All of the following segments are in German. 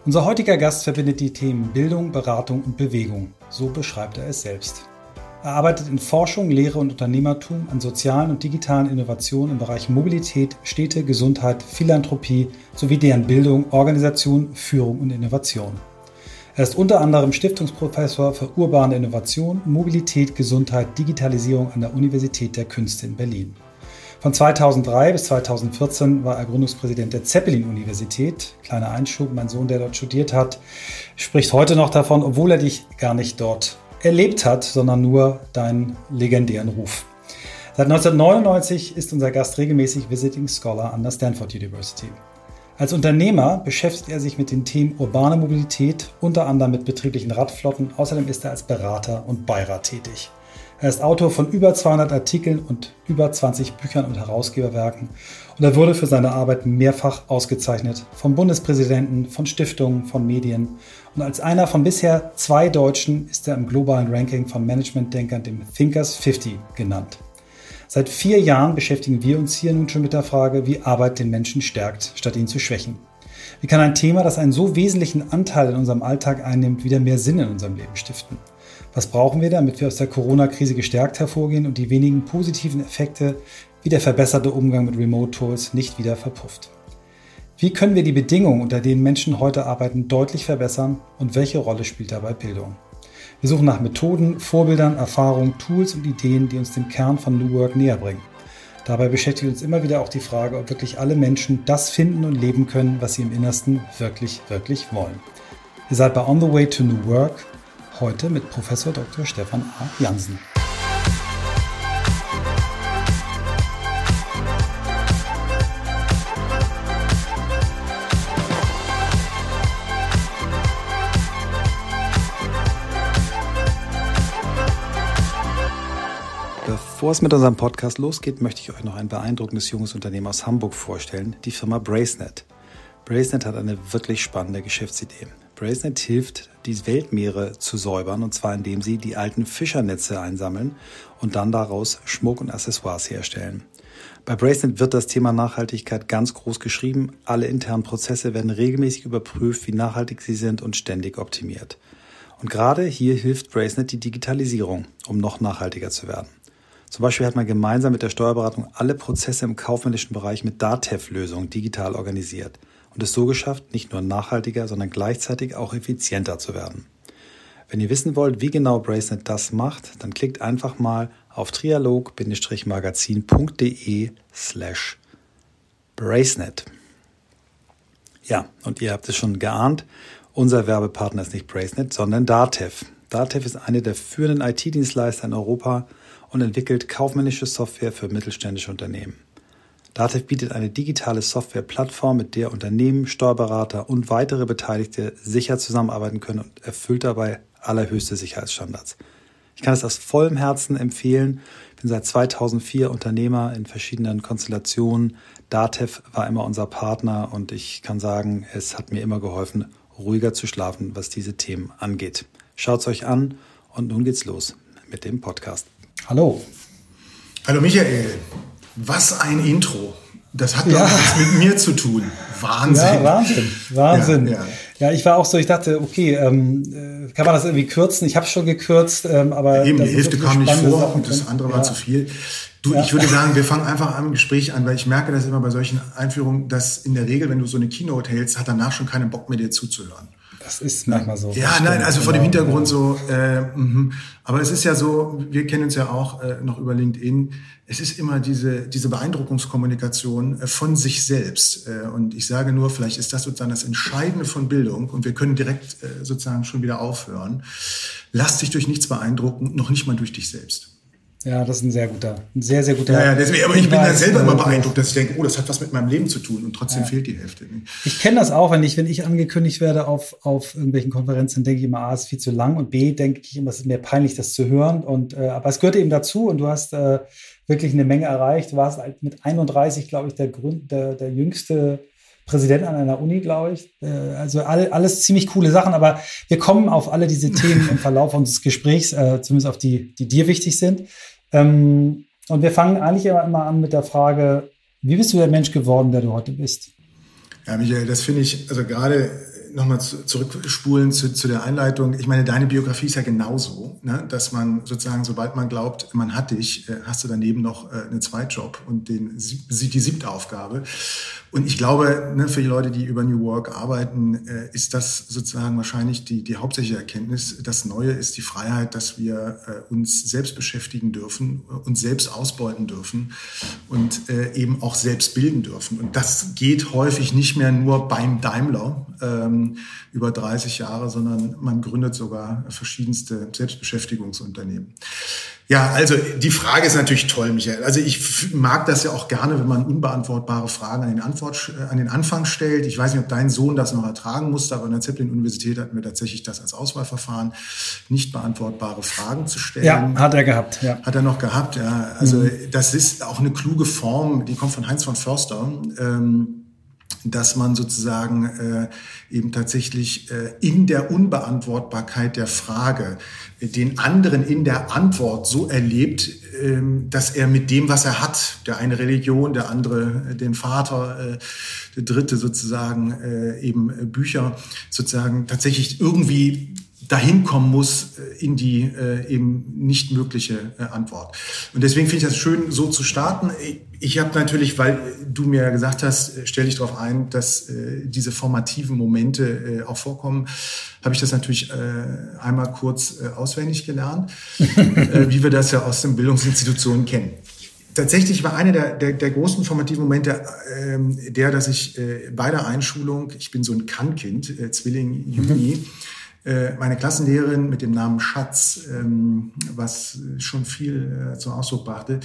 Unser heutiger Gast verbindet die Themen Bildung, Beratung und Bewegung. So beschreibt er es selbst. Er arbeitet in Forschung, Lehre und Unternehmertum an sozialen und digitalen Innovationen im Bereich Mobilität, Städte, Gesundheit, Philanthropie sowie deren Bildung, Organisation, Führung und Innovation. Er ist unter anderem Stiftungsprofessor für urbane Innovation, Mobilität, Gesundheit, Digitalisierung an der Universität der Künste in Berlin. Von 2003 bis 2014 war er Gründungspräsident der Zeppelin-Universität. Kleiner Einschub, mein Sohn, der dort studiert hat, spricht heute noch davon, obwohl er dich gar nicht dort erlebt hat, sondern nur deinen legendären Ruf. Seit 1999 ist unser Gast regelmäßig Visiting Scholar an der Stanford University. Als Unternehmer beschäftigt er sich mit den Themen urbane Mobilität, unter anderem mit betrieblichen Radflotten. Außerdem ist er als Berater und Beirat tätig. Er ist Autor von über 200 Artikeln und über 20 Büchern und Herausgeberwerken. Und er wurde für seine Arbeit mehrfach ausgezeichnet vom Bundespräsidenten, von Stiftungen, von Medien. Und als einer von bisher 2 Deutschen ist er im globalen Ranking von Managementdenkern, dem Thinkers 50, genannt. Seit 4 Jahren beschäftigen wir uns hier nun schon mit der Frage, wie Arbeit den Menschen stärkt, statt ihn zu schwächen. Wie kann ein Thema, das einen so wesentlichen Anteil in unserem Alltag einnimmt, wieder mehr Sinn in unserem Leben stiften? Was brauchen wir, damit wir aus der Corona-Krise gestärkt hervorgehen und die wenigen positiven Effekte wie der verbesserte Umgang mit Remote-Tools nicht wieder verpufft? Wie können wir die Bedingungen, unter denen Menschen heute arbeiten, deutlich verbessern und welche Rolle spielt dabei Bildung? Wir suchen nach Methoden, Vorbildern, Erfahrungen, Tools und Ideen, die uns dem Kern von New Work näher bringen. Dabei beschäftigt uns immer wieder auch die Frage, ob wirklich alle Menschen das finden und leben können, was sie im Innersten wirklich, wirklich wollen. Ihr seid bei On the Way to New Work, heute mit Professor Dr. Stefan A. Jansen. Bevor es mit unserem Podcast losgeht, möchte ich euch noch ein beeindruckendes junges Unternehmen aus Hamburg vorstellen, die Firma Bracenet. Bracenet hat eine wirklich spannende Geschäftsidee. Bracenet hilft, die Weltmeere zu säubern, und zwar indem sie die alten Fischernetze einsammeln und dann daraus Schmuck und Accessoires herstellen. Bei Bracenet wird das Thema Nachhaltigkeit ganz groß geschrieben. Alle internen Prozesse werden regelmäßig überprüft, wie nachhaltig sie sind, und ständig optimiert. Und gerade hier hilft Bracenet die Digitalisierung, um noch nachhaltiger zu werden. Zum Beispiel hat man gemeinsam mit der Steuerberatung alle Prozesse im kaufmännischen Bereich mit DATEV-Lösungen digital organisiert und es so geschafft, nicht nur nachhaltiger, sondern gleichzeitig auch effizienter zu werden. Wenn ihr wissen wollt, wie genau Bracenet das macht, dann klickt einfach mal auf trialog-magazin.de/Bracenet. Ja, und ihr habt es schon geahnt, unser Werbepartner ist nicht Bracenet, sondern DATEV. DATEV ist eine der führenden IT-Dienstleister in Europa und entwickelt kaufmännische Software für mittelständische Unternehmen. DATEV bietet eine digitale Softwareplattform, mit der Unternehmen, Steuerberater und weitere Beteiligte sicher zusammenarbeiten können und erfüllt dabei allerhöchste Sicherheitsstandards. Ich kann es aus vollem Herzen empfehlen. Ich bin seit 2004 Unternehmer in verschiedenen Konstellationen. DATEV war immer unser Partner und ich kann sagen, es hat mir immer geholfen, ruhiger zu schlafen, was diese Themen angeht. Schaut es euch an und nun geht's los mit dem Podcast. Hallo. Hallo Michael. Was ein Intro. Das hat doch was mit mir zu tun. Wahnsinn. Ja, Wahnsinn. Ja, ich war auch so, ich dachte, okay, kann man das irgendwie kürzen? Ich habe es schon gekürzt, aber... Eben, die Hälfte kam nicht vor und das andere war zu viel. Ich würde sagen, wir fangen einfach am Gespräch an, weil ich merke das immer bei solchen Einführungen, dass in der Regel, wenn du so eine Keynote hältst, hat danach schon keinen Bock mehr, dir zuzuhören. Das ist manchmal so. Ja, nein, also vor dem Hintergrund so, aber es ist ja so, wir kennen uns ja auch noch über LinkedIn, es ist immer diese Beeindruckungskommunikation von sich selbst. Und ich sage nur, vielleicht ist das sozusagen das Entscheidende von Bildung und wir können direkt sozusagen schon wieder aufhören. Lass dich durch nichts beeindrucken, noch nicht mal durch dich selbst. Ja, das ist ein sehr guter. Ja, deswegen, aber ich bin dann selber immer beeindruckt, dass ich denke, das hat was mit meinem Leben zu tun und trotzdem fehlt die Hälfte. Ich kenne das auch, wenn ich angekündigt werde auf irgendwelchen Konferenzen, denke ich immer, A, ist viel zu lang und B, denke ich immer, es ist mir peinlich, das zu hören. Aber es gehört eben dazu und du hast wirklich eine Menge erreicht. Du warst mit 31, glaube ich, der jüngste Präsident an einer Uni, glaube ich. Also alles ziemlich coole Sachen, aber wir kommen auf alle diese Themen im Verlauf unseres Gesprächs, zumindest auf die dir wichtig sind. Und wir fangen eigentlich immer an mit der Frage, wie bist du der Mensch geworden, der du heute bist? Ja, Michael, das finde ich, also gerade nochmal zurückspulen zu der Einleitung. Ich meine, deine Biografie ist ja genauso, ne? Dass man sozusagen, sobald man glaubt, man hat dich, hast du daneben noch einen Zweitjob und die 7. Aufgabe. Und ich glaube, ne, für die Leute, die über New Work arbeiten, ist das sozusagen wahrscheinlich die hauptsächliche Erkenntnis. Das Neue ist die Freiheit, dass wir uns selbst beschäftigen dürfen, uns selbst ausbeuten dürfen und eben auch selbst bilden dürfen. Und das geht häufig nicht mehr nur beim Daimler über 30 Jahre, sondern man gründet sogar verschiedenste Selbstbeschäftigungsunternehmen. Ja, also die Frage ist natürlich toll, Michael. Also ich mag das ja auch gerne, wenn man unbeantwortbare Fragen an den Anfang stellt. Ich weiß nicht, ob dein Sohn das noch ertragen musste, aber an der Zeppelin-Universität hatten wir tatsächlich das als Auswahlverfahren, nicht beantwortbare Fragen zu stellen. Ja, hat er gehabt. Ja. Hat er noch gehabt, ja. Also das ist auch eine kluge Form, die kommt von Heinz von Förster, dass man sozusagen eben tatsächlich in der Unbeantwortbarkeit der Frage den anderen in der Antwort so erlebt, dass er mit dem, was er hat, der eine Religion, der andere den Vater, der dritte sozusagen eben Bücher, sozusagen tatsächlich irgendwie dahin kommen muss in die eben nicht mögliche Antwort. Und deswegen finde ich das schön, so zu starten. Ich habe natürlich, weil du mir gesagt hast, stell dich darauf ein, dass diese formativen Momente auch vorkommen, habe ich das natürlich einmal kurz auswendig gelernt, wie wir das ja aus den Bildungsinstitutionen kennen. Tatsächlich war einer der großen formativen Momente dass ich bei der Einschulung, ich bin so ein Kann-Kind, Zwilling Juni, meine Klassenlehrerin mit dem Namen Schatz, was schon viel zum Ausdruck brachte,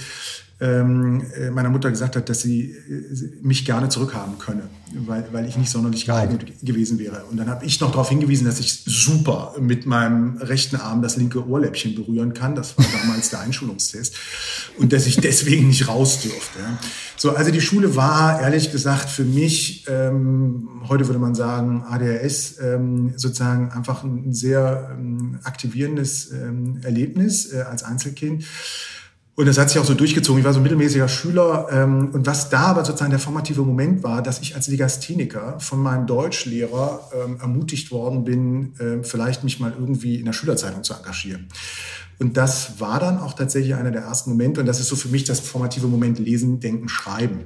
meiner Mutter gesagt hat, dass sie mich gerne zurückhaben könne, weil ich nicht sonderlich geeignet gewesen wäre. Und dann habe ich noch darauf hingewiesen, dass ich super mit meinem rechten Arm das linke Ohrläppchen berühren kann. Das war damals der Einschulungstest. Und dass ich deswegen nicht raus durfte. So, also die Schule war, ehrlich gesagt, für mich, heute würde man sagen, ADHS, sozusagen einfach ein sehr aktivierendes Erlebnis als Einzelkind. Und das hat sich auch so durchgezogen. Ich war so ein mittelmäßiger Schüler. Und was da aber sozusagen der formative Moment war, dass ich als Legastheniker von meinem Deutschlehrer ermutigt worden bin, vielleicht mich mal irgendwie in der Schülerzeitung zu engagieren. Und das war dann auch tatsächlich einer der ersten Momente. Und das ist so für mich das formative Moment Lesen, Denken, Schreiben.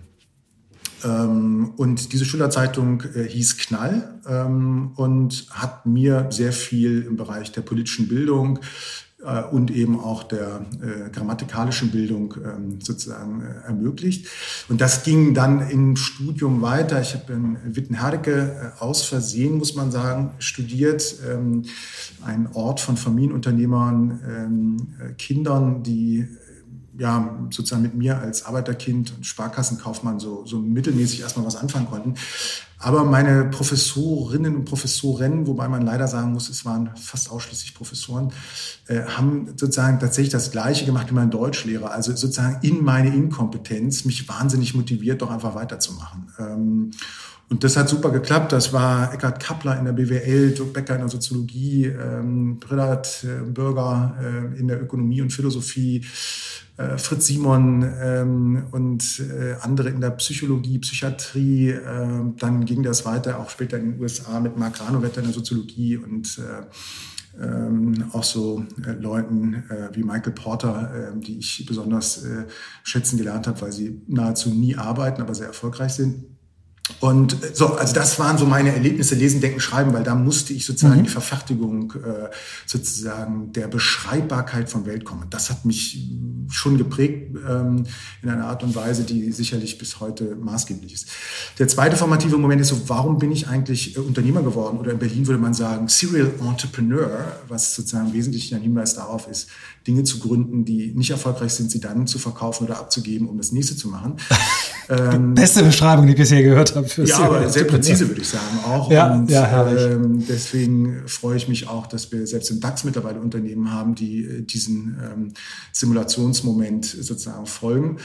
Und diese Schülerzeitung hieß Knall und hat mir sehr viel im Bereich der politischen Bildung und eben auch der grammatikalischen Bildung sozusagen ermöglicht. Und das ging dann im Studium weiter. Ich habe in Wittenherdecke aus Versehen, muss man sagen, studiert. Ein Ort von Familienunternehmern, Kindern, die ja sozusagen mit mir als Arbeiterkind und Sparkassenkaufmann so mittelmäßig erstmal was anfangen konnten. Aber meine Professorinnen und Professoren, wobei man leider sagen muss, es waren fast ausschließlich Professoren, haben sozusagen tatsächlich das Gleiche gemacht wie mein Deutschlehrer. Also sozusagen in meine Inkompetenz mich wahnsinnig motiviert, doch einfach weiterzumachen. Und das hat super geklappt. Das war Eckhard Kappler in der BWL, Dirk Becker in der Soziologie, Brillard Bürger in der Ökonomie und Philosophie, Fritz Simon und andere in der Psychologie, Psychiatrie. Dann ging das weiter, auch später in den USA mit Mark Granovetter in der Soziologie und auch so Leuten wie Michael Porter, die ich besonders schätzen gelernt habe, weil sie nahezu nie arbeiten, aber sehr erfolgreich sind. Und so, also das waren so meine Erlebnisse, Lesen, Denken, Schreiben, weil da musste ich sozusagen die Verfertigung sozusagen der Beschreibbarkeit von Welt kommen. Das hat mich schon geprägt in einer Art und Weise, die sicherlich bis heute maßgeblich ist. Der zweite formative Moment ist so, warum bin ich eigentlich Unternehmer geworden? Oder in Berlin würde man sagen Serial Entrepreneur, was sozusagen wesentlich ein Hinweis darauf ist, Dinge zu gründen, die nicht erfolgreich sind, sie dann zu verkaufen oder abzugeben, um das nächste zu machen. Beste Beschreibung, die ich bisher gehört habe. Ja, aber sehr präzise, würde ich sagen auch. Ja, und ja, herrlich. Deswegen freue ich mich auch, dass wir selbst im DAX mittlerweile Unternehmen haben, die diesen Simulationsmoment sozusagen folgen.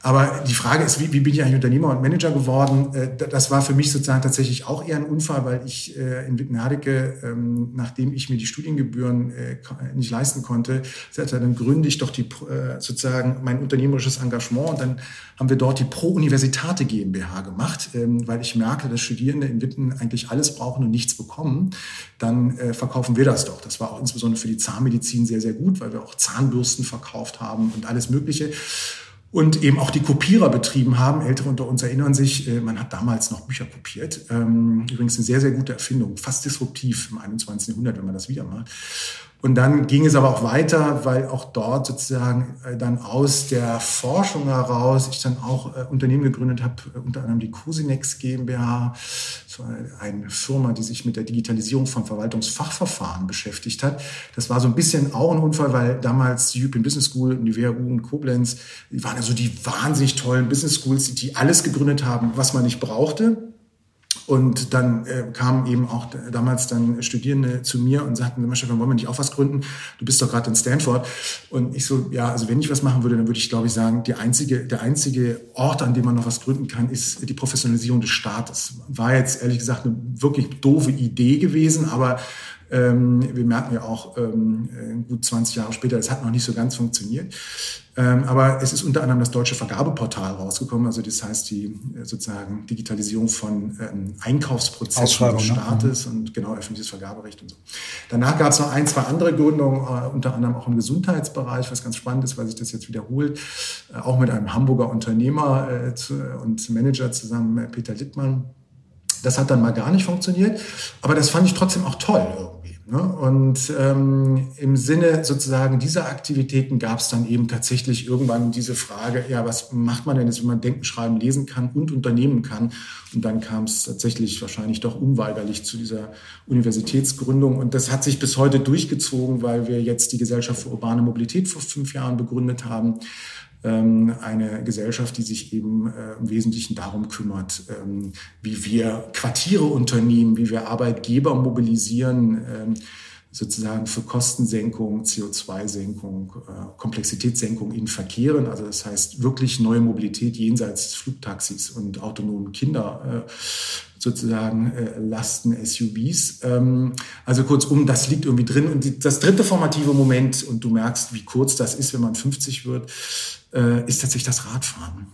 Aber die Frage ist, wie bin ich eigentlich Unternehmer und Manager geworden? Das war für mich sozusagen tatsächlich auch eher ein Unfall, weil ich in Wittenherdecke, nachdem ich mir die Studiengebühren nicht leisten konnte, sagte, dann gründe ich doch sozusagen mein unternehmerisches Engagement, und dann haben wir dort die Pro Universitate GmbH gemacht, weil ich merke, dass Studierende in Witten eigentlich alles brauchen und nichts bekommen. Dann verkaufen wir das doch. Das war auch insbesondere für die Zahnmedizin sehr, sehr gut, weil wir auch Zahnbürsten verkauft haben und alles Mögliche. Und eben auch die Kopierer betrieben haben. Ältere unter uns erinnern sich, man hat damals noch Bücher kopiert. Übrigens eine sehr, sehr gute Erfindung, fast disruptiv im 21. Jahrhundert, wenn man das wieder macht. Und dann ging es aber auch weiter, weil auch dort sozusagen dann aus der Forschung heraus ich dann auch Unternehmen gegründet habe, unter anderem die Cosinex GmbH, so eine Firma, die sich mit der Digitalisierung von Verwaltungsfachverfahren beschäftigt hat. Das war so ein bisschen auch ein Unfall, weil damals die European Business School und die WHU in Koblenz, die waren also die wahnsinnig tollen Business Schools, die alles gegründet haben, was man nicht brauchte. Und dann kamen eben auch damals dann Studierende zu mir und sagten, wollen wir nicht auch was gründen? Du bist doch gerade in Stanford. Und ich so, ja, also wenn ich was machen würde, dann würde ich, glaube ich, sagen, der einzige Ort, an dem man noch was gründen kann, ist die Professionalisierung des Staates. War jetzt ehrlich gesagt eine wirklich doofe Idee gewesen, aber wir merken ja auch gut 20 Jahre später, es hat noch nicht so ganz funktioniert. Aber es ist unter anderem das deutsche Vergabeportal rausgekommen, also das heißt die sozusagen Digitalisierung von Einkaufsprozessen des Staates und genau öffentliches Vergaberecht und so. Danach gab es noch 1, 2 andere Gründungen, unter anderem auch im Gesundheitsbereich, was ganz spannend ist, weil sich das jetzt wiederholt, auch mit einem Hamburger Unternehmer und Manager zusammen, Peter Littmann. Das hat dann mal gar nicht funktioniert, aber das fand ich trotzdem auch toll irgendwie. Ne? Und im Sinne sozusagen dieser Aktivitäten gab es dann eben tatsächlich irgendwann diese Frage, ja, was macht man denn jetzt, wenn man denken, schreiben, lesen kann und unternehmen kann? Und dann kam es tatsächlich wahrscheinlich doch unweigerlich zu dieser Universitätsgründung. Und das hat sich bis heute durchgezogen, weil wir jetzt die Gesellschaft für urbane Mobilität vor 5 Jahren begründet haben. Eine Gesellschaft, die sich eben im Wesentlichen darum kümmert, wie wir Quartiere unternehmen, wie wir Arbeitgeber mobilisieren, sozusagen für Kostensenkung, CO2-Senkung, Komplexitätssenkung in Verkehren. Also das heißt wirklich neue Mobilität jenseits des Flugtaxis und autonomen Kinder sozusagen Lasten SUVs. Also kurzum, das liegt irgendwie drin. Und das dritte formative Moment, und du merkst, wie kurz das ist, wenn man 50 wird, ist tatsächlich das Radfahren.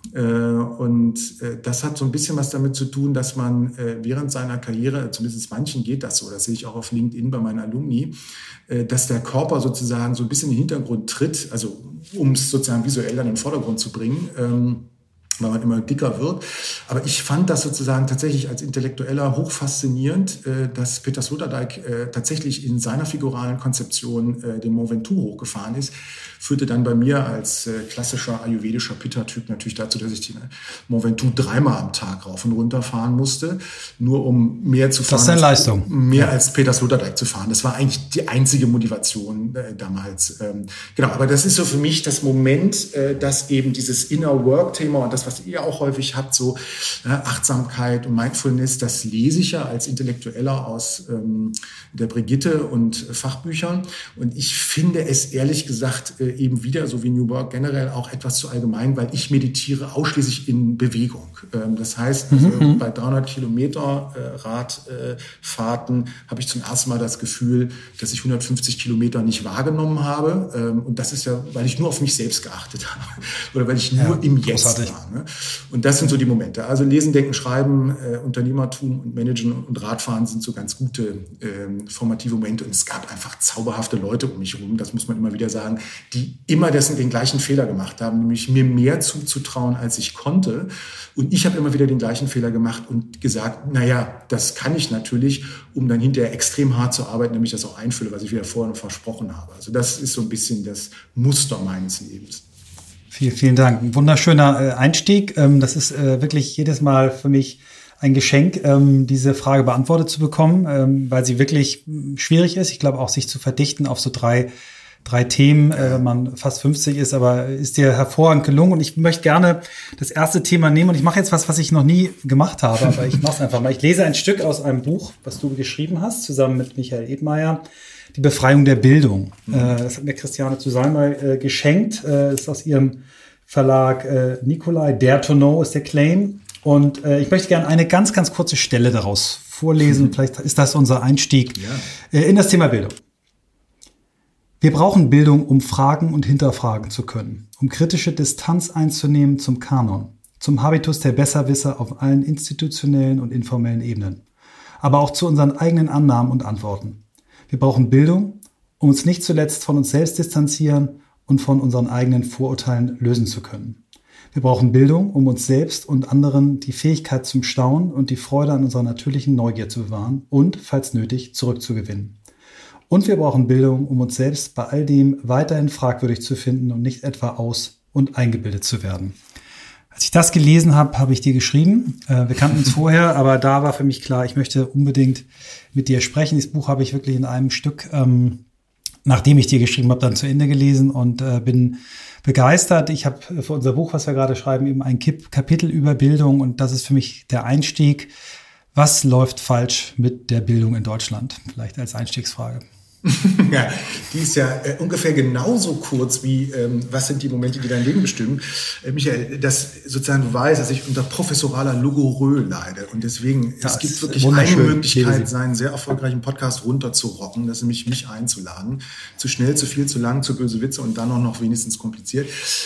Und das hat so ein bisschen was damit zu tun, dass man während seiner Karriere, zumindest manchen geht das so, das sehe ich auch auf LinkedIn bei meinen Alumni, dass der Körper sozusagen so ein bisschen in den Hintergrund tritt, also um es sozusagen visuell dann in den Vordergrund zu bringen, weil man immer dicker wird. Aber ich fand das sozusagen tatsächlich als Intellektueller hochfaszinierend, dass Peter Sloterdijk tatsächlich in seiner figuralen Konzeption den Mont Ventoux hochgefahren ist. Führte dann bei mir als klassischer ayurvedischer Pitta-Typ natürlich dazu, dass ich den Mont Ventoux 3-mal am Tag rauf und runter fahren musste, nur um mehr zu fahren. Das ist eine Leistung. Mehr als Peter Sloterdijk zu fahren. Das war eigentlich die einzige Motivation damals. Genau, aber das ist so für mich das Moment, dass eben dieses Inner-Work-Thema und das, was ihr auch häufig habt, so Achtsamkeit und Mindfulness, das lese ich ja als Intellektueller aus der Brigitte und Fachbüchern. Und ich finde es ehrlich gesagt eben wieder, so wie New Work generell, auch etwas zu allgemein, weil ich meditiere ausschließlich in Bewegung. Das heißt, also bei 300 Kilometer Radfahrten habe ich zum ersten Mal das Gefühl, dass ich 150 Kilometer nicht wahrgenommen habe. Und das ist ja, weil ich nur auf mich selbst geachtet habe oder weil ich nur im Jetzt war. Ne? Und das sind so die Momente. Also Lesen, Denken, Schreiben, Unternehmertum und Managen und Radfahren sind so ganz gute formative Momente. Und es gab einfach zauberhafte Leute um mich herum, das muss man immer wieder sagen, die immer den gleichen Fehler gemacht haben, nämlich mir mehr zuzutrauen, als ich konnte. Und ich habe immer wieder den gleichen Fehler gemacht und gesagt, naja, das kann ich natürlich, um dann hinterher extrem hart zu arbeiten, nämlich das auch einfülle, was ich wieder vorher noch versprochen habe. Also das ist so ein bisschen das Muster meines Lebens. Vielen Dank. Ein wunderschöner Einstieg. Das ist wirklich jedes Mal für mich ein Geschenk, diese Frage beantwortet zu bekommen, weil sie wirklich schwierig ist. Ich glaube auch, sich zu verdichten auf so drei Themen, wenn man fast 50 ist, aber ist dir hervorragend gelungen. Und ich möchte gerne das erste Thema nehmen und ich mache jetzt was ich noch nie gemacht habe, aber ich mache es einfach mal. Ich lese ein Stück aus einem Buch, was du geschrieben hast, zusammen mit Michael Edmeier, Die Befreiung der Bildung. Das hat mir Christiane Zusalmay geschenkt. Das ist aus ihrem Verlag Nicolai. Dare to Know ist der Claim. Und ich möchte gerne eine ganz, ganz kurze Stelle daraus vorlesen. Vielleicht ist das unser Einstieg in das Thema Bildung. Wir brauchen Bildung, um fragen und hinterfragen zu können, um kritische Distanz einzunehmen zum Kanon, zum Habitus der Besserwisser auf allen institutionellen und informellen Ebenen, aber auch zu unseren eigenen Annahmen und Antworten. Wir brauchen Bildung, um uns nicht zuletzt von uns selbst distanzieren und von unseren eigenen Vorurteilen lösen zu können. Wir brauchen Bildung, um uns selbst und anderen die Fähigkeit zum Staunen und die Freude an unserer natürlichen Neugier zu bewahren und, falls nötig, zurückzugewinnen. Und wir brauchen Bildung, um uns selbst bei all dem weiterhin fragwürdig zu finden und nicht etwa aus- und eingebildet zu werden. Als ich das gelesen habe, habe ich dir geschrieben. Wir kannten uns vorher, aber da war für mich klar, ich möchte unbedingt mit dir sprechen. Dieses Buch habe ich wirklich in einem Stück, nachdem ich dir geschrieben habe, dann zu Ende gelesen und bin begeistert. Ich habe für unser Buch, was wir gerade schreiben, eben ein Kapitel über Bildung und das ist für mich der Einstieg. Was läuft falsch mit der Bildung in Deutschland? Vielleicht als Einstiegsfrage. Ja, die ist ja ungefähr genauso kurz wie was sind die Momente, die dein Leben bestimmen. Michael, das sozusagen du weißt, dass ich unter professoraler Logorö leide und deswegen es gibt wirklich eine Möglichkeit, seinen sehr erfolgreichen Podcast runterzurocken, das ist nämlich mich einzuladen. Zu schnell, zu viel, zu lang, zu böse Witze und dann auch noch wenigstens kompliziert.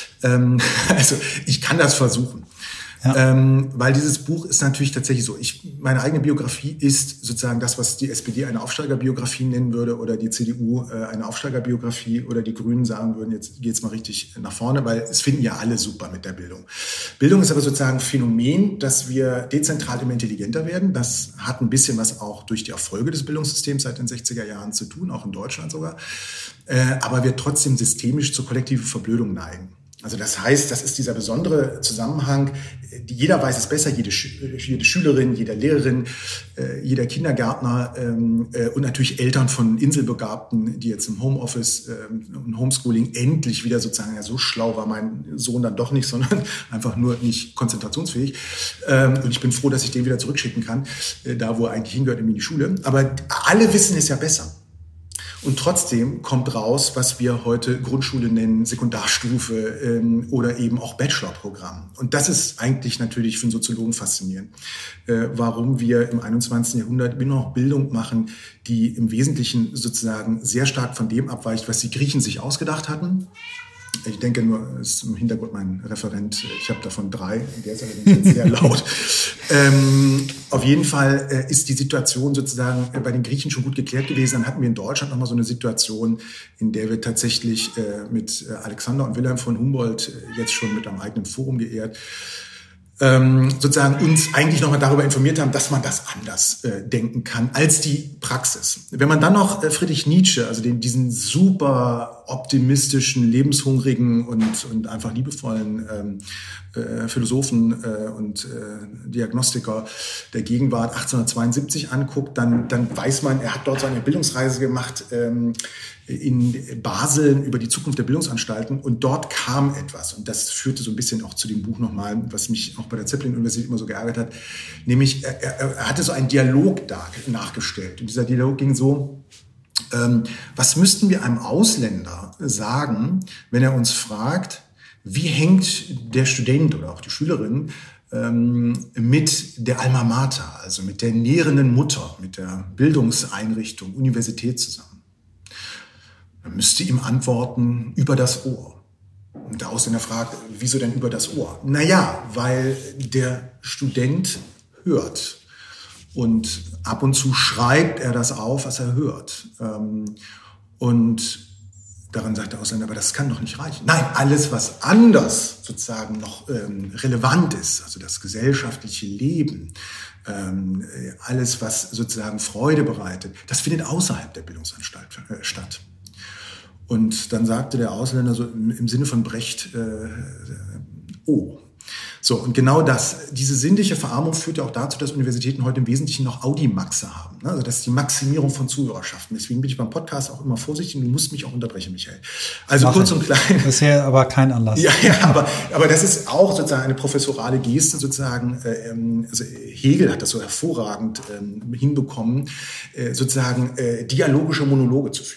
Also ich kann das versuchen. Ja. Weil dieses Buch ist natürlich tatsächlich so. Meine eigene Biografie ist sozusagen das, was die SPD eine Aufsteigerbiografie nennen würde oder die CDU eine Aufsteigerbiografie oder die Grünen sagen würden, jetzt geht's mal richtig nach vorne, weil es finden ja alle super mit der Bildung. Bildung ist aber sozusagen ein Phänomen, dass wir dezentral immer intelligenter werden. Das hat ein bisschen was auch durch die Erfolge des Bildungssystems seit den 60er Jahren zu tun, auch in Deutschland sogar. Aber wir trotzdem systemisch zur kollektiven Verblödung neigen. Also das heißt, das ist dieser besondere Zusammenhang. Jeder weiß es besser, jede Schülerin, jeder Lehrerin, jeder Kindergärtner und natürlich Eltern von Inselbegabten, die jetzt im Homeoffice und Homeschooling endlich wieder sozusagen, ja so schlau war mein Sohn dann doch nicht, sondern einfach nur nicht konzentrationsfähig. Und ich bin froh, dass ich den wieder zurückschicken kann, da wo er eigentlich hingehört, in die Schule. Aber alle wissen es ja besser. Und trotzdem kommt raus, was wir heute Grundschule nennen, Sekundarstufe oder eben auch Bachelorprogramm. Und das ist eigentlich natürlich für einen Soziologen faszinierend, warum wir im 21. Jahrhundert immer noch Bildung machen, die im Wesentlichen sozusagen sehr stark von dem abweicht, was die Griechen sich ausgedacht hatten. Ich denke nur, es ist im Hintergrund mein Referent, ich habe davon 3, der ist allerdings jetzt sehr laut. Auf jeden Fall ist die Situation sozusagen bei den Griechen schon gut geklärt gewesen. Dann hatten wir in Deutschland nochmal so eine Situation, in der wir tatsächlich mit Alexander und Wilhelm von Humboldt jetzt schon mit einem eigenen Forum geehrt, sozusagen uns eigentlich nochmal darüber informiert haben, dass man das anders denken kann als die Praxis. Wenn man dann noch Friedrich Nietzsche, also diesen super optimistischen, lebenshungrigen und einfach liebevollen Philosophen und Diagnostiker der Gegenwart 1872 anguckt, dann weiß man, er hat dort seine Bildungsreise gemacht in Basel über die Zukunft der Bildungsanstalten und dort kam etwas und das führte so ein bisschen auch zu dem Buch nochmal, was mich auch bei der Zeppelin-Universität immer so geärgert hat, nämlich er hatte so einen Dialog nachgestellt und dieser Dialog ging so: Was müssten wir einem Ausländer sagen, wenn er uns fragt, wie hängt der Student oder auch die Schülerin mit der Alma Mater, also mit der nährenden Mutter, mit der Bildungseinrichtung, Universität zusammen? Man müsste ihm antworten, über das Ohr. Und der Ausländer fragt, wieso denn über das Ohr? Naja, weil der Student hört. Und ab und zu schreibt er das auf, was er hört. Und daran sagt der Ausländer, aber das kann doch nicht reichen. Nein, alles, was anders sozusagen noch relevant ist, also das gesellschaftliche Leben, alles, was sozusagen Freude bereitet, das findet außerhalb der Bildungsanstalt statt. Und dann sagte der Ausländer so im Sinne von Brecht, oh. So, und genau diese sinnliche Verarmung führt ja auch dazu, dass Universitäten heute im Wesentlichen noch Audimaxe haben. Ne? Also das ist die Maximierung von Zuhörerschaften. Deswegen bin ich beim Podcast auch immer vorsichtig und du musst mich auch unterbrechen, Michael. Also kurz und klein. Bisher aber kein Anlass. Ja, aber das ist auch sozusagen eine professorale Geste sozusagen. Also Hegel hat das so hervorragend hinbekommen, sozusagen dialogische Monologe zu führen.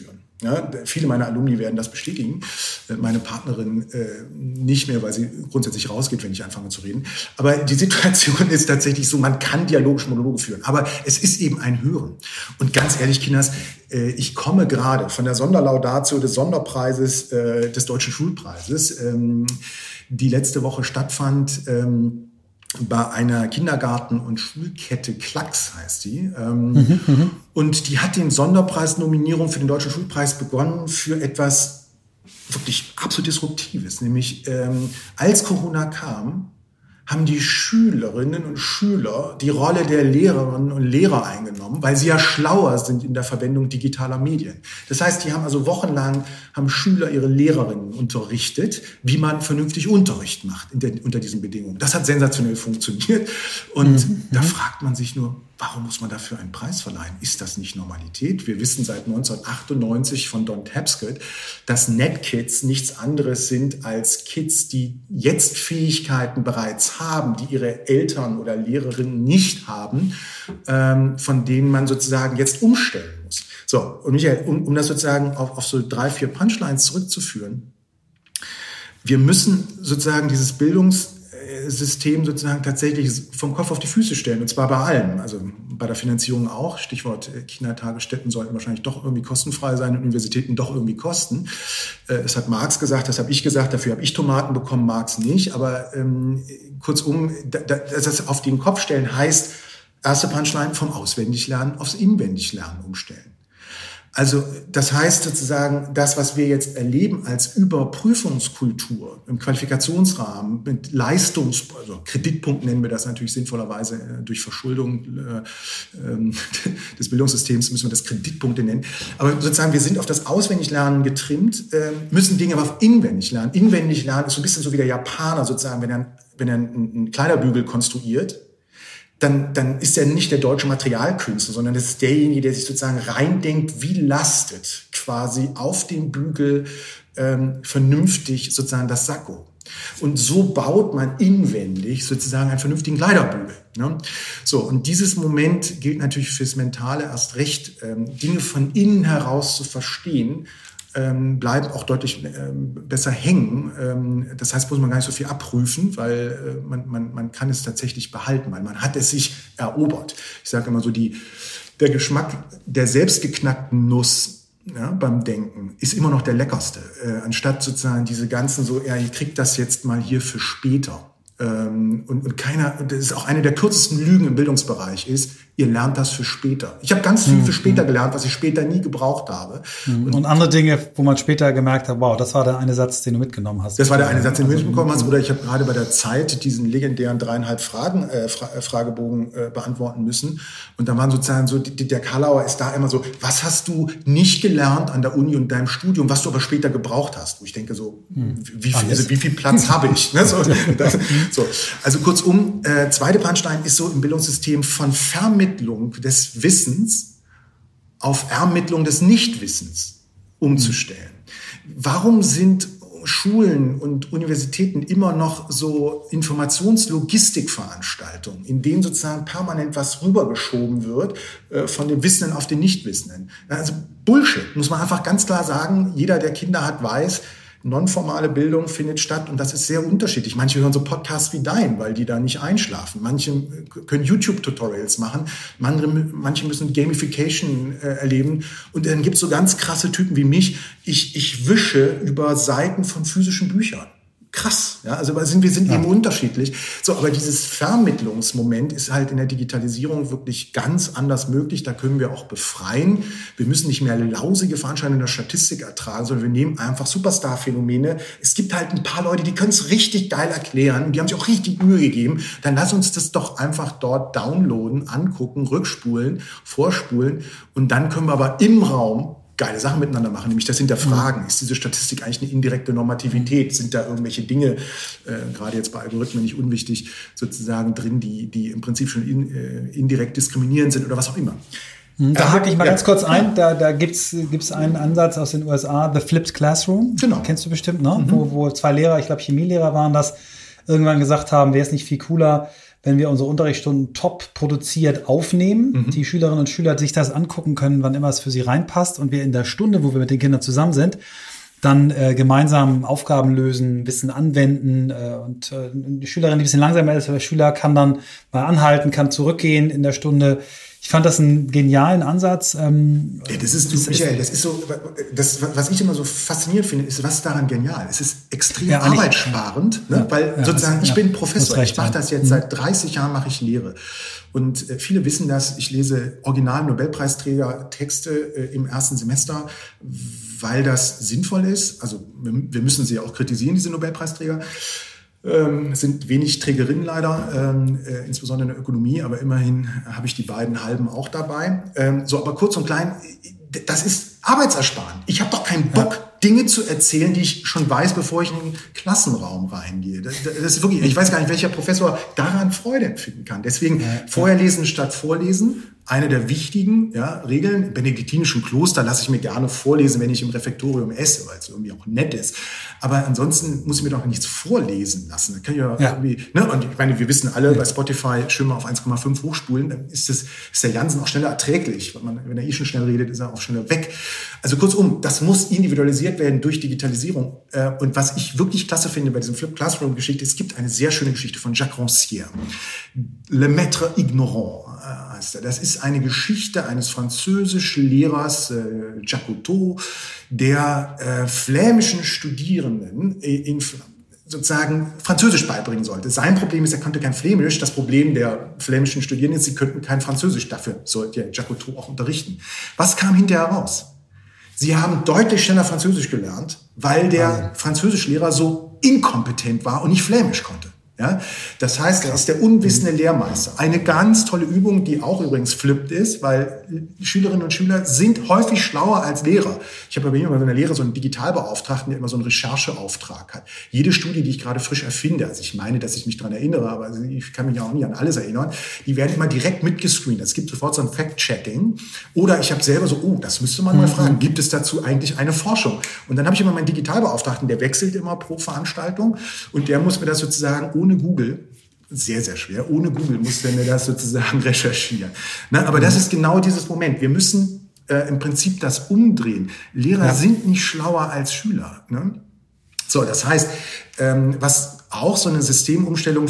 Ja, viele meiner Alumni werden das bestätigen. Meine Partnerin nicht mehr, weil sie grundsätzlich rausgeht, wenn ich anfange zu reden. Aber die Situation ist tatsächlich so, man kann dialogische Monologe führen. Aber es ist eben ein Hören. Und ganz ehrlich, Kinders, ich komme gerade von der Sonderlaudatio des Sonderpreises des Deutschen Schulpreises, die letzte Woche stattfand, bei einer Kindergarten- und Schulkette, Klacks heißt die. Und die hat den Sonderpreis-Nominierung für den Deutschen Schulpreis begonnen für etwas wirklich absolut Disruptives. Nämlich als Corona kam, haben die Schülerinnen und Schüler die Rolle der Lehrerinnen und Lehrer eingenommen, weil sie ja schlauer sind in der Verwendung digitaler Medien. Das heißt, die haben also wochenlang, haben Schüler ihre Lehrerinnen unterrichtet, wie man vernünftig Unterricht macht unter diesen Bedingungen. Das hat sensationell funktioniert. Und da fragt man sich nur, warum muss man dafür einen Preis verleihen? Ist das nicht Normalität? Wir wissen seit 1998 von Don Tapscott, dass NetKids nichts anderes sind als Kids, die jetzt Fähigkeiten bereits haben, die ihre Eltern oder Lehrerinnen nicht haben, von denen man sozusagen jetzt umstellen muss. So, und Michael, um das sozusagen auf so 3, 4 Punchlines zurückzuführen, wir müssen sozusagen dieses Bildungssystem sozusagen tatsächlich vom Kopf auf die Füße stellen, und zwar bei allem, also bei der Finanzierung auch. Stichwort Kindertagesstätten sollten wahrscheinlich doch irgendwie kostenfrei sein und Universitäten doch irgendwie kosten. Das hat Marx gesagt, das habe ich gesagt, dafür habe ich Tomaten bekommen, Marx nicht. Aber kurzum, das auf den Kopf stellen heißt, erste Punchline, vom Auswendiglernen aufs Inwendiglernen umstellen. Also das heißt sozusagen, das, was wir jetzt erleben als Überprüfungskultur im Qualifikationsrahmen mit also Kreditpunkt nennen wir das natürlich sinnvollerweise, durch Verschuldung des Bildungssystems müssen wir das Kreditpunkte nennen. Aber sozusagen, wir sind auf das Auswendiglernen getrimmt, müssen Dinge aber auf inwendig lernen. Inwendig lernen ist so ein bisschen so wie der Japaner sozusagen, wenn er einen Kleiderbügel konstruiert, dann ist er nicht der deutsche Materialkünstler, sondern das ist derjenige, der sich sozusagen reindenkt, wie lastet quasi auf dem Bügel vernünftig sozusagen das Sakko. Und so baut man inwendig sozusagen einen vernünftigen Kleiderbügel. Ne? So, und dieses Moment gilt natürlich fürs Mentale erst recht, Dinge von innen heraus zu verstehen, bleiben auch deutlich besser hängen. Das heißt, muss man gar nicht so viel abprüfen, weil man kann es tatsächlich behalten, weil man hat es sich erobert. Ich sage immer so, der Geschmack der selbstgeknackten Nuss, ja, beim Denken ist immer noch der leckerste, anstatt sozusagen diese ganzen so, ja, ihr kriegt das jetzt mal hier für später. Und das ist auch eine der kürzesten Lügen im Bildungsbereich ist, ihr lernt das für später. Ich habe ganz viel für später gelernt, was ich später nie gebraucht habe. Und andere Dinge, wo man später gemerkt hat, wow, das war der eine Satz, den du mitgenommen hast. Das war der eine Satz, den du mitbekommen hast. Oder ich habe gerade bei der Zeit diesen legendären 3,5 Fragebogen beantworten müssen. Und dann waren sozusagen so, der Karlauer ist da immer so, was hast du nicht gelernt an der Uni und deinem Studium, was du aber später gebraucht hast? Wo ich denke so, wie viel Platz habe ich? Ne? So. Also kurzum, zweite Punchline ist so im Bildungssystem von Vermittlung des Wissens auf Ermittlung des Nichtwissens umzustellen. Warum sind Schulen und Universitäten immer noch so Informationslogistikveranstaltungen, in denen sozusagen permanent was rübergeschoben wird von dem Wissenden auf den Nichtwissenden? Also Bullshit, muss man einfach ganz klar sagen. Jeder, der Kinder hat, weiß, nonformale Bildung findet statt und das ist sehr unterschiedlich. Manche hören so Podcasts wie dein, weil die da nicht einschlafen. Manche können YouTube-Tutorials machen. Manche müssen Gamification erleben. Und dann gibt es so ganz krasse Typen wie mich. Ich wische über Seiten von physischen Büchern. Krass, ja, also wir sind eben unterschiedlich. So, aber dieses Vermittlungsmoment ist halt in der Digitalisierung wirklich ganz anders möglich. Da können wir auch befreien. Wir müssen nicht mehr lausige Veranstaltungen in der Statistik ertragen, sondern wir nehmen einfach Superstar-Phänomene. Es gibt halt ein paar Leute, die können es richtig geil erklären. Die haben sich auch richtig Mühe gegeben. Dann lass uns das doch einfach dort downloaden, angucken, rückspulen, vorspulen. Und dann können wir aber im Raum geile Sachen miteinander machen, nämlich das Hinterfragen. Ist diese Statistik eigentlich eine indirekte Normativität? Sind da irgendwelche Dinge, gerade jetzt bei Algorithmen nicht unwichtig, sozusagen drin, die im Prinzip schon indirekt diskriminierend sind oder was auch immer? Da hake ich mal ganz kurz ein. Da gibt's einen Ansatz aus den USA, The Flipped Classroom. Genau. Kennst du bestimmt, ne? Wo 2 Lehrer, ich glaube Chemielehrer waren das, irgendwann gesagt haben, wäre es nicht viel cooler, wenn wir unsere Unterrichtsstunden top produziert aufnehmen, die Schülerinnen und Schüler sich das angucken können, wann immer es für sie reinpasst und wir in der Stunde, wo wir mit den Kindern zusammen sind, dann gemeinsam Aufgaben lösen, Wissen anwenden und die Schülerin, die ein bisschen langsamer ist, oder der Schüler kann dann mal anhalten, kann zurückgehen in der Stunde. Ich fand das einen genialen Ansatz. Michael, das ist so, was ich immer so faszinierend finde, ist, was daran genial ist. Es ist extrem arbeitssparend, ne? Weil sozusagen, ich bin Professor, ich mache das jetzt seit 30 Jahren, mache ich Lehre. Und viele wissen das, ich lese Original-Nobelpreisträger-Texte im ersten Semester, weil das sinnvoll ist. Also wir müssen sie auch kritisieren, diese Nobelpreisträger. Es sind wenig Trägerinnen leider, insbesondere in der Ökonomie, aber immerhin habe ich die beiden Halben auch dabei. Aber kurz und klein, das ist arbeitsersparend. Ich habe doch keinen Bock, Dinge zu erzählen, die ich schon weiß, bevor ich in den Klassenraum reingehe. Das ist wirklich, ich weiß gar nicht, welcher Professor daran Freude empfinden kann. Deswegen vorher lesen statt vorlesen. Eine der wichtigen Regeln. Im benediktinischen Kloster lasse ich mir gerne vorlesen, wenn ich im Refektorium esse, weil es irgendwie auch nett ist. Aber ansonsten muss ich mir doch nichts vorlesen lassen. Da kann ich irgendwie, ne? Und ich meine, wir wissen alle, bei Spotify schön mal auf 1,5 hochspulen, dann ist der Jansen auch schneller erträglich. Wenn er schon schnell redet, ist er auch schneller weg. Also kurzum, das muss individualisiert werden durch Digitalisierung. Und was ich wirklich klasse finde bei diesem Flip Classroom-Geschichte, es gibt eine sehr schöne Geschichte von Jacques Rancière. Le Maître Ignorant heißt er. Das ist eine Geschichte eines französischen Lehrers, Jacques Cousteau, der flämischen Studierenden sozusagen Französisch beibringen sollte. Sein Problem ist, er konnte kein Flämisch. Das Problem der flämischen Studierenden ist, sie könnten kein Französisch. Dafür sollte Jacques Cousteau auch unterrichten. Was kam hinterher raus? Sie haben deutlich schneller Französisch gelernt, weil der Französischlehrer so inkompetent war und nicht flämisch konnte. Ja, das heißt, er ist der unwissende Lehrmeister. Eine ganz tolle Übung, die auch übrigens flippt ist, weil Schülerinnen und Schüler sind häufig schlauer als Lehrer. Ich habe bei mir in der Lehre so einen Digitalbeauftragten, der immer so einen Rechercheauftrag hat. Jede Studie, die ich gerade frisch erfinde, also ich meine, dass ich mich daran erinnere, aber ich kann mich auch nie an alles erinnern, die werden immer direkt mitgescreent. Es gibt sofort so ein Fact-Checking. Oder ich habe selber so, das müsste man mal fragen, gibt es dazu eigentlich eine Forschung? Und dann habe ich immer meinen Digitalbeauftragten, der wechselt immer pro Veranstaltung und der muss mir das sozusagen ohne Google, sehr, sehr schwer, ohne Google muss der mir das sozusagen recherchieren. Na, aber das ist genau dieses Moment. Wir müssen im Prinzip das umdrehen. Lehrer sind nicht schlauer als Schüler. Ne? So, das heißt, was auch so eine Systemumstellung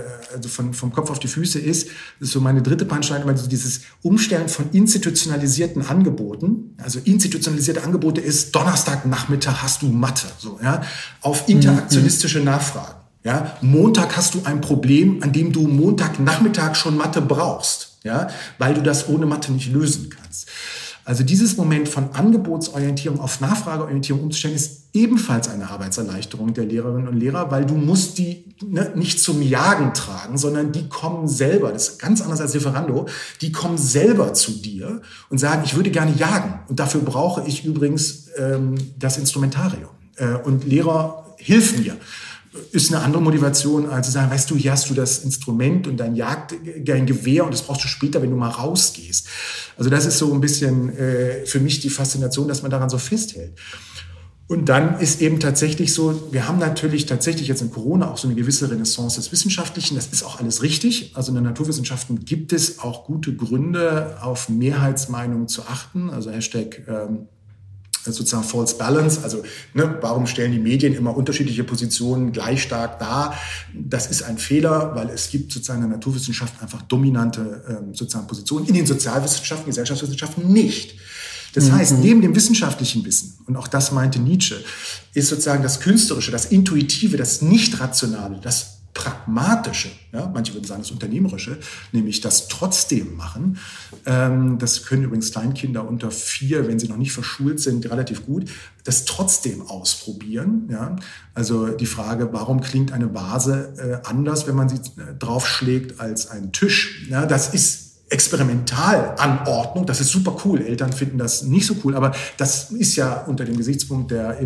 vom Kopf auf die Füße ist so meine dritte Punchline, also dieses Umstellen von institutionalisierten Angeboten. Also institutionalisierte Angebote ist, Donnerstagnachmittag hast du Mathe, so, ja, auf interaktionistische Nachfragen. Ja, Montag hast du ein Problem, an dem du Montagnachmittag schon Mathe brauchst, ja, weil du das ohne Mathe nicht lösen kannst. Also dieses Moment von Angebotsorientierung auf Nachfrageorientierung umzustellen, ist ebenfalls eine Arbeitserleichterung der Lehrerinnen und Lehrer, weil du musst die nicht zum Jagen tragen, sondern die kommen selber, das ist ganz anders als Lieferando, die kommen selber zu dir und sagen, ich würde gerne jagen und dafür brauche ich übrigens das Instrumentarium. Und Lehrer, hilf mir. Ist eine andere Motivation, als zu sagen, weißt du, hier hast du das Instrument und dein Gewehr und das brauchst du später, wenn du mal rausgehst. Also das ist so ein bisschen für mich die Faszination, dass man daran so festhält. Und dann ist eben tatsächlich so, wir haben natürlich tatsächlich jetzt in Corona auch so eine gewisse Renaissance des Wissenschaftlichen. Das ist auch alles richtig. Also in den Naturwissenschaften gibt es auch gute Gründe, auf Mehrheitsmeinungen zu achten. Also Hashtag sozusagen False Balance, also warum stellen die Medien immer unterschiedliche Positionen gleich stark dar? Das ist ein Fehler, weil es gibt sozusagen in der Naturwissenschaft einfach dominante sozusagen Positionen, in den Sozialwissenschaften, Gesellschaftswissenschaften nicht. Das heißt, neben dem wissenschaftlichen Wissen, und auch das meinte Nietzsche, ist sozusagen das Künstlerische, das Intuitive, das Nicht-Rationale, das Pragmatische, ja, manche würden sagen das Unternehmerische, nämlich das trotzdem machen. Das können übrigens Kleinkinder unter 4, wenn sie noch nicht verschult sind, relativ gut. Das trotzdem ausprobieren. Ja. Also die Frage, warum klingt eine Vase anders, wenn man sie draufschlägt, als ein Tisch? Ja, das ist Experimentalanordnung, das ist super cool. Eltern finden das nicht so cool, aber das ist ja unter dem Gesichtspunkt der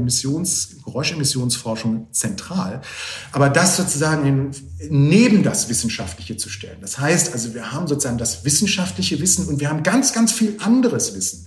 Geräuschemissionsforschung zentral. Aber das sozusagen neben das Wissenschaftliche zu stellen. Das heißt, also wir haben sozusagen das wissenschaftliche Wissen und wir haben ganz, ganz viel anderes Wissen,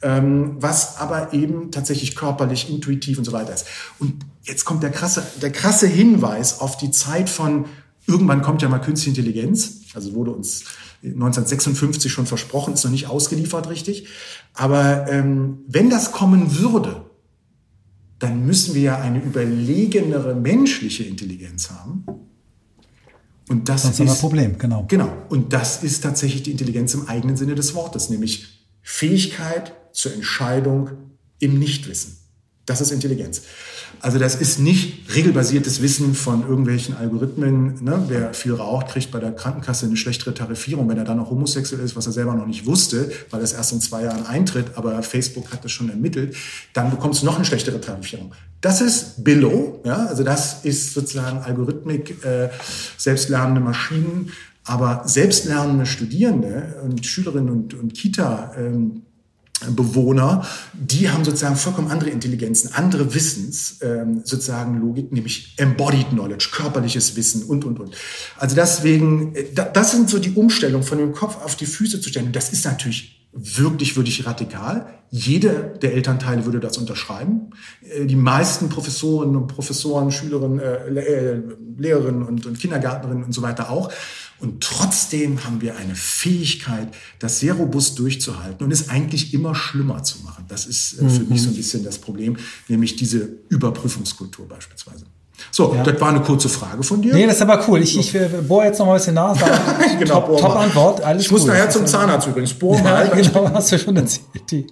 was aber eben tatsächlich körperlich, intuitiv und so weiter ist. Und jetzt kommt der krasse Hinweis auf die Zeit von Irgendwann kommt ja mal Künstliche Intelligenz, also wurde uns 1956 schon versprochen, ist noch nicht ausgeliefert richtig. Aber wenn das kommen würde, dann müssen wir ja eine überlegenere menschliche Intelligenz haben. Und das ist ein Problem, genau. Genau. Und das ist tatsächlich die Intelligenz im eigenen Sinne des Wortes, nämlich Fähigkeit zur Entscheidung im Nichtwissen. Das ist Intelligenz. Also das ist nicht regelbasiertes Wissen von irgendwelchen Algorithmen. Ne? Wer viel raucht, kriegt bei der Krankenkasse eine schlechtere Tarifierung, wenn er dann noch homosexuell ist, was er selber noch nicht wusste, weil das erst in 2 Jahren eintritt, aber Facebook hat das schon ermittelt, dann bekommst du noch eine schlechtere Tarifierung. Das ist Below, ja? Also das ist sozusagen Algorithmik, selbstlernende Maschinen, aber selbstlernende Studierende und Schülerinnen und Kita-Bewohner, die haben sozusagen vollkommen andere Intelligenzen, andere Wissens, sozusagen Logik, nämlich Embodied Knowledge, körperliches Wissen und. Also deswegen, das sind so die Umstellungen von dem Kopf auf die Füße zu stellen. Und das ist natürlich wirklich radikal. Jede der Elternteile würde das unterschreiben. Die meisten Professorinnen und Professoren, Schülerinnen, Lehrerinnen und Kindergärtnerinnen und so weiter auch. Und trotzdem haben wir eine Fähigkeit, das sehr robust durchzuhalten und es eigentlich immer schlimmer zu machen. Das ist für mich so ein bisschen das Problem, nämlich diese Überprüfungskultur beispielsweise. So, ja. Das war eine kurze Frage von dir. Nee, das ist aber cool. Ich bohre jetzt noch mal ein bisschen nach. Genau, top Antwort. Alles ich muss cool. nachher zum Zahnarzt übrigens. Bohr mal. Ja, genau, hast du schon erzählt.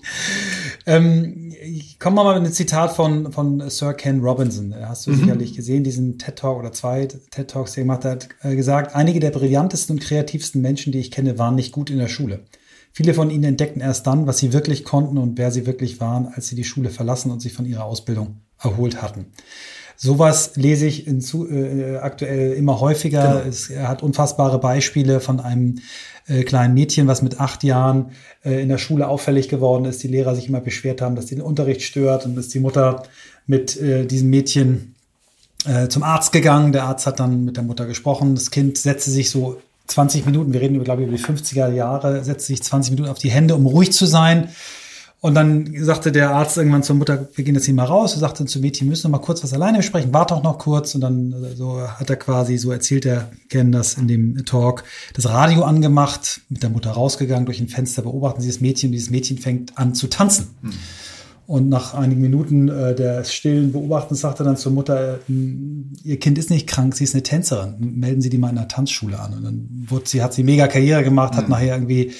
Ich komme mal mit einem Zitat von Sir Ken Robinson. Hast du sicherlich gesehen, diesen TED-Talk oder 2 TED-Talks, der gemacht hat, gesagt, einige der brillantesten und kreativsten Menschen, die ich kenne, waren nicht gut in der Schule. Viele von ihnen entdeckten erst dann, was sie wirklich konnten und wer sie wirklich waren, als sie die Schule verlassen und sich von ihrer Ausbildung erholt hatten. Sowas lese ich aktuell immer häufiger. Genau. Er hat unfassbare Beispiele von einem kleinen Mädchen, was mit 8 Jahren in der Schule auffällig geworden ist. Die Lehrer sich immer beschwert haben, dass die den Unterricht stört, und ist die Mutter mit diesem Mädchen zum Arzt gegangen. Der Arzt hat dann mit der Mutter gesprochen. Das Kind setzte sich so 20 Minuten, wir reden glaube ich über die 50er Jahre, setzte sich 20 Minuten auf die Hände, um ruhig zu sein. Und dann sagte der Arzt irgendwann zur Mutter, wir gehen jetzt hier mal raus. Er sagte dann zum Mädchen, wir müssen noch mal kurz was alleine besprechen, warte auch noch kurz. Und dann so hat er quasi, so erzählt er, kennen das in dem Talk, das Radio angemacht, mit der Mutter rausgegangen, durch ein Fenster beobachten sie das Mädchen, und dieses Mädchen fängt an zu tanzen. Und nach einigen Minuten des stillen Beobachtens sagte dann zur Mutter, ihr Kind ist nicht krank, sie ist eine Tänzerin. Melden Sie die mal in der Tanzschule an. Und dann hat sie mega Karriere gemacht, hat nachher irgendwie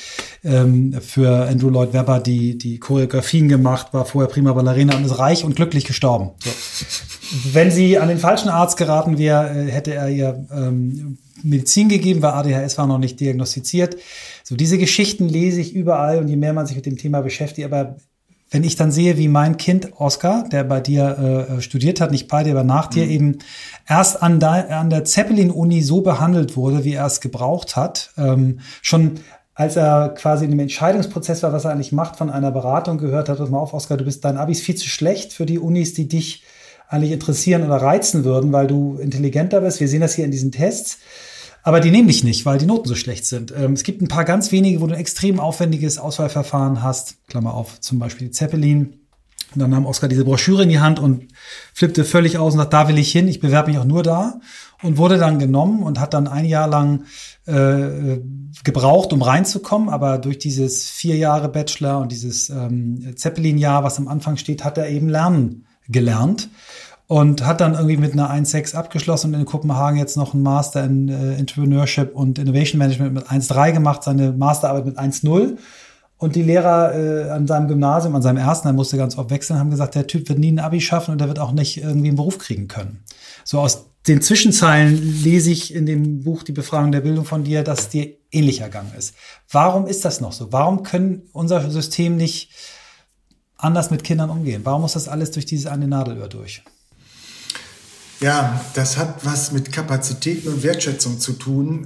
für Andrew Lloyd Webber die Choreografien gemacht, war vorher prima Ballerina und ist reich und glücklich gestorben. So. Wenn sie an den falschen Arzt geraten wäre, hätte er ihr Medizin gegeben, weil ADHS war noch nicht diagnostiziert. So, diese Geschichten lese ich überall, und je mehr man sich mit dem Thema beschäftigt, aber wenn ich dann sehe, wie mein Kind Oscar, der bei dir studiert hat, nicht bei dir, aber nach dir, eben erst an der Zeppelin-Uni so behandelt wurde, wie er es gebraucht hat, schon als er quasi in dem Entscheidungsprozess war, was er eigentlich macht, von einer Beratung gehört hat, pass mal auf, Oscar, dein Abi ist viel zu schlecht für die Unis, die dich eigentlich interessieren oder reizen würden, weil du intelligenter bist. Wir sehen das hier in diesen Tests. Aber die nehmen dich nicht, weil die Noten so schlecht sind. Es gibt ein paar ganz wenige, wo du ein extrem aufwendiges Auswahlverfahren hast. Klammer auf, zum Beispiel die Zeppelin. Und dann nahm Oscar diese Broschüre in die Hand und flippte völlig aus und sagte, da will ich hin, ich bewerbe mich auch nur da. Und wurde dann genommen und hat dann 1 Jahr lang gebraucht, um reinzukommen. Aber durch dieses 4 Jahre Bachelor und dieses Zeppelin-Jahr, was am Anfang steht, hat er eben lernen gelernt. Und hat dann irgendwie mit einer 1,6 abgeschlossen und in Kopenhagen jetzt noch einen Master in Entrepreneurship und Innovation Management mit 1,3 gemacht, seine Masterarbeit mit 1,0. Und die Lehrer an seinem Gymnasium, an seinem ersten, er musste ganz oft wechseln, haben gesagt, der Typ wird nie ein Abi schaffen und der wird auch nicht irgendwie einen Beruf kriegen können. So aus den Zwischenzeilen lese ich in dem Buch Die Befragung der Bildung von dir, dass es dir ähnlich ergangen ist. Warum ist das noch so? Warum können unser System nicht anders mit Kindern umgehen? Warum muss das alles durch dieses eine Nadelöhr durch? Ja, das hat was mit Kapazitäten und Wertschätzung zu tun.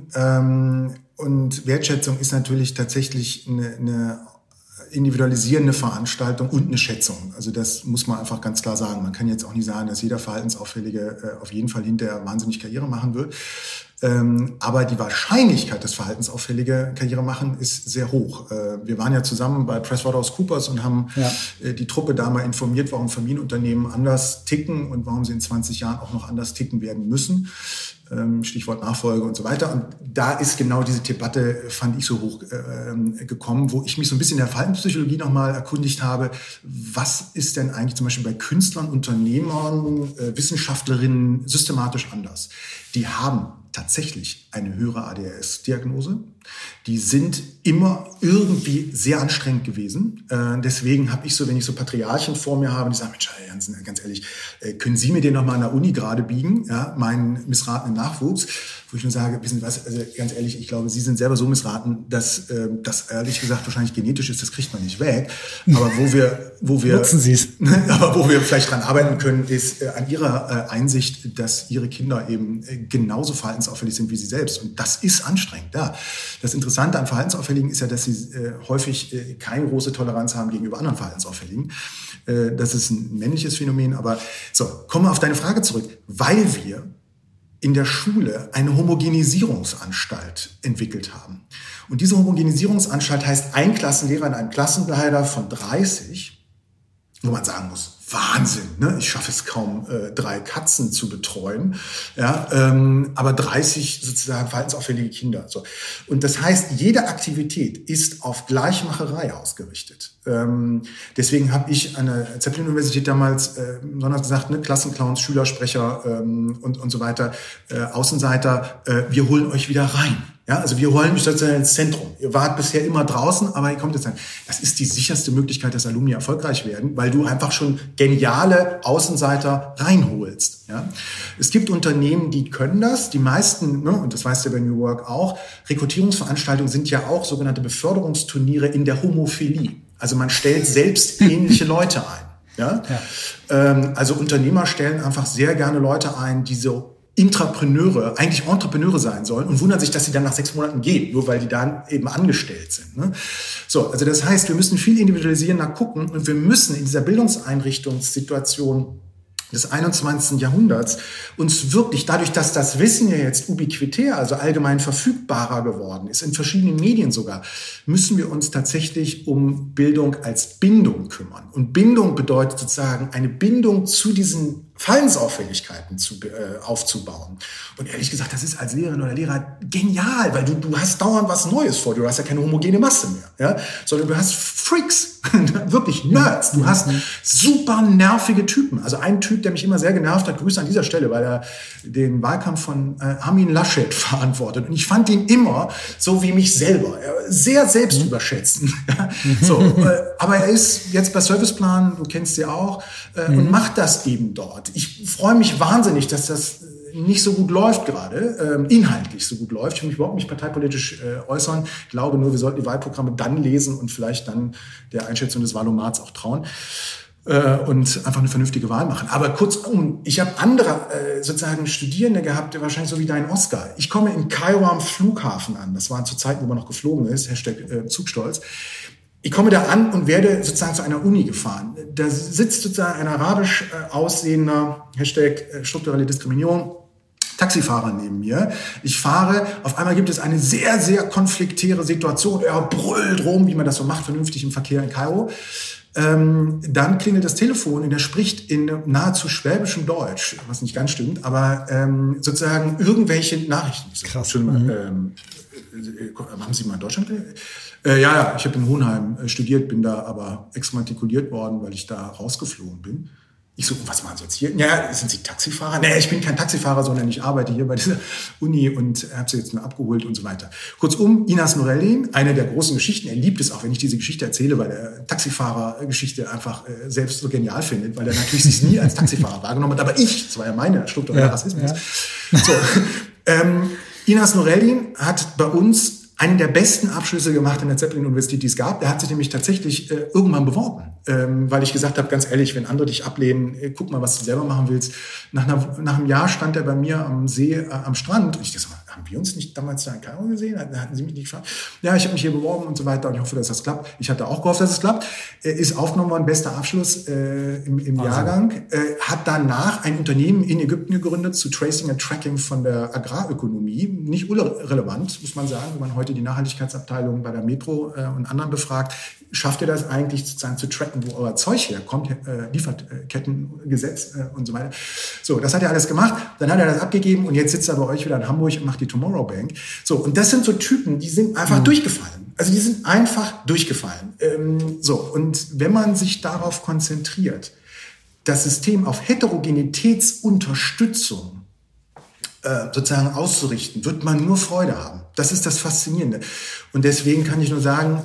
Und Wertschätzung ist natürlich tatsächlich eine individualisierende Veranstaltung und eine Schätzung. Also das muss man einfach ganz klar sagen. Man kann jetzt auch nicht sagen, dass jeder Verhaltensauffällige auf jeden Fall hinterher wahnsinnig Karriere machen wird. Aber die Wahrscheinlichkeit, dass verhaltensauffällige Karriere machen, ist sehr hoch. Wir waren ja zusammen bei PricewaterhouseCoopers und haben die Truppe da mal informiert, warum Familienunternehmen anders ticken und warum sie in 20 Jahren auch noch anders ticken werden müssen. Stichwort Nachfolge und so weiter. Und da ist genau diese Debatte, fand ich, so hoch gekommen, wo ich mich so ein bisschen in der Verhaltenspsychologie nochmal erkundigt habe. Was ist denn eigentlich zum Beispiel bei Künstlern, Unternehmern, Wissenschaftlerinnen systematisch anders? Die haben tatsächlich eine höhere ADHS-Diagnose. Die sind immer irgendwie sehr anstrengend gewesen. Deswegen habe ich so, wenn ich so Patriarchen vor mir habe, die sagen, Mensch, Herr Jansen, ganz ehrlich, können Sie mir den nochmal an der Uni gerade biegen, ja, meinen missratenen Nachwuchs? Wo ich nur sage, wissen Sie was, also ganz ehrlich, ich glaube, Sie sind selber so missraten, dass das ehrlich gesagt wahrscheinlich genetisch ist, das kriegt man nicht weg. Aber wo wir nutzen Sie es. Aber wo wir vielleicht dran arbeiten können, ist an Ihrer Einsicht, dass Ihre Kinder eben genauso verhaltensauffällig sind wie Sie selbst. Und das ist anstrengend, ja. Das Interessante an Verhaltensauffälligen ist ja, dass sie häufig keine große Toleranz haben gegenüber anderen Verhaltensauffälligen. Das ist ein männliches Phänomen. Aber so, kommen wir auf deine Frage zurück. Weil wir in der Schule eine Homogenisierungsanstalt entwickelt haben. Und diese Homogenisierungsanstalt heißt ein Klassenlehrer in einem Klassenleiter von 30, wo man sagen muss, Wahnsinn, ne? Ich schaffe es kaum, 3 Katzen zu betreuen, ja, aber 30 sozusagen verhaltensauffällige Kinder. So. Und das heißt, jede Aktivität ist auf Gleichmacherei ausgerichtet. Deswegen habe ich an der Zeppelin-Universität damals besonders gesagt, ne, Klassenclowns, Schülersprecher und so weiter, Außenseiter, wir holen euch wieder rein. Ja, also wir holen mich sozusagen ins Zentrum. Ihr wart bisher immer draußen, aber ihr kommt jetzt rein. Das ist die sicherste Möglichkeit, dass Alumni erfolgreich werden, weil du einfach schon geniale Außenseiter reinholst. Ja, es gibt Unternehmen, die können das. Die meisten, ne, und das weißt du bei New Work auch, Rekrutierungsveranstaltungen sind ja auch sogenannte Beförderungsturniere in der Homophilie. Also man stellt selbst ähnliche Leute ein. Ja? Also Unternehmer stellen einfach sehr gerne Leute ein, die so eigentlich Entrepreneure sein sollen und wundern sich, dass sie dann nach 6 Monaten gehen, nur weil die dann eben angestellt sind. Ne? So, also das heißt, wir müssen viel individualisierender gucken und wir müssen in dieser Bildungseinrichtungssituation des 21. Jahrhunderts uns wirklich, dadurch, dass das Wissen ja jetzt ubiquitär, also allgemein verfügbarer geworden ist, in verschiedenen Medien sogar, müssen wir uns tatsächlich um Bildung als Bindung kümmern. Und Bindung bedeutet sozusagen eine Bindung zu diesen Verhaltensauffälligkeiten aufzubauen. Und ehrlich gesagt, das ist als Lehrerin oder Lehrer genial, weil du hast dauernd was Neues vor dir. Du hast ja keine homogene Masse mehr, ja? Sondern du hast Freaks, wirklich Nerds. Du hast super nervige Typen. Also ein Typ, der mich immer sehr genervt hat, Grüße an dieser Stelle, weil er den Wahlkampf von Armin Laschet verantwortet. Und ich fand ihn immer so wie mich selber. Sehr selbstüberschätzt. So, aber er ist jetzt bei Serviceplan, du kennst sie auch, und macht das eben dort. Ich freue mich wahnsinnig, dass das nicht so gut läuft gerade, inhaltlich so gut läuft. Ich will mich überhaupt nicht parteipolitisch äußern. Ich glaube nur, wir sollten die Wahlprogramme dann lesen und vielleicht dann der Einschätzung des Wahlomats auch trauen und einfach eine vernünftige Wahl machen. Aber kurzum, ich habe andere sozusagen Studierende gehabt, wahrscheinlich so wie dein Oscar. Ich komme in Kairo am Flughafen an. Das war zu Zeiten, wo man noch geflogen ist, #Zugstolz. Ich komme da an und werde sozusagen zu einer Uni gefahren. Da sitzt sozusagen ein arabisch aussehender, #strukturelle Diskriminierung, Taxifahrer neben mir. Ich fahre, auf einmal gibt es eine sehr, sehr konfliktäre Situation. Er brüllt rum, wie man das so macht, vernünftig im Verkehr in Kairo. Dann klingelt das Telefon und er spricht in nahezu schwäbischem Deutsch, was nicht ganz stimmt, aber sozusagen irgendwelche Nachrichten. Krass. Haben Sie mal in Deutschland gelebt? Ja, ich habe in Hohenheim studiert, bin da aber exmatrikuliert worden, weil ich da rausgeflogen bin. Ich so, was machen Sie jetzt hier? Ja, sind Sie Taxifahrer? Nee, ich bin kein Taxifahrer, sondern ich arbeite hier bei dieser Uni und habe sie jetzt nur abgeholt und so weiter. Kurzum, Inas Norellin, eine der großen Geschichten. Er liebt es auch, wenn ich diese Geschichte erzähle, weil er Taxifahrer-Geschichte einfach selbst so genial findet, weil er natürlich sich nie als Taxifahrer wahrgenommen hat. Aber das war ja meine strukturelle Rassismus. Ja. So, Inas Norellin hat bei uns einen der besten Abschlüsse gemacht in der Zeppelin-Universität, die es gab. Er hat sich nämlich tatsächlich irgendwann beworben weil ich gesagt habe, ganz ehrlich, wenn andere dich ablehnen, guck mal, was du selber machen willst. Nach einem Jahr stand er bei mir am See, am Strand. Und ich dachte, haben wir uns nicht damals da in Kairo gesehen? Hatten Sie mich nicht gefragt? Ja, ich habe mich hier beworben und so weiter. Und ich hoffe, dass das klappt. Ich hatte auch gehofft, dass es klappt. Ist aufgenommen worden, bester Abschluss im Jahrgang. Hat danach ein Unternehmen in Ägypten gegründet zu Tracing and Tracking von der Agrarökonomie. Nicht irrelevant, muss man sagen, wenn man heute die Nachhaltigkeitsabteilung bei der Metro und anderen befragt. Schafft ihr das eigentlich sozusagen zu tracken, wo euer Zeug herkommt, Lieferkettengesetz und so weiter. So, das hat er alles gemacht, dann hat er das abgegeben und jetzt sitzt er bei euch wieder in Hamburg und macht die Tomorrow Bank. So, und das sind so Typen, die sind einfach durchgefallen. Also die sind einfach durchgefallen. Und wenn man sich darauf konzentriert, das System auf Heterogenitätsunterstützung sozusagen auszurichten, wird man nur Freude haben. Das ist das Faszinierende. Und deswegen kann ich nur sagen,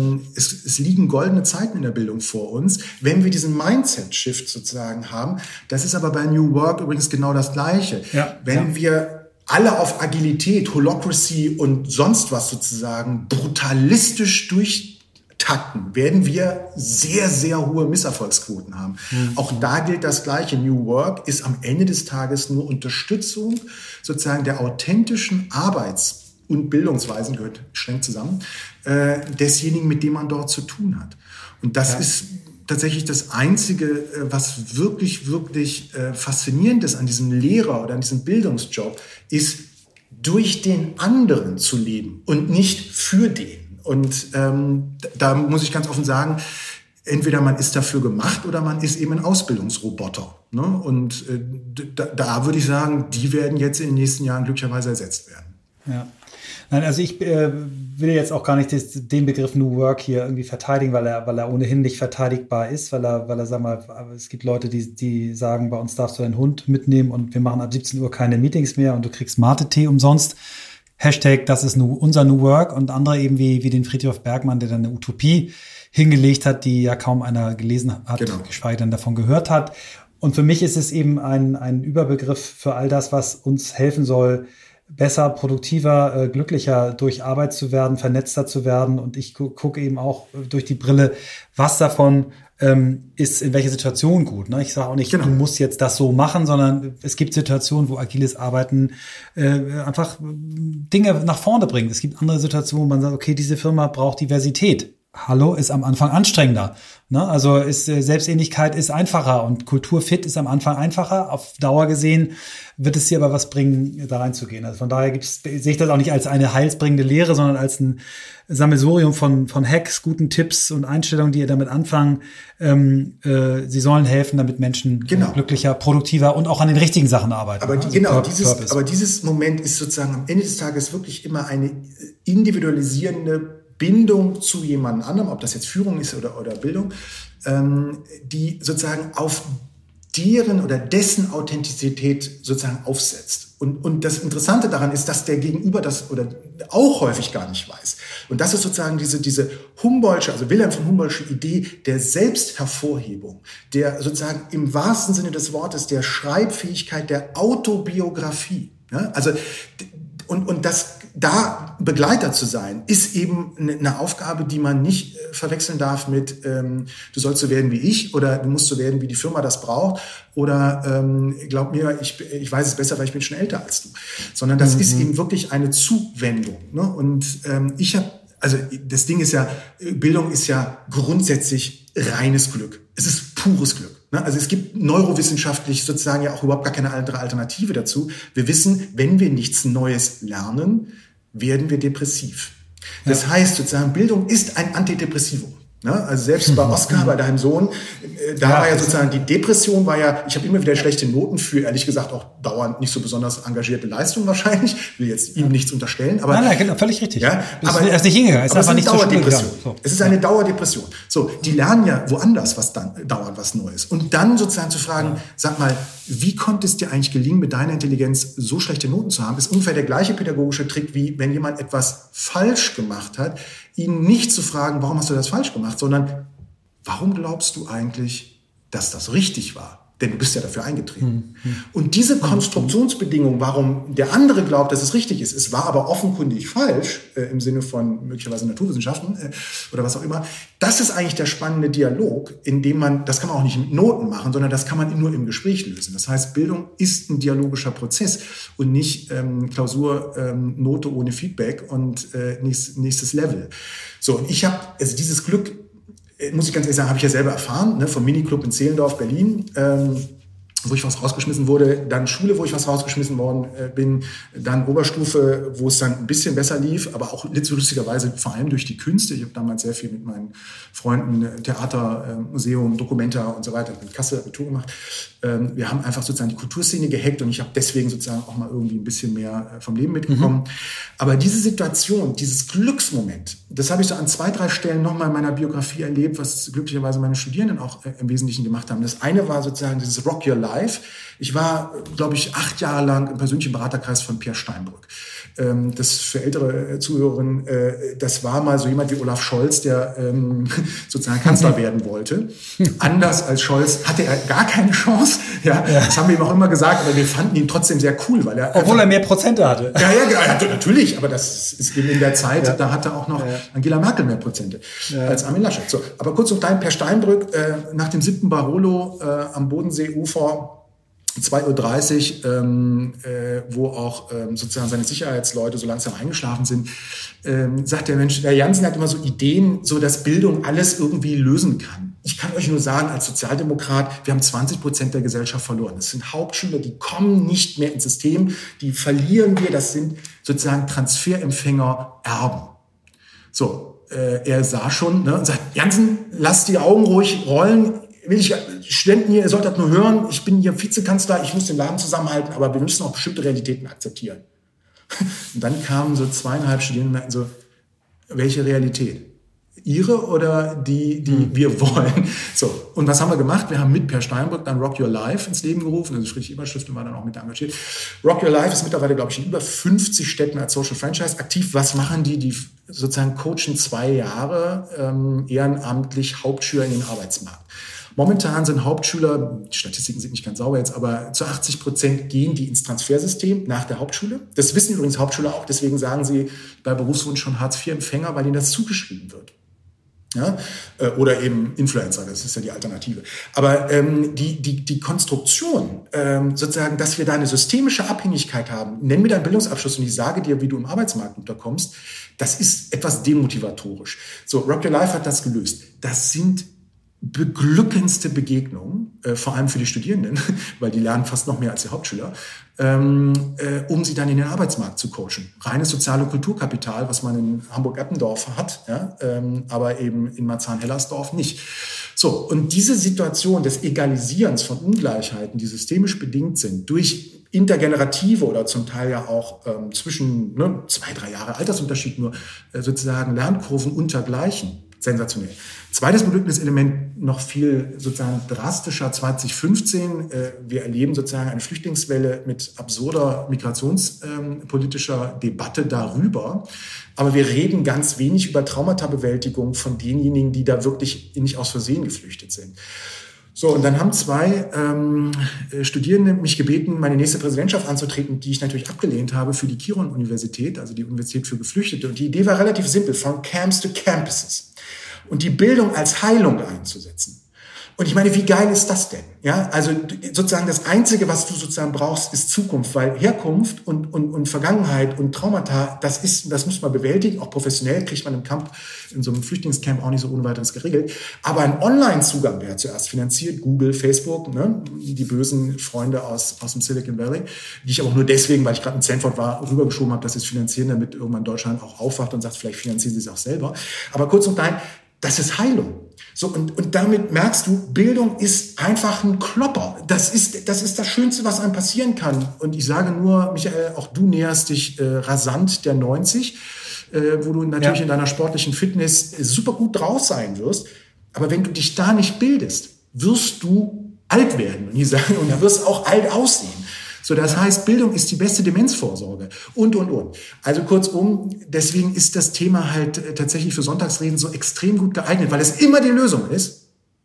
es liegen goldene Zeiten in der Bildung vor uns, wenn wir diesen Mindset-Shift sozusagen haben. Das ist aber bei New Work übrigens genau das Gleiche. Ja, wenn wir alle auf Agilität, Holacracy und sonst was sozusagen brutalistisch durchtakten, werden wir sehr, sehr hohe Misserfolgsquoten haben. Auch da gilt das Gleiche. New Work ist am Ende des Tages nur Unterstützung sozusagen der authentischen Arbeits- und Bildungsweisen, gehört streng zusammen, desjenigen, mit dem man dort zu tun hat. Und das ist tatsächlich das Einzige, was wirklich, wirklich faszinierend ist an diesem Lehrer oder an diesem Bildungsjob, ist, durch den anderen zu leben und nicht für den. Und da muss ich ganz offen sagen, entweder man ist dafür gemacht oder man ist eben ein Ausbildungsroboter. Ne? Und da würde ich sagen, die werden jetzt in den nächsten Jahren glücklicherweise ersetzt werden. Ja. Nein, also ich will jetzt auch gar nicht den Begriff New Work hier irgendwie verteidigen, weil er ohnehin nicht verteidigbar ist, weil er, sag mal, es gibt Leute, die sagen, bei uns darfst du deinen Hund mitnehmen und wir machen ab 17 Uhr keine Meetings mehr und du kriegst Mate-Tee umsonst. Hashtag, das ist unser New Work, und andere eben wie den Friedrich Bergmann, der dann eine Utopie hingelegt hat, die ja kaum einer gelesen hat, geschweige denn davon gehört hat. Und für mich ist es eben ein Überbegriff für all das, was uns helfen soll, besser, produktiver, glücklicher durch Arbeit zu werden, vernetzter zu werden. Und ich gucke eben auch durch die Brille, was davon ist in welcher Situation gut. Ne? Ich sage auch nicht, du musst jetzt das so machen, sondern es gibt Situationen, wo agiles Arbeiten einfach Dinge nach vorne bringt. Es gibt andere Situationen, wo man sagt, okay, diese Firma braucht Diversität. Hallo, ist am Anfang anstrengender. Ne? Also Selbstähnlichkeit ist einfacher und Kulturfit ist am Anfang einfacher. Auf Dauer gesehen wird es dir aber was bringen, da reinzugehen. Also von daher sehe ich das auch nicht als eine heilsbringende Lehre, sondern als ein Sammelsurium von Hacks, guten Tipps und Einstellungen, die ihr damit anfangen. Sie sollen helfen, damit Menschen glücklicher, produktiver und auch an den richtigen Sachen arbeiten. Aber dieses Moment ist sozusagen am Ende des Tages wirklich immer eine individualisierende Bindung zu jemand anderem, ob das jetzt Führung ist oder Bildung, die sozusagen auf deren oder dessen Authentizität sozusagen aufsetzt. Und das Interessante daran ist, dass der Gegenüber das oder auch häufig gar nicht weiß. Und das ist sozusagen diese Humboldtsche, also Wilhelm von Humboldtsche Idee der Selbsthervorhebung, der sozusagen im wahrsten Sinne des Wortes der Schreibfähigkeit, der Autobiografie. Ja? Also und das da Begleiter zu sein, ist eben eine Aufgabe, die man nicht verwechseln darf mit du sollst so werden wie ich oder du musst so werden, wie die Firma das braucht oder glaub mir, ich weiß es besser, weil ich bin schon älter als du. Sondern das ist eben wirklich eine Zuwendung. Ne? Und das Ding ist ja, Bildung ist ja grundsätzlich reines Glück. Es ist pures Glück. Also es gibt neurowissenschaftlich sozusagen ja auch überhaupt gar keine andere Alternative dazu. Wir wissen, wenn wir nichts Neues lernen, werden wir depressiv. Das heißt sozusagen, Bildung ist ein Antidepressivum. Also selbst bei Oskar, bei deinem Sohn, war ja sozusagen die Depression ich habe immer wieder schlechte Noten für, ehrlich gesagt, auch dauernd nicht so besonders engagierte Leistungen wahrscheinlich. Ich will jetzt ihm nichts unterstellen. Aber, nein, genau, völlig richtig. Ja, aber er ist nicht hingegangen. Es ist einfach nicht Dauerdepression. So. Es ist eine Dauerdepression. So, die lernen ja woanders dauernd was Neues. Und dann sozusagen zu fragen, sag mal, wie konnte es dir eigentlich gelingen, mit deiner Intelligenz so schlechte Noten zu haben, ist ungefähr der gleiche pädagogische Trick, wie wenn jemand etwas falsch gemacht hat, ihn nicht zu fragen, warum hast du das falsch gemacht, sondern warum glaubst du eigentlich, dass das richtig war? Denn du bist ja dafür eingetreten. Und diese Konstruktionsbedingung, warum der andere glaubt, dass es richtig ist, es war aber offenkundig falsch, im Sinne von möglicherweise Naturwissenschaften oder was auch immer, das ist eigentlich der spannende Dialog, in dem man, das kann man auch nicht mit Noten machen, sondern das kann man nur im Gespräch lösen. Das heißt, Bildung ist ein dialogischer Prozess und nicht Klausur, Note ohne Feedback und nächstes Level. So, und ich habe also dieses Glück, muss ich ganz ehrlich sagen, habe ich ja selber erfahren, ne, vom Miniclub in Zehlendorf, Berlin, wo ich was rausgeschmissen wurde, dann Schule, wo ich was rausgeschmissen worden bin, dann Oberstufe, wo es dann ein bisschen besser lief, aber auch lustigerweise vor allem durch die Künste. Ich habe damals sehr viel mit meinen Freunden Theater, Museum, Documenta und so weiter, mit Kassel Abitur gemacht. Wir haben einfach sozusagen die Kulturszene gehackt und ich habe deswegen sozusagen auch mal irgendwie ein bisschen mehr vom Leben mitbekommen. Aber diese Situation, dieses Glücksmoment, das habe ich so an 2, 3 Stellen nochmal in meiner Biografie erlebt, was glücklicherweise meine Studierenden auch im Wesentlichen gemacht haben. Das eine war sozusagen dieses Rock Your Life. Ich war, glaube ich, 8 Jahre lang im persönlichen Beraterkreis von Peer Steinbrück. Das für ältere Zuhörerinnen, das war mal so jemand wie Olaf Scholz, der sozusagen Kanzler werden wollte. Anders als Scholz hatte er gar keine Chance. Ja, das haben wir ihm auch immer gesagt, aber wir fanden ihn trotzdem sehr cool, weil er obwohl er mehr Prozente hatte. Ja, natürlich, aber das ist eben in der Zeit, da hatte auch noch Angela Merkel mehr Prozente als Armin Laschet. So, aber kurz und klein, Per Steinbrück nach dem 7. Barolo am Bodenseeufer, 2:30 Uhr, wo auch sozusagen seine Sicherheitsleute so langsam eingeschlafen sind, sagt der Mensch, der Jansen hat immer so Ideen, so dass Bildung alles irgendwie lösen kann. Ich kann euch nur sagen, als Sozialdemokrat, wir haben 20% der Gesellschaft verloren. Das sind Hauptschüler, die kommen nicht mehr ins System, die verlieren wir, das sind sozusagen Transferempfänger, Erben. So, er sah schon, ne, und sagt, Jansen, lass die Augen ruhig rollen, will ich Studenten hier, ihr sollt das nur hören, ich bin hier Vizekanzler, ich muss den Laden zusammenhalten, aber wir müssen auch bestimmte Realitäten akzeptieren. Und dann kamen so 2,5 Studierende und meinten so, welche Realität? Ihre oder die wir wollen? So, und was haben wir gemacht? Wir haben mit Per Steinbrück dann Rock Your Life ins Leben gerufen, also Friedrich Eberschrift war dann auch mit engagiert. Rock Your Life ist mittlerweile, glaube ich, in über 50 Städten als Social Franchise aktiv. Was machen die? Die sozusagen coachen 2 Jahre ehrenamtlich Hauptschüler in den Arbeitsmarkt. Momentan sind Hauptschüler, die Statistiken sind nicht ganz sauber jetzt, aber zu 80% gehen die ins Transfersystem nach der Hauptschule. Das wissen übrigens Hauptschüler auch, deswegen sagen sie bei Berufswunsch schon Hartz-IV-Empfänger, weil ihnen das zugeschrieben wird. Ja? Oder eben Influencer, das ist ja die Alternative. Aber die Konstruktion, sozusagen, dass wir da eine systemische Abhängigkeit haben, nenn mir deinen Bildungsabschluss und ich sage dir, wie du im Arbeitsmarkt unterkommst, das ist etwas demotivatorisch. So, Rock Your Life hat das gelöst. Das sind beglückendste Begegnungen, vor allem für die Studierenden, weil die lernen fast noch mehr als die Hauptschüler, um sie dann in den Arbeitsmarkt zu coachen. Reines soziale Kulturkapital, was man in Hamburg-Eppendorf hat, ja, aber eben in Marzahn-Hellersdorf nicht. So, und diese Situation des Egalisierens von Ungleichheiten, die systemisch bedingt sind, durch intergenerative oder zum Teil ja auch zwischen 2, 3 Jahre Altersunterschied nur sozusagen Lernkurven untergleichen, sensationell. Zweites Beglückniselement, noch viel sozusagen drastischer, 2015. Wir erleben sozusagen eine Flüchtlingswelle mit absurder migrationspolitischer Debatte darüber. Aber wir reden ganz wenig über Traumatabewältigung von denjenigen, die da wirklich nicht aus Versehen geflüchtet sind. So, und dann haben 2 Studierende mich gebeten, meine nächste Präsidentschaft anzutreten, die ich natürlich abgelehnt habe für die Kiron-Universität, also die Universität für Geflüchtete. Und die Idee war relativ simpel, von Camps to Campuses. Und die Bildung als Heilung einzusetzen. Und ich meine, wie geil ist das denn? Ja, also sozusagen das Einzige, was du sozusagen brauchst, ist Zukunft, weil Herkunft und Vergangenheit und Traumata, das muss man bewältigen, auch professionell kriegt man im Camp, in so einem Flüchtlingscamp auch nicht so ohne weiteres geregelt. Aber ein Online-Zugang wäre zuerst finanziert, Google, Facebook, ne, die bösen Freunde aus dem Silicon Valley, die ich aber auch nur deswegen, weil ich gerade in Stanford war, rübergeschoben habe, dass sie es finanzieren, damit irgendwann Deutschland auch aufwacht und sagt, vielleicht finanzieren sie es auch selber. Aber kurz und klein, das ist Heilung. So, und damit merkst du, Bildung ist einfach ein Klopper. Das ist das Schönste, was einem passieren kann. Und ich sage nur, Michael, auch du näherst dich rasant der 90, wo du natürlich in deiner sportlichen Fitness super gut draus sein wirst. Aber wenn du dich da nicht bildest, wirst du alt werden. Und du wirst auch alt aussehen. So, das heißt, Bildung ist die beste Demenzvorsorge und. Also kurzum, deswegen ist das Thema halt tatsächlich für Sonntagsreden so extrem gut geeignet, weil es immer die Lösung ist.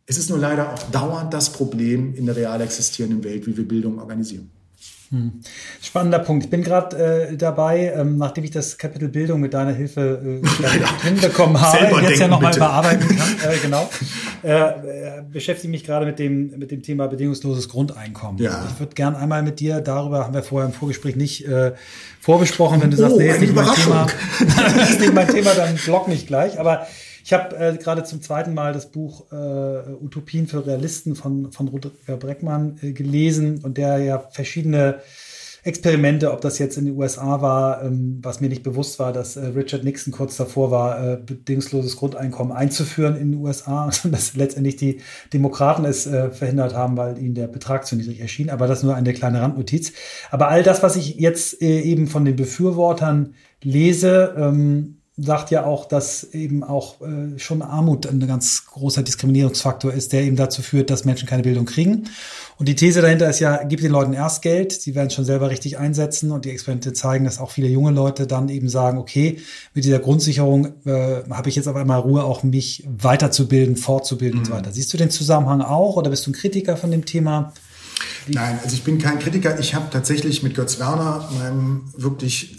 Es ist nur leider auch dauernd das Problem in der real existierenden Welt, wie wir Bildung organisieren. Spannender Punkt. Ich bin gerade dabei, nachdem ich das Kapitel Bildung mit deiner Hilfe hinbekommen habe, jetzt ja nochmal überarbeiten kann, beschäftige mich gerade mit dem Thema bedingungsloses Grundeinkommen. Ja. Ich würde gern einmal mit dir darüber, haben wir vorher im Vorgespräch nicht vorbesprochen, wenn du sagst, nee, ist nicht mein Thema, das ist nicht mein Thema, dann block mich gleich. Aber ich habe gerade zum zweiten Mal das Buch Utopien für Realisten von Rutger Bregmann gelesen und der ja verschiedene Experimente, ob das jetzt in den USA war, was mir nicht bewusst war, dass Richard Nixon kurz davor war, bedingungsloses Grundeinkommen einzuführen in den USA und dass letztendlich die Demokraten es verhindert haben, weil ihnen der Betrag zu niedrig erschien. Aber das nur eine kleine Randnotiz. Aber all das, was ich jetzt eben von den Befürwortern lese, sagt ja auch, dass eben auch schon Armut ein ganz großer Diskriminierungsfaktor ist, der eben dazu führt, dass Menschen keine Bildung kriegen. Und die These dahinter ist ja, gib den Leuten erst Geld, sie werden es schon selber richtig einsetzen und die Experimente zeigen, dass auch viele junge Leute dann eben sagen, okay, mit dieser Grundsicherung habe ich jetzt auf einmal Ruhe, auch mich weiterzubilden, fortzubilden und so weiter. Siehst du den Zusammenhang auch oder bist du ein Kritiker von dem Thema? Nein, also ich bin kein Kritiker. Ich habe tatsächlich mit Götz Werner, meinem wirklich,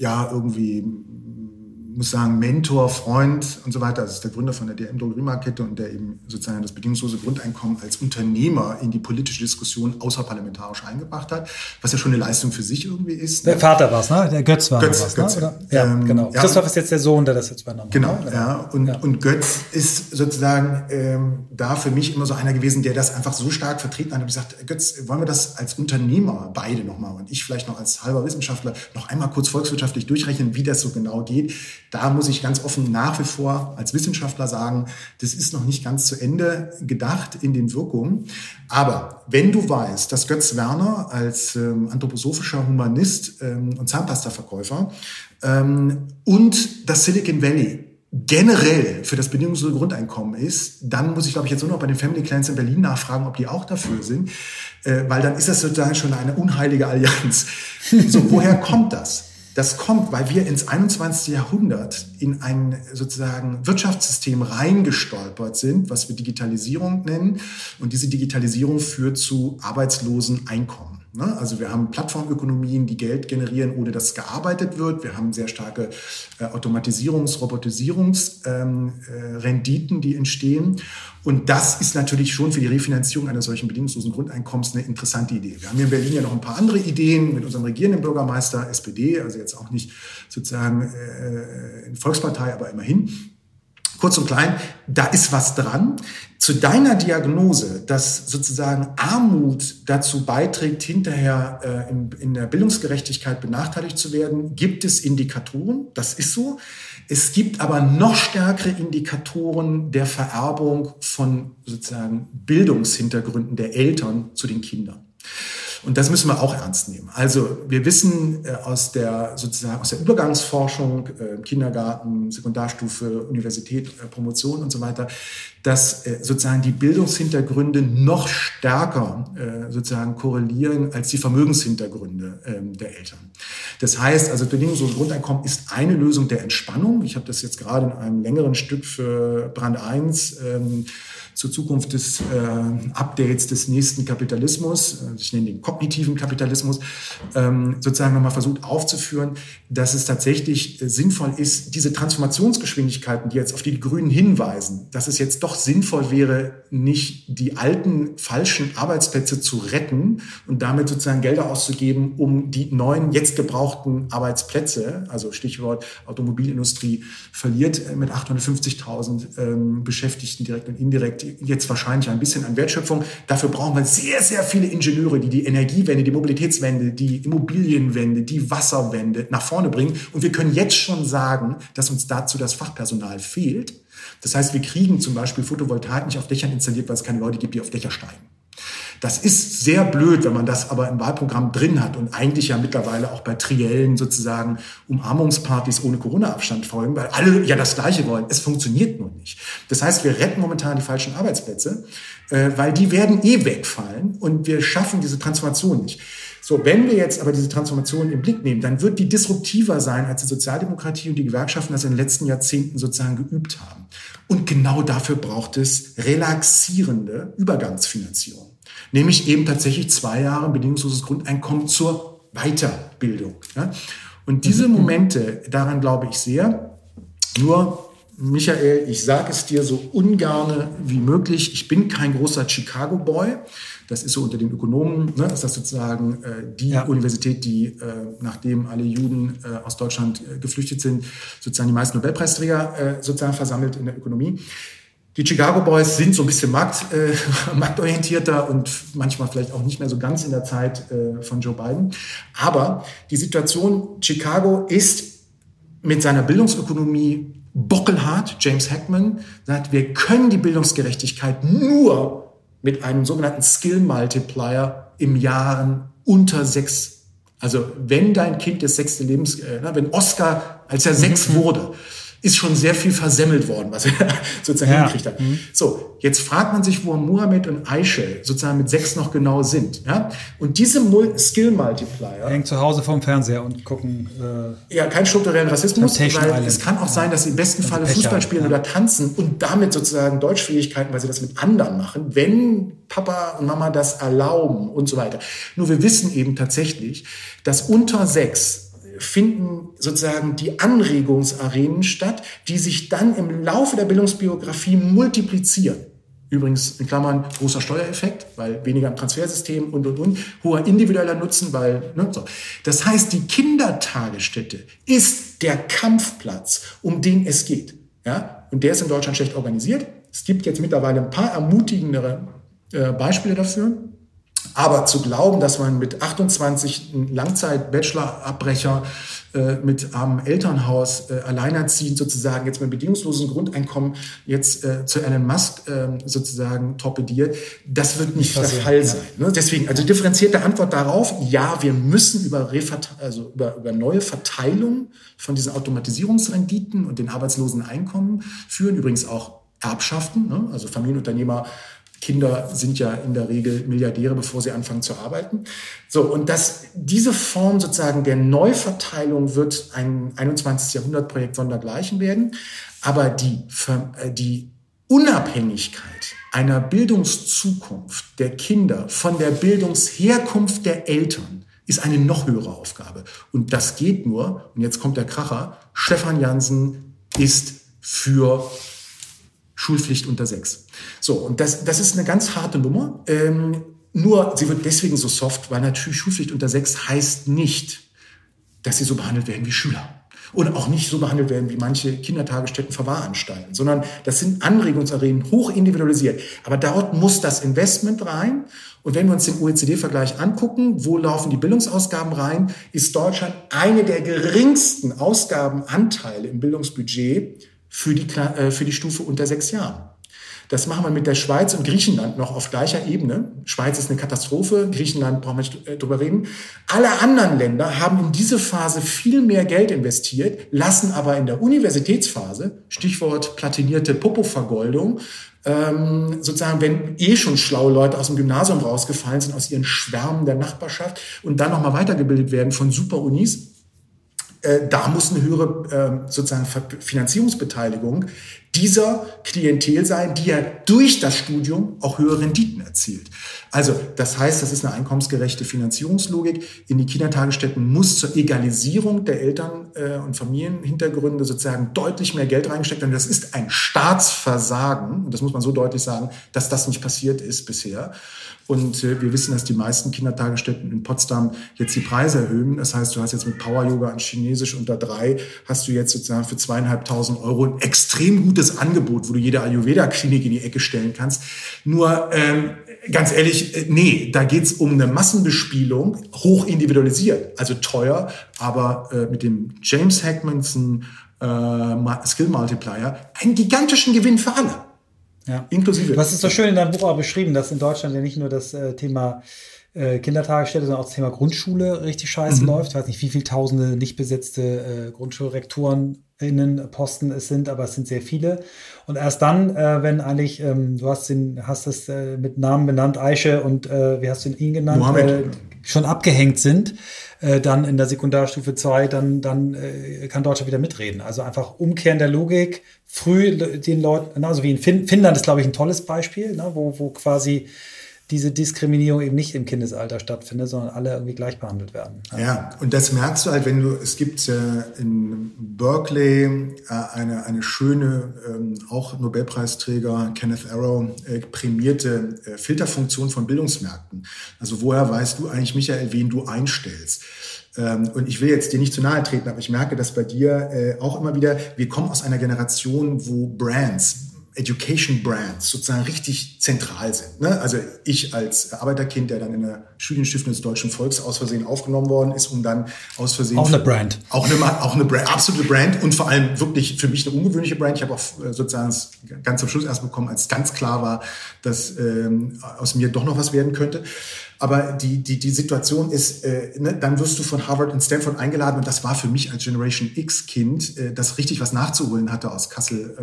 muss sagen, Mentor, Freund und so weiter. Das ist der Gründer von der DM-Drogeriemarktkette und der eben sozusagen das bedingungslose Grundeinkommen als Unternehmer in die politische Diskussion außerparlamentarisch eingebracht hat, was ja schon eine Leistung für sich irgendwie ist. Der Vater war es, ne? Der Götz war es, Götz, ne? Ja, genau. Christoph ist jetzt der Sohn, der das jetzt übernommen hat. Genau, ja. Und Götz ist sozusagen da für mich immer so einer gewesen, der das einfach so stark vertreten hat. Und gesagt, Götz, wollen wir das als Unternehmer beide nochmal und ich vielleicht noch als halber Wissenschaftler noch einmal kurz volkswirtschaftlich durchrechnen, wie das so genau geht. Da muss ich ganz offen nach wie vor als Wissenschaftler sagen, das ist noch nicht ganz zu Ende gedacht in den Wirkungen. Aber wenn du weißt, dass Götz Werner als anthroposophischer Humanist und Zahnpastaverkäufer und das Silicon Valley generell für das bedingungslose Grundeinkommen ist, dann muss ich, glaube ich, jetzt nur noch bei den Family Clans in Berlin nachfragen, ob die auch dafür sind, weil dann ist das sozusagen schon eine unheilige Allianz. So, woher kommt das? Das kommt, weil wir ins 21. Jahrhundert in ein sozusagen Wirtschaftssystem reingestolpert sind, was wir Digitalisierung nennen. Und diese Digitalisierung führt zu arbeitslosen Einkommen. Also wir haben Plattformökonomien, die Geld generieren, ohne dass gearbeitet wird. Wir haben sehr starke Automatisierungs-Robotisierungsrenditen, die entstehen. Und das ist natürlich schon für die Refinanzierung eines solchen bedingungslosen Grundeinkommens eine interessante Idee. Wir haben hier in Berlin ja noch ein paar andere Ideen mit unserem regierenden Bürgermeister, SPD, also jetzt auch nicht sozusagen eine Volkspartei, aber immerhin. Kurz und klein, da ist was dran. Zu deiner Diagnose, dass sozusagen Armut dazu beiträgt, hinterher in der Bildungsgerechtigkeit benachteiligt zu werden, gibt es Indikatoren. Das ist so. Es gibt aber noch stärkere Indikatoren der Vererbung von sozusagen Bildungshintergründen der Eltern zu den Kindern. Und das müssen wir auch ernst nehmen. Also wir wissen aus der Übergangsforschung, Kindergarten, Sekundarstufe, Universität, Promotion und so weiter, dass sozusagen die Bildungshintergründe noch stärker sozusagen korrelieren als die Vermögenshintergründe der Eltern. Das heißt, also bedingungsloses Grundeinkommen ist eine Lösung der Entspannung. Ich habe das jetzt gerade in einem längeren Stück für Brand 1 zur Zukunft des Updates des nächsten Kapitalismus, ich nenne den kognitiven Kapitalismus, sozusagen nochmal versucht aufzuführen, dass es tatsächlich sinnvoll ist, diese Transformationsgeschwindigkeiten, die jetzt auf die Grünen hinweisen, dass es jetzt doch sinnvoll wäre, nicht die alten falschen Arbeitsplätze zu retten und damit sozusagen Gelder auszugeben, um die neuen, jetzt gebrauchten Arbeitsplätze, also Stichwort Automobilindustrie, verliert mit 850.000 Beschäftigten direkt und indirekt jetzt wahrscheinlich ein bisschen an Wertschöpfung. Dafür brauchen wir sehr, sehr viele Ingenieure, die die Energiewende, die Mobilitätswende, die Immobilienwende, die Wasserwende nach vorne bringen. Und wir können jetzt schon sagen, dass uns dazu das Fachpersonal fehlt. Das heißt, wir kriegen zum Beispiel Photovoltaik nicht auf Dächern installiert, weil es keine Leute gibt, die auf Dächer steigen. Das ist sehr blöd, wenn man das aber im Wahlprogramm drin hat und eigentlich ja mittlerweile auch bei Triellen sozusagen Umarmungspartys ohne Corona-Abstand folgen, weil alle ja das Gleiche wollen. Es funktioniert nur nicht. Das heißt, wir retten momentan die falschen Arbeitsplätze, weil die werden wegfallen und wir schaffen diese Transformation nicht. So, wenn wir jetzt aber diese Transformation im Blick nehmen, dann wird die disruptiver sein, als die Sozialdemokratie und die Gewerkschaften das in den letzten Jahrzehnten sozusagen geübt haben. Und genau dafür braucht es relaxierende Übergangsfinanzierung. Nämlich eben tatsächlich 2 Jahre bedingungsloses Grundeinkommen zur Weiterbildung. Ja? Und diese Momente, daran glaube ich sehr. Nur, Michael, ich sage es dir so ungerne wie möglich, ich bin kein großer Chicago-Boy. Das ist so unter den Ökonomen, ne, ist das sozusagen die Universität, die, nachdem alle Juden aus Deutschland geflüchtet sind, sozusagen die meisten Nobelpreisträger sozusagen versammelt in der Ökonomie. Die Chicago Boys sind so ein bisschen marktorientierter und manchmal vielleicht auch nicht mehr so ganz in der Zeit von Joe Biden. Aber die Situation Chicago ist mit seiner Bildungsökonomie bockelhart. James Heckman sagt, wir können die Bildungsgerechtigkeit nur mit einem sogenannten Skill Multiplier im Jahren unter 6. Also wenn dein Kind das 6. wenn Oscar, als er 6 wurde, ist schon sehr viel versemmelt worden, was er sozusagen hingekriegt hat. So, jetzt fragt man sich, wo Mohammed und Aisha sozusagen mit 6 noch genau sind. Ja? Und diese Skill-Multiplier... Hängen zu Hause vorm Fernseher und gucken... kein strukturellen Rassismus, weil es kann auch sein, dass sie im besten Falle Fußball spielen oder tanzen und damit sozusagen Deutschfähigkeiten, weil sie das mit anderen machen, wenn Papa und Mama das erlauben und so weiter. Nur wir wissen eben tatsächlich, dass unter 6 finden sozusagen die Anregungsarenen statt, die sich dann im Laufe der Bildungsbiografie multiplizieren. Übrigens, in Klammern, großer Steuereffekt, weil weniger im Transfersystem und. Hoher individueller Nutzen, weil, so. Das heißt, die Kindertagesstätte ist der Kampfplatz, um den es geht. Ja? Und der ist in Deutschland schlecht organisiert. Es gibt jetzt mittlerweile ein paar ermutigendere Beispiele dafür. Aber zu glauben, dass man mit 28 Langzeit-Bachelor-Abbrecher mit einem Elternhaus alleinerziehend sozusagen jetzt mit bedingungslosen Grundeinkommen jetzt zu Elon Musk sozusagen torpediert, das wird nicht der Fall sein. Ne? Deswegen, also differenzierte Antwort darauf, ja, wir müssen über neue Verteilung von diesen Automatisierungsrenditen und den arbeitslosen Einkommen führen, übrigens auch Erbschaften, ne? Also Familienunternehmer, Kinder sind ja in der Regel Milliardäre, bevor sie anfangen zu arbeiten. So, und diese Form sozusagen der Neuverteilung wird ein 21. Jahrhundertprojekt sondergleichen werden. Aber die Unabhängigkeit einer Bildungszukunft der Kinder von der Bildungsherkunft der Eltern ist eine noch höhere Aufgabe. Und das geht nur, und jetzt kommt der Kracher, Stefan Jansen ist für Schulpflicht unter 6. So, und das ist eine ganz harte Nummer. Nur, sie wird deswegen so soft, weil natürlich Schulpflicht unter 6 heißt nicht, dass sie so behandelt werden wie Schüler. Und auch nicht so behandelt werden wie manche Kindertagesstätten, Verwahranstalten, sondern das sind Anregungsarenen, hoch individualisiert. Aber dort muss das Investment rein. Und wenn wir uns den OECD-Vergleich angucken, wo laufen die Bildungsausgaben rein, ist Deutschland eine der geringsten Ausgabenanteile im Bildungsbudget für die Stufe unter 6 Jahren. Das machen wir mit der Schweiz und Griechenland noch auf gleicher Ebene. Schweiz ist eine Katastrophe, Griechenland brauchen wir nicht drüber reden. Alle anderen Länder haben in diese Phase viel mehr Geld investiert, lassen aber in der Universitätsphase, Stichwort platinierte Popo-Vergoldung, sozusagen, wenn schon schlaue Leute aus dem Gymnasium rausgefallen sind, aus ihren Schwärmen der Nachbarschaft und dann nochmal weitergebildet werden von Super-Unis, da muss eine höhere sozusagen Finanzierungsbeteiligung dieser Klientel sein, die ja durch das Studium auch höhere Renditen erzielt. Also das heißt, das ist eine einkommensgerechte Finanzierungslogik. In die Kindertagesstätten muss zur Egalisierung der Eltern- und Familienhintergründe sozusagen deutlich mehr Geld reingesteckt werden. Das ist ein Staatsversagen, und das muss man so deutlich sagen, dass das nicht passiert ist bisher. Und wir wissen, dass die meisten Kindertagesstätten in Potsdam jetzt die Preise erhöhen. Das heißt, du hast jetzt mit Power Yoga an Chinesisch unter 3, hast du jetzt sozusagen für 2.500 € ein extrem gutes Angebot, wo du jede Ayurveda-Klinik in die Ecke stellen kannst. Nur, ganz ehrlich, nee, da geht's um eine Massenbespielung, hoch individualisiert, also teuer, aber mit dem James Heckmanson Skill Multiplier einen gigantischen Gewinn für alle. Ja. Inklusive. Was ist so schön in deinem Buch auch beschrieben, dass in Deutschland ja nicht nur das Thema Kindertagesstätte, sondern auch das Thema Grundschule richtig scheiße läuft. Ich weiß nicht, wie viele tausende nicht besetzte GrundschulrektorenInnen-Posten es sind, aber es sind sehr viele. Und erst dann, wenn eigentlich, du hast es mit Namen benannt, Aisha und wie hast du ihn genannt? schon abgehängt sind, dann in der Sekundarstufe 2, dann kann Deutschland wieder mitreden. Also einfach Umkehren der Logik, früh den Leuten, also wie in Finnland ist, glaube ich, ein tolles Beispiel, ne, wo quasi diese Diskriminierung eben nicht im Kindesalter stattfindet, sondern alle irgendwie gleich behandelt werden. Ja, und das merkst du halt, es gibt in Berkeley eine schöne, auch Nobelpreisträger Kenneth Arrow, prämierte Filterfunktion von Bildungsmärkten. Also woher weißt du eigentlich, Michael, wen du einstellst? Und ich will jetzt dir nicht zu nahe treten, aber ich merke, dass bei dir auch immer wieder, wir kommen aus einer Generation, wo Brands, Education Brands sozusagen richtig zentral sind. Ne? Also ich als Arbeiterkind, der dann in der Studienstiftung des Deutschen Volks aus Versehen aufgenommen worden ist, um dann aus Versehen... Auch eine Brand. Auch eine Brand, absolute Brand und vor allem wirklich für mich eine ungewöhnliche Brand. Ich habe auch sozusagen ganz am Schluss erst bekommen, als ganz klar war, dass aus mir doch noch was werden könnte. Aber die Situation ist, dann wirst du von Harvard und Stanford eingeladen und das war für mich als Generation X-Kind, das richtig was nachzuholen hatte aus Kassel,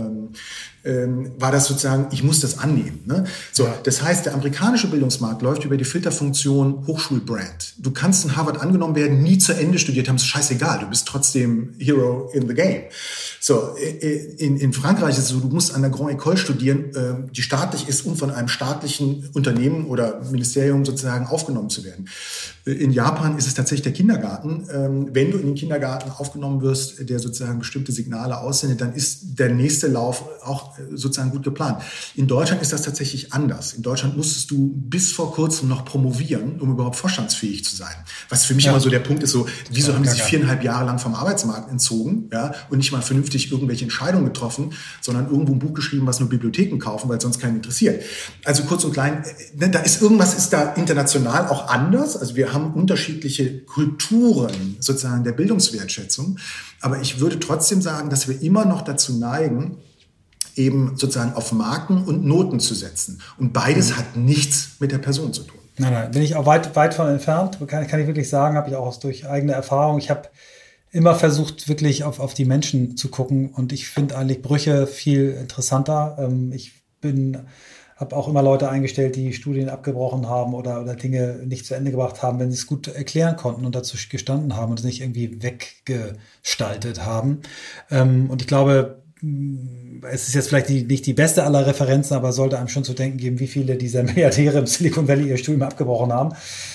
war das sozusagen, ich muss das annehmen. Ne? So, ja. Das heißt, der amerikanische Bildungsmarkt läuft über die Filterfunktion Hochschulbrand. Du kannst in Harvard angenommen werden, nie zu Ende studiert haben, ist scheißegal, du bist trotzdem Hero in the game. So, in Frankreich ist es so, du musst an der Grande École studieren, die staatlich ist, um von einem staatlichen Unternehmen oder Ministerium sozusagen aufgenommen zu werden. In Japan ist es tatsächlich der Kindergarten. Wenn du in den Kindergarten aufgenommen wirst, der sozusagen bestimmte Signale aussendet, dann ist der nächste Lauf auch sozusagen gut geplant. In Deutschland ist das tatsächlich anders. In Deutschland musstest du bis vor kurzem noch promovieren, um überhaupt vorstandsfähig zu sein. Was für mich immer so der Punkt ist, so, wieso haben die sich 4,5 Jahre lang vom Arbeitsmarkt entzogen, ja, und nicht mal vernünftig irgendwelche Entscheidungen getroffen, sondern irgendwo ein Buch geschrieben, was nur Bibliotheken kaufen, weil sonst keinen interessiert. Also kurz und klein, da ist da international auch anders. Also wir haben unterschiedliche Kulturen sozusagen der Bildungswertschätzung. Aber ich würde trotzdem sagen, dass wir immer noch dazu neigen, eben sozusagen auf Marken und Noten zu setzen. Und beides hat nichts mit der Person zu tun. Nein, bin ich auch weit von entfernt. Kann ich wirklich sagen, habe ich auch durch eigene Erfahrung. Ich habe immer versucht, wirklich auf die Menschen zu gucken. Und ich finde eigentlich Brüche viel interessanter. Ich habe auch immer Leute eingestellt, die Studien abgebrochen haben oder Dinge nicht zu Ende gebracht haben, wenn sie es gut erklären konnten und dazu gestanden haben und es nicht irgendwie weggestaltet haben. Und ich glaube, es ist jetzt vielleicht nicht die beste aller Referenzen, aber sollte einem schon zu denken geben, wie viele dieser Milliardäre im Silicon Valley ihr Studium abgebrochen haben.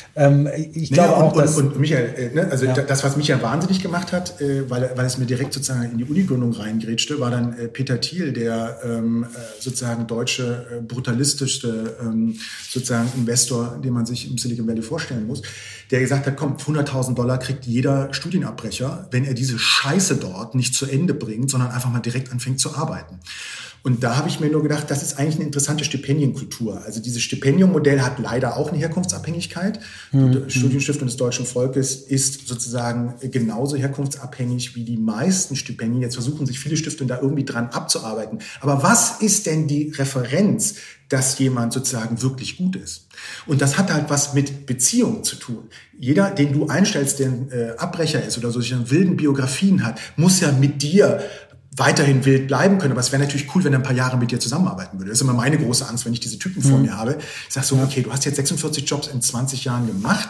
Ich glaube auch, dass... Und Michael, also das, was mich ja wahnsinnig gemacht hat, weil es mir direkt sozusagen in die Uni-Gründung reingrätschte, war dann Peter Thiel, der sozusagen deutsche, brutalistischste sozusagen Investor, den man sich im Silicon Valley vorstellen muss, der gesagt hat, komm, $100.000 kriegt jeder Studienabbrecher, wenn er diese Scheiße dort nicht zu Ende bringt, sondern einfach mal direkt anfängt zu arbeiten. Und da habe ich mir nur gedacht, das ist eigentlich eine interessante Stipendienkultur. Also dieses Stipendiummodell hat leider auch eine Herkunftsabhängigkeit. Die Studienstiftung des Deutschen Volkes ist sozusagen genauso herkunftsabhängig wie die meisten Stipendien. Jetzt versuchen sich viele Stiftungen da irgendwie dran abzuarbeiten. Aber was ist denn die Referenz, dass jemand sozusagen wirklich gut ist? Und das hat halt was mit Beziehungen zu tun. Jeder, den du einstellst, der ein Abbrecher ist oder solche wilden Biografien hat, muss ja mit dir weiterhin wild bleiben können. Aber es wäre natürlich cool, wenn er ein paar Jahre mit dir zusammenarbeiten würde. Das ist immer meine große Angst, wenn ich diese Typen vor mir habe. Ich sage so, okay, du hast jetzt 46 Jobs in 20 Jahren gemacht.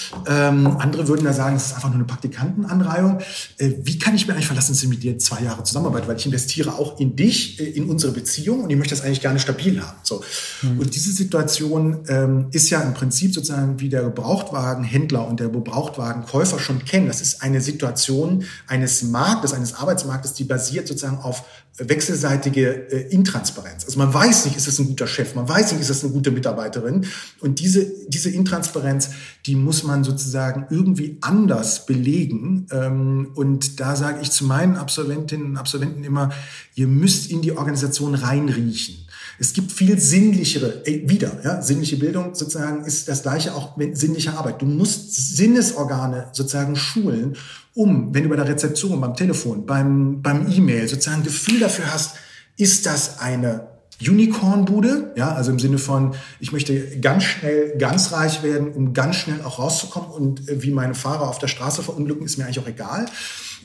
Andere würden da sagen, das ist einfach nur eine Praktikantenanreihung. Wie kann ich mir eigentlich verlassen, dass ich mit dir 2 Jahre zusammenarbeite? Weil ich investiere auch in dich, in unsere Beziehung und ich möchte das eigentlich gerne stabil haben. So. Und diese Situation ist ja im Prinzip sozusagen, wie der Gebrauchtwagenhändler und der Gebrauchtwagenkäufer schon kennen. Das ist eine Situation eines Marktes, eines Arbeitsmarktes, die basiert sozusagen auf wechselseitige Intransparenz. Also man weiß nicht, ist das ein guter Chef, man weiß nicht, ist das eine gute Mitarbeiterin. Und diese Intransparenz, die muss man sozusagen irgendwie anders belegen. Und da sage ich zu meinen Absolventinnen und Absolventen immer, ihr müsst in die Organisation reinriechen. Es gibt viel sinnlichere, sinnliche Bildung sozusagen ist das Gleiche auch mit sinnlicher Arbeit. Du musst Sinnesorgane sozusagen schulen, wenn du bei der Rezeption, beim Telefon, beim E-Mail sozusagen ein Gefühl dafür hast, ist das eine Unicorn-Bude, ja, also im Sinne von, ich möchte ganz schnell ganz reich werden, um ganz schnell auch rauszukommen und wie meine Fahrer auf der Straße verunglücken, ist mir eigentlich auch egal.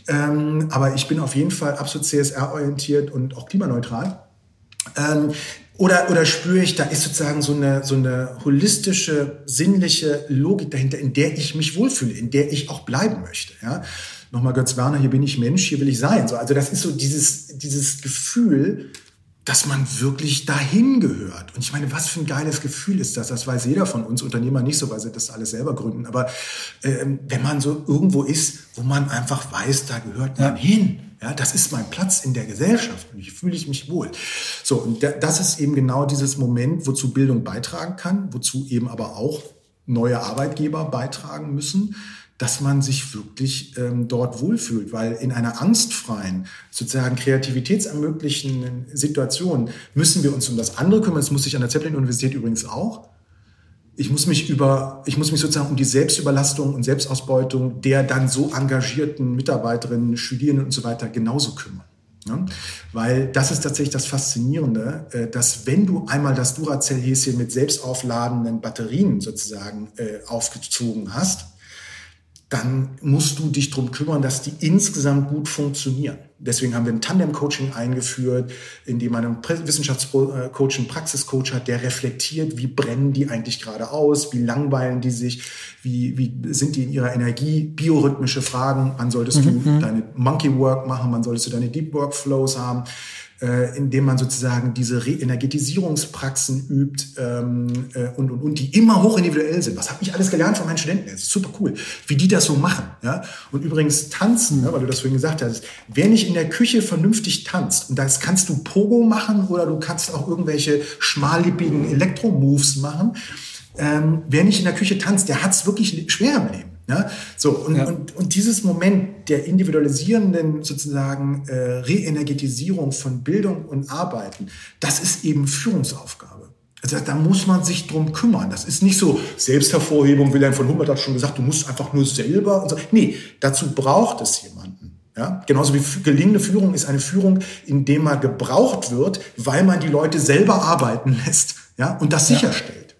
Aber ich bin auf jeden Fall absolut CSR-orientiert und auch klimaneutral. Oder spüre ich, da ist sozusagen so eine holistische, sinnliche Logik dahinter, in der ich mich wohlfühle, in der ich auch bleiben möchte. Ja? Nochmal Götz Werner, hier bin ich Mensch, hier will ich sein. So, also das ist so dieses Gefühl, dass man wirklich dahin gehört. Und ich meine, was für ein geiles Gefühl ist das? Das weiß jeder von uns, Unternehmer nicht so, weil sie das alles selber gründen. Aber wenn man so irgendwo ist, wo man einfach weiß, da gehört man hin. Ja, das ist mein Platz in der Gesellschaft und hier fühle ich mich wohl. So, und das ist eben genau dieses Moment, wozu Bildung beitragen kann, wozu eben aber auch neue Arbeitgeber beitragen müssen, dass man sich wirklich dort wohlfühlt, weil in einer angstfreien, sozusagen kreativitätsermöglichenden Situation müssen wir uns um das andere kümmern. Das muss sich an der Zeppelin-Universität übrigens auch. Ich muss mich sozusagen um die Selbstüberlastung und Selbstausbeutung der dann so engagierten Mitarbeiterinnen, Studierenden und so weiter genauso kümmern. Ja? Weil das ist tatsächlich das Faszinierende, dass wenn du einmal das Duracell-Häschen mit selbstaufladenden Batterien sozusagen aufgezogen hast, dann musst du dich darum kümmern, dass die insgesamt gut funktionieren. Deswegen haben wir ein Tandem-Coaching eingeführt, in dem man einen Wissenschaftscoach, einen Praxiscoach hat, der reflektiert, wie brennen die eigentlich gerade aus, wie langweilen die sich, wie sind die in ihrer Energie, biorhythmische Fragen, wann solltest du deine Monkey Work machen, wann solltest du deine Deep Workflows haben, indem man sozusagen diese Reenergetisierungspraxen übt und die immer hochindividuell sind. Was habe ich alles gelernt von meinen Studenten? Das ist super cool, wie die das so machen. Ja? Und übrigens tanzen, weil du das vorhin gesagt hast, wer nicht in der Küche vernünftig tanzt, und das kannst du Pogo machen oder du kannst auch irgendwelche schmallippigen Elektro-Moves machen, wer nicht in der Küche tanzt, der hat es wirklich schwer im Leben. Ja, so, und dieses Moment der individualisierenden sozusagen Reenergetisierung von Bildung und Arbeiten, das ist eben Führungsaufgabe. Also da muss man sich drum kümmern. Das ist nicht so Selbsthervorhebung, Wilhelm von Humboldt hat schon gesagt, du musst einfach nur selber und so. Nee, dazu braucht es jemanden. Ja, genauso wie gelingende Führung ist eine Führung, in der man gebraucht wird, weil man die Leute selber arbeiten lässt, ja, und das sicherstellt.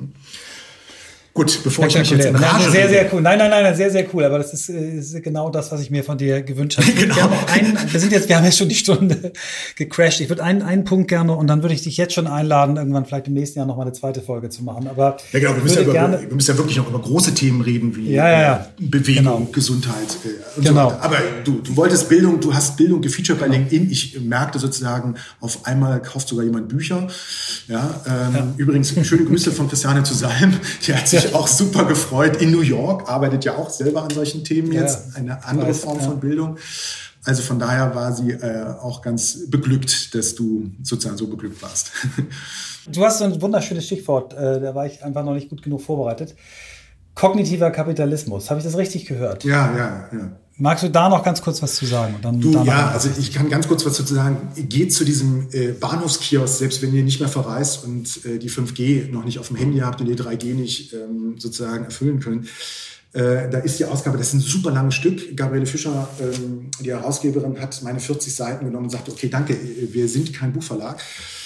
Gut, bevor ich mich jetzt in Rage sehr, sehr cool. Nein, sehr, sehr cool. Aber das ist genau das, was ich mir von dir gewünscht habe. Genau. Wir haben jetzt schon die Stunde gecrashed. Ich würde einen Punkt gerne, und dann würde ich dich jetzt schon einladen, irgendwann vielleicht im nächsten Jahr noch mal eine zweite Folge zu machen. Aber ja, genau. Wir müssen ja wirklich noch über große Themen reden, wie Bewegung, Gesundheit. Genau. So. Aber du wolltest Bildung, du hast Bildung gefeatured bei LinkedIn. Ich merkte sozusagen, auf einmal kauft sogar jemand Bücher. Übrigens, schöne Grüße von Christiane zu Salm. Die hat sich auch super gefreut in New York, arbeitet ja auch selber an solchen Themen jetzt, eine andere Form von Bildung. Also von daher war sie auch ganz beglückt, dass du sozusagen so beglückt warst. Du hast so ein wunderschönes Stichwort, da war ich einfach noch nicht gut genug vorbereitet. Kognitiver Kapitalismus, habe ich das richtig gehört? Ja. Magst du da noch ganz kurz was zu sagen? Und dann also ich kann ganz kurz was dazu sagen. Geht zu diesem Bahnhofskiosk, selbst wenn ihr nicht mehr verreist und die 5G noch nicht auf dem Handy habt und die 3G nicht sozusagen erfüllen könnt. Da ist die Ausgabe, das ist ein super langes Stück. Gabriele Fischer, die Herausgeberin, hat meine 40 Seiten genommen und sagte, okay, danke, wir sind kein Buchverlag.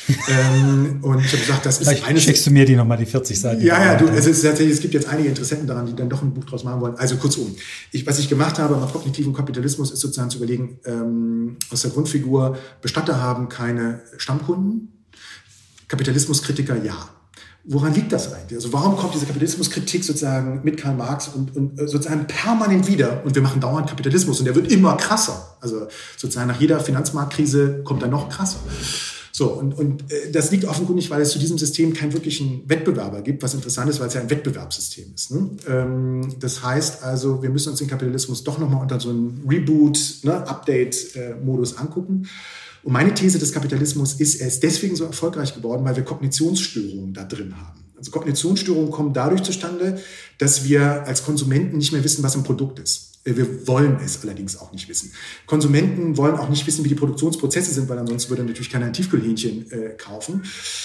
Und ich habe gesagt, das ist eine. Schickst du mir die nochmal, die 40 Seiten? Es gibt jetzt einige Interessenten daran, die dann doch ein Buch draus machen wollen. Also kurzum, was ich gemacht habe beim kognitiven Kapitalismus, ist sozusagen zu überlegen, aus der Grundfigur, Bestatter haben keine Stammkunden, Kapitalismuskritiker ja. Woran liegt das eigentlich? Also warum kommt diese Kapitalismuskritik sozusagen mit Karl Marx und sozusagen permanent wieder? Und wir machen dauernd Kapitalismus und der wird immer krasser. Also sozusagen nach jeder Finanzmarktkrise kommt er noch krasser. So, und das liegt offenkundig, weil es zu diesem System keinen wirklichen Wettbewerber gibt, was interessant ist, weil es ja ein Wettbewerbssystem ist. Ne? Das heißt also, wir müssen uns den Kapitalismus doch nochmal unter so einem Reboot, Update-Modus angucken. Und meine These des Kapitalismus ist, er ist deswegen so erfolgreich geworden, weil wir Kognitionsstörungen da drin haben. Also Kognitionsstörungen kommen dadurch zustande, dass wir als Konsumenten nicht mehr wissen, was ein Produkt ist. Wir wollen es allerdings auch nicht wissen. Konsumenten wollen auch nicht wissen, wie die Produktionsprozesse sind, weil ansonsten würde natürlich keiner ein Tiefkühlhähnchen kaufen.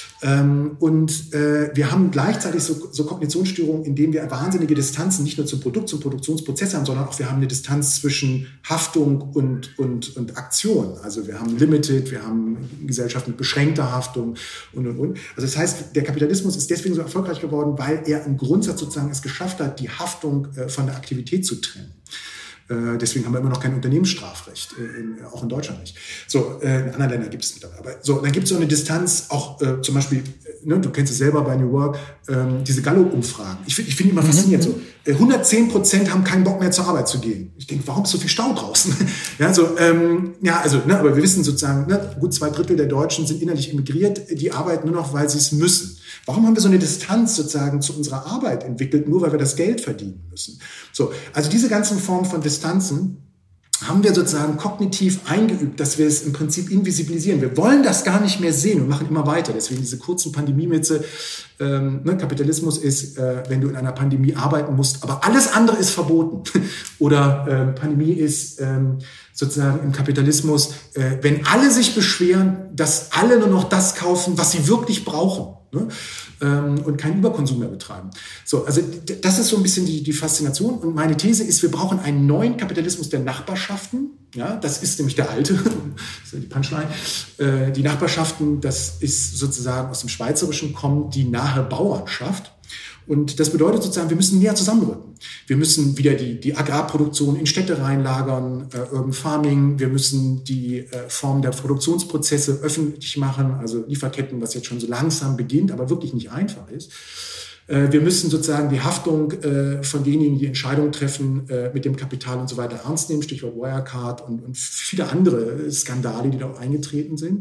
Wir haben gleichzeitig so Kognitionsstörungen, indem wir wahnsinnige Distanzen nicht nur zum Produkt, zum Produktionsprozess haben, sondern auch wir haben eine Distanz zwischen Haftung und Aktion. Also wir haben Limited, wir haben Gesellschaft mit beschränkter Haftung und. Also das heißt, der Kapitalismus ist deswegen so erfolgreich geworden, weil er im Grundsatz sozusagen es geschafft hat, die Haftung von der Aktivität zu trennen. Deswegen haben wir immer noch kein Unternehmensstrafrecht, auch in Deutschland nicht. So, in anderen Ländern gibt es mittlerweile. Aber so, dann gibt es so eine Distanz, auch zum Beispiel, ne, du kennst es selber bei New Work, diese Gallup-Umfragen. Ich finde die immer faszinierend. So, 110% haben keinen Bock mehr zur Arbeit zu gehen. Ich denke, warum ist so viel Stau draußen? Ja, so, aber wir wissen sozusagen, ne, gut 2/3 der Deutschen sind innerlich emigriert, die arbeiten nur noch, weil sie es müssen. Warum haben wir so eine Distanz sozusagen zu unserer Arbeit entwickelt, nur weil wir das Geld verdienen müssen? So, also diese ganzen Formen von Distanzen haben wir sozusagen kognitiv eingeübt, dass wir es im Prinzip invisibilisieren. Wir wollen das gar nicht mehr sehen und machen immer weiter. Deswegen diese kurzen Pandemie-Witze. Kapitalismus ist, wenn du in einer Pandemie arbeiten musst, aber alles andere ist verboten. Oder Pandemie ist sozusagen im Kapitalismus, wenn alle sich beschweren, dass alle nur noch das kaufen, was sie wirklich brauchen. Ne? Und keinen Überkonsum mehr betreiben. So, also das ist so ein bisschen die Faszination. Und meine These ist, wir brauchen einen neuen Kapitalismus der Nachbarschaften. Ja, das ist nämlich der alte, das ist ja die Punchline. Die Nachbarschaften, das ist sozusagen aus dem Schweizerischen kommt die nahe Bauernschaft. Und das bedeutet sozusagen, wir müssen näher zusammenrücken. Wir müssen wieder die Agrarproduktion in Städte reinlagern, Urban Farming. Wir müssen die Form der Produktionsprozesse öffentlich machen, also Lieferketten, was jetzt schon so langsam beginnt, aber wirklich nicht einfach ist. Wir müssen sozusagen die Haftung von denjenigen, die Entscheidungen treffen, mit dem Kapital und so weiter ernst nehmen, Stichwort Wirecard und viele andere Skandale, die da auch eingetreten sind.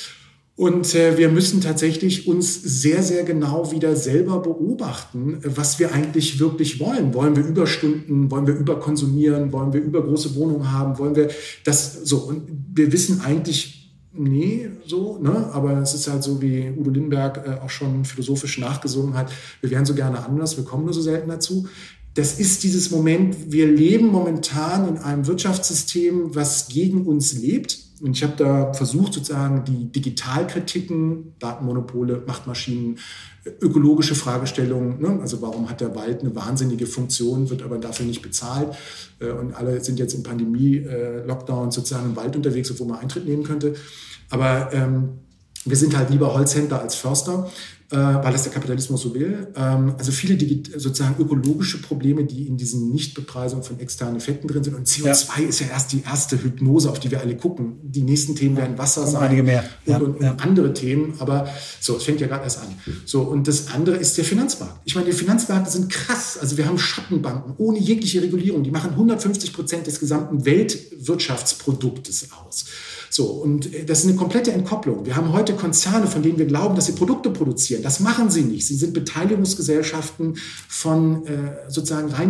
Und wir müssen tatsächlich uns sehr, sehr genau wieder selber beobachten, was wir eigentlich wirklich wollen. Wollen wir Überstunden? Wollen wir überkonsumieren? Wollen wir übergroße Wohnungen haben? Wollen wir das so? Und wir wissen eigentlich, nee, so, ne? Aber es ist halt so, wie Udo Lindenberg auch schon philosophisch nachgesungen hat. Wir wären so gerne anders, wir kommen nur so selten dazu. Das ist dieses Moment, wir leben momentan in einem Wirtschaftssystem, was gegen uns lebt. Und ich habe da versucht, sozusagen die Digitalkritiken, Datenmonopole, Machtmaschinen, ökologische Fragestellungen, ne? Also warum hat der Wald eine wahnsinnige Funktion, wird aber dafür nicht bezahlt und alle sind jetzt in Pandemie-Lockdown sozusagen im Wald unterwegs, obwohl man Eintritt nehmen könnte. Aber wir sind halt lieber Holzhändler als Förster, weil das der Kapitalismus so will. Also viele sozusagen ökologische Probleme, die in diesen Nichtbepreisungen von externen Effekten drin sind. Und CO2 ist ja erst die erste Hypnose, auf die wir alle gucken. Die nächsten Themen werden Wasser sein einige mehr. Und andere Themen. Aber so, es fängt ja gerade erst an. So, und das andere ist der Finanzmarkt. Ich meine, die Finanzmärkte sind krass. Also wir haben Schattenbanken ohne jegliche Regulierung. Die machen 150% des gesamten Weltwirtschaftsproduktes aus. So, und das ist eine komplette Entkopplung. Wir haben heute Konzerne, von denen wir glauben, dass sie Produkte produzieren. Das machen sie nicht. Sie sind Beteiligungsgesellschaften von sozusagen rein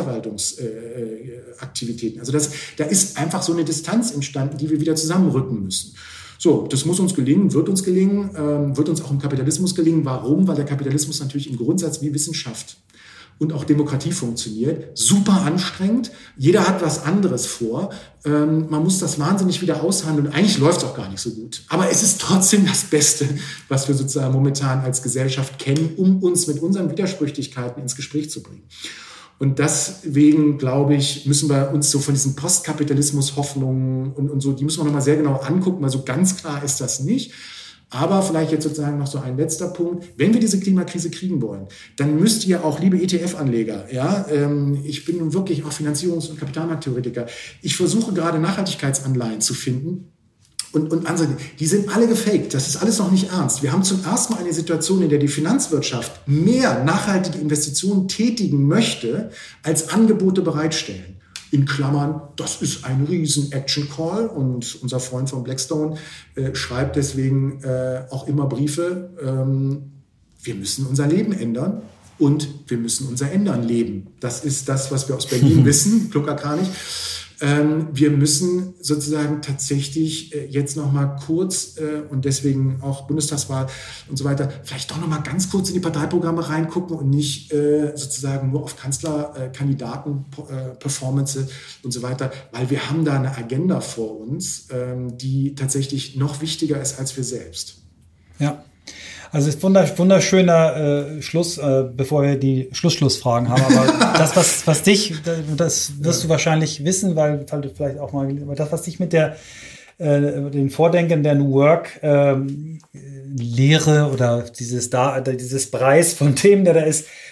Finanzverwaltungsaktivitäten. Also da ist einfach so eine Distanz entstanden, die wir wieder zusammenrücken müssen. So, das muss uns gelingen, wird uns gelingen, wird uns auch im Kapitalismus gelingen. Warum? Weil der Kapitalismus natürlich im Grundsatz wie Wissenschaft und auch Demokratie funktioniert. Super anstrengend. Jeder hat was anderes vor. Man muss das wahnsinnig wieder aushandeln. Eigentlich läuft es auch gar nicht so gut. Aber es ist trotzdem das Beste, was wir sozusagen momentan als Gesellschaft kennen, um uns mit unseren Widersprüchlichkeiten ins Gespräch zu bringen. Und deswegen, glaube ich, müssen wir uns so von diesen Postkapitalismus-Hoffnungen und so, die müssen wir nochmal sehr genau angucken, weil so ganz klar ist das nicht. Aber vielleicht jetzt sozusagen noch so ein letzter Punkt. Wenn wir diese Klimakrise kriegen wollen, dann müsst ihr auch, liebe ETF-Anleger, ich bin nun wirklich auch Finanzierungs- und Kapitalmarkttheoretiker, ich versuche gerade Nachhaltigkeitsanleihen zu finden. Und andere, die sind alle gefaked. Das ist alles noch nicht ernst. Wir haben zum ersten Mal eine Situation, in der die Finanzwirtschaft mehr nachhaltige Investitionen tätigen möchte, als Angebote bereitstellen. In Klammern, das ist ein riesen Action-Call und unser Freund von Blackstone schreibt deswegen auch immer Briefe, wir müssen unser Leben ändern und wir müssen unser Ändern leben. Das ist das, was wir aus Berlin wissen, Klucker gar nicht. Wir müssen sozusagen tatsächlich jetzt noch mal kurz und deswegen auch Bundestagswahl und so weiter, vielleicht doch noch mal ganz kurz in die Parteiprogramme reingucken und nicht sozusagen nur auf Kanzlerkandidaten, Performance und so weiter, weil wir haben da eine Agenda vor uns, die tatsächlich noch wichtiger ist als wir selbst. Ja. Also es ist wunderschöner Schluss, bevor wir die Schlussfragen haben. Aber das, was dich, das wirst du wahrscheinlich wissen, weil du vielleicht auch mal, aber das, was dich mit den Vordenken der New Work Lehre oder dieses Preis von Themen, der da ist,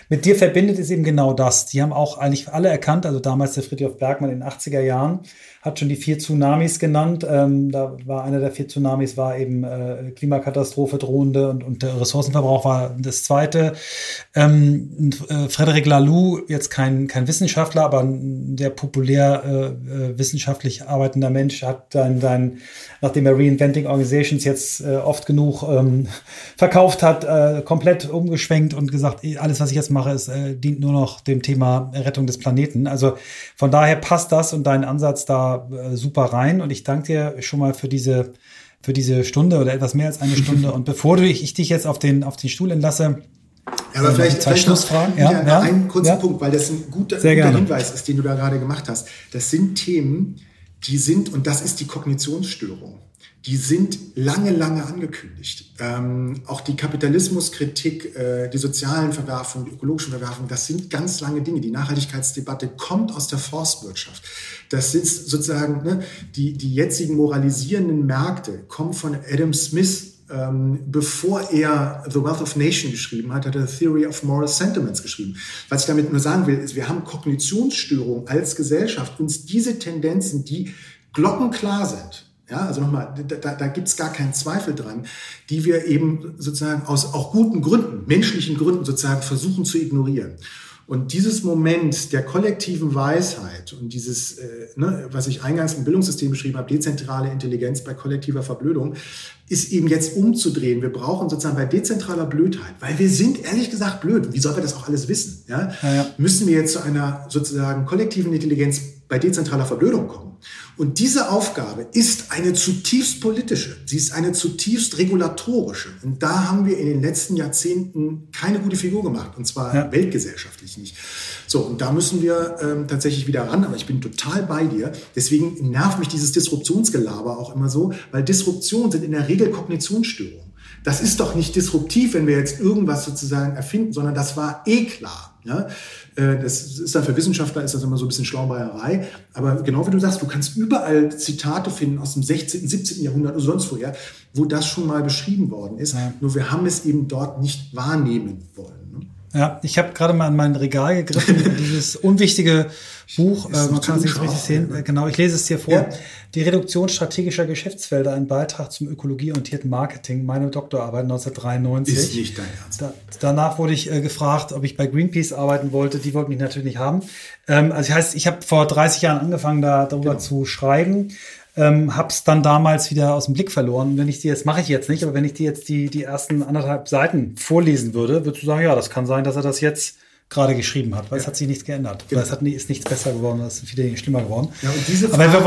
mit dir verbindet, ist eben genau das. Die haben auch eigentlich alle erkannt, also damals der Fridtjof Bergmann in den 80er Jahren hat schon die 4 Tsunamis genannt. Da war einer der 4 Tsunamis war eben Klimakatastrophe drohende und der Ressourcenverbrauch war das zweite. Frederic Laloux, jetzt kein Wissenschaftler, aber ein sehr populär wissenschaftlich arbeitender Mensch, hat nachdem er Reinventing Organizations jetzt oft genug verkauft hat, komplett umgeschwenkt und gesagt, alles, was ich jetzt mache, dient nur noch dem Thema Rettung des Planeten. Also von daher passt das und dein Ansatz da super rein. Und ich danke dir schon mal für diese Stunde oder etwas mehr als eine Stunde. Und bevor ich dich jetzt auf den Stuhl entlasse, ja, aber vielleicht Schlussfragen. Einen kurzen Punkt, weil das ein guter Hinweis ist, den du da gerade gemacht hast. Das sind Themen, die sind, und das ist die Kognitionsstörung, die sind lange, lange angekündigt. Auch die Kapitalismuskritik, die sozialen Verwerfungen, die ökologischen Verwerfungen, das sind ganz lange Dinge. Die Nachhaltigkeitsdebatte kommt aus der Forstwirtschaft. Das sind sozusagen die jetzigen moralisierenden Märkte, kommen von Adam Smith. Bevor er The Wealth of Nations geschrieben hat, hat er Theory of Moral Sentiments geschrieben. Was ich damit nur sagen will, ist, wir haben Kognitionsstörungen als Gesellschaft. Uns diese Tendenzen, die glockenklar sind, ja, also nochmal, da gibt's gar keinen Zweifel dran, die wir eben sozusagen aus auch guten Gründen, menschlichen Gründen sozusagen versuchen zu ignorieren. Und dieses Moment der kollektiven Weisheit und dieses, was ich eingangs im Bildungssystem beschrieben habe, dezentrale Intelligenz bei kollektiver Verblödung, ist eben jetzt umzudrehen. Wir brauchen sozusagen bei dezentraler Blödheit, weil wir sind ehrlich gesagt blöd. Wie sollen wir das auch alles wissen? Ja? Müssen wir jetzt zu einer sozusagen kollektiven Intelligenz bei dezentraler Verblödung kommen. Und diese Aufgabe ist eine zutiefst politische, sie ist eine zutiefst regulatorische. Und da haben wir in den letzten Jahrzehnten keine gute Figur gemacht, und zwar weltgesellschaftlich nicht. So, und da müssen wir tatsächlich wieder ran, aber ich bin total bei dir. Deswegen nervt mich dieses Disruptionsgelaber auch immer so, weil Disruptionen sind in der Regel Kognitionsstörungen. Das ist doch nicht disruptiv, wenn wir jetzt irgendwas sozusagen erfinden, sondern das war klar. Ja? Das ist dann für Wissenschaftler ist das immer so ein bisschen Schlaumeierei. Aber genau wie du sagst, du kannst überall Zitate finden aus dem 16., 17. Jahrhundert oder sonst woher, wo das schon mal beschrieben worden ist. Ja. Nur wir haben es eben dort nicht wahrnehmen wollen. Ne? Ja, ich habe gerade mal in mein Regal gegriffen, dieses unwichtige Buch, man kann es nicht richtig sehen, genau, ich lese es dir vor. Ja. Die Reduktion strategischer Geschäftsfelder, ein Beitrag zum ökologieorientierten Marketing, meine Doktorarbeit 1993. Ist nicht dein Ernst. Danach wurde ich gefragt, ob ich bei Greenpeace arbeiten wollte. Die wollten mich natürlich nicht haben. Also heißt, ich habe vor 30 Jahren angefangen, darüber zu schreiben. Hab's dann damals wieder aus dem Blick verloren. Und wenn ich dir jetzt, mache ich jetzt nicht, aber wenn ich dir jetzt die ersten 1,5 Seiten vorlesen würde, würdest du sagen, ja, das kann sein, dass er das jetzt gerade geschrieben hat, weil es hat sich nichts geändert. Genau. Weil ist nichts besser geworden, es sind viele Dinge schlimmer geworden. Ja, und diese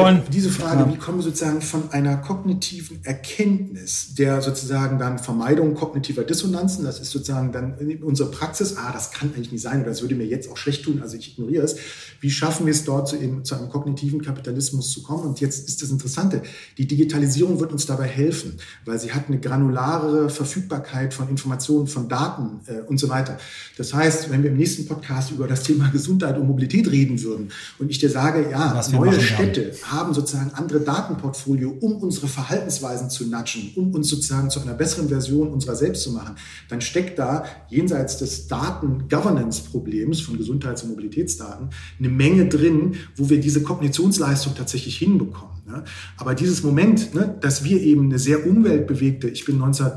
Frage, wie kommen wir sozusagen von einer kognitiven Erkenntnis der sozusagen dann Vermeidung kognitiver Dissonanzen, das ist sozusagen dann in unserer Praxis, das kann eigentlich nicht sein oder das würde mir jetzt auch schlecht tun, also ich ignoriere es. Wie schaffen wir es dort zu einem kognitiven Kapitalismus zu kommen? Und jetzt ist das Interessante, die Digitalisierung wird uns dabei helfen, weil sie hat eine granularere Verfügbarkeit von Informationen, von Daten und so weiter. Das heißt, wenn wir im nächsten Podcast über das Thema Gesundheit und Mobilität reden würden und ich dir sage, neue Städte haben sozusagen andere Datenportfolio, um unsere Verhaltensweisen zu nudgen, um uns sozusagen zu einer besseren Version unserer selbst zu machen, dann steckt da jenseits des Daten-Governance-Problems von Gesundheits- und Mobilitätsdaten eine Menge drin, wo wir diese Kognitionsleistung tatsächlich hinbekommen. Ne? Aber dieses Moment, dass wir eben eine sehr umweltbewegte, ich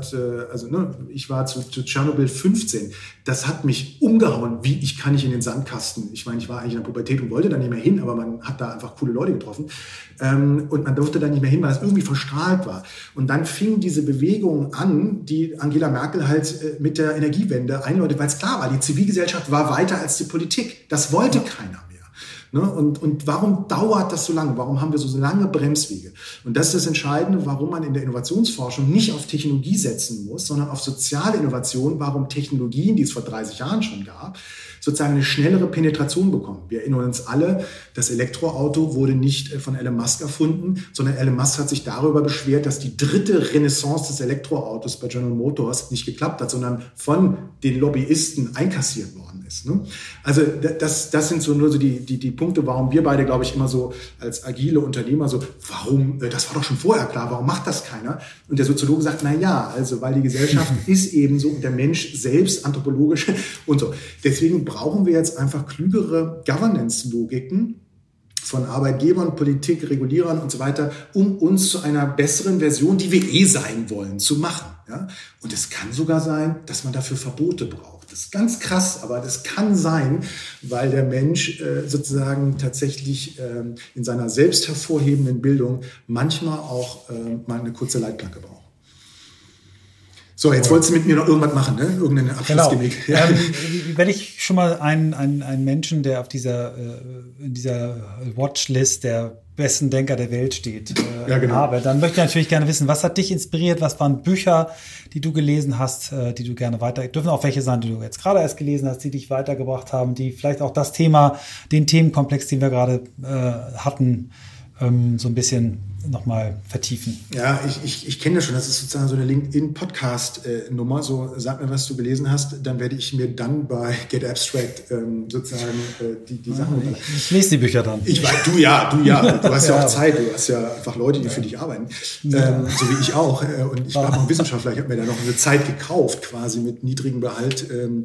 war zu Tschernobyl 15, das hat mich umgehauen, ich kann nicht in den Sandkasten. Ich meine, ich war eigentlich in der Pubertät und wollte da nicht mehr hin, aber man hat da einfach coole Leute getroffen. Und man durfte da nicht mehr hin, weil es irgendwie verstrahlt war. Und dann fing diese Bewegung an, die Angela Merkel halt mit der Energiewende einläutet, weil es klar war, die Zivilgesellschaft war weiter als die Politik. Das wollte keiner mehr. Und warum dauert das so lange? Warum haben wir so lange Bremswege? Und das ist das Entscheidende, warum man in der Innovationsforschung nicht auf Technologie setzen muss, sondern auf soziale Innovation, warum Technologien, die es vor 30 Jahren schon gab, sozusagen eine schnellere Penetration bekommen. Wir erinnern uns alle, das Elektroauto wurde nicht von Elon Musk erfunden, sondern Elon Musk hat sich darüber beschwert, dass die dritte Renaissance des Elektroautos bei General Motors nicht geklappt hat, sondern von den Lobbyisten einkassiert worden ist. Ne? Also das sind so nur so die Punkte, warum wir beide, glaube ich, immer so als agile Unternehmer so, warum, das war doch schon vorher klar, warum macht das keiner? Und der Soziologe sagt, na ja, also weil die Gesellschaft ist eben so und der Mensch selbst anthropologisch und so. Deswegen brauchen wir jetzt einfach klügere Governance-Logiken von Arbeitgebern, Politik, Regulierern und so weiter, um uns zu einer besseren Version, die wir sein wollen, zu machen. Ja? Und es kann sogar sein, dass man dafür Verbote braucht. Das ist ganz krass, aber das kann sein, weil der Mensch sozusagen tatsächlich in seiner selbst hervorhebenden Bildung manchmal auch mal eine kurze Leitplanke braucht. So, jetzt wolltest du mit mir noch irgendwas machen, ne? Irgendeinen Abschlussgimmick. Genau. Wenn ich schon mal einen Menschen, der auf in dieser Watchlist der besten Denker der Welt steht, habe, dann möchte ich natürlich gerne wissen, was hat dich inspiriert? Was waren Bücher, die du gelesen hast, die du gerne dürfen auch welche sein, die du jetzt gerade erst gelesen hast, die dich weitergebracht haben, die vielleicht auch den Themenkomplex, den wir gerade hatten, so ein bisschen nochmal vertiefen. Ja, ich kenne das schon. Das ist sozusagen so eine LinkedIn-Podcast-Nummer. So, sag mir, was du gelesen hast, dann werde ich mir dann bei Get Abstract sozusagen die Sachen... Ich lese die Bücher dann. Ich weiß, du ja. Du hast ja auch Zeit. Du hast ja einfach Leute, die für dich arbeiten. So wie ich auch. Und ich war auch ein Wissenschaftler. Ich habe mir da noch eine Zeit gekauft, quasi mit niedrigem Gehalt,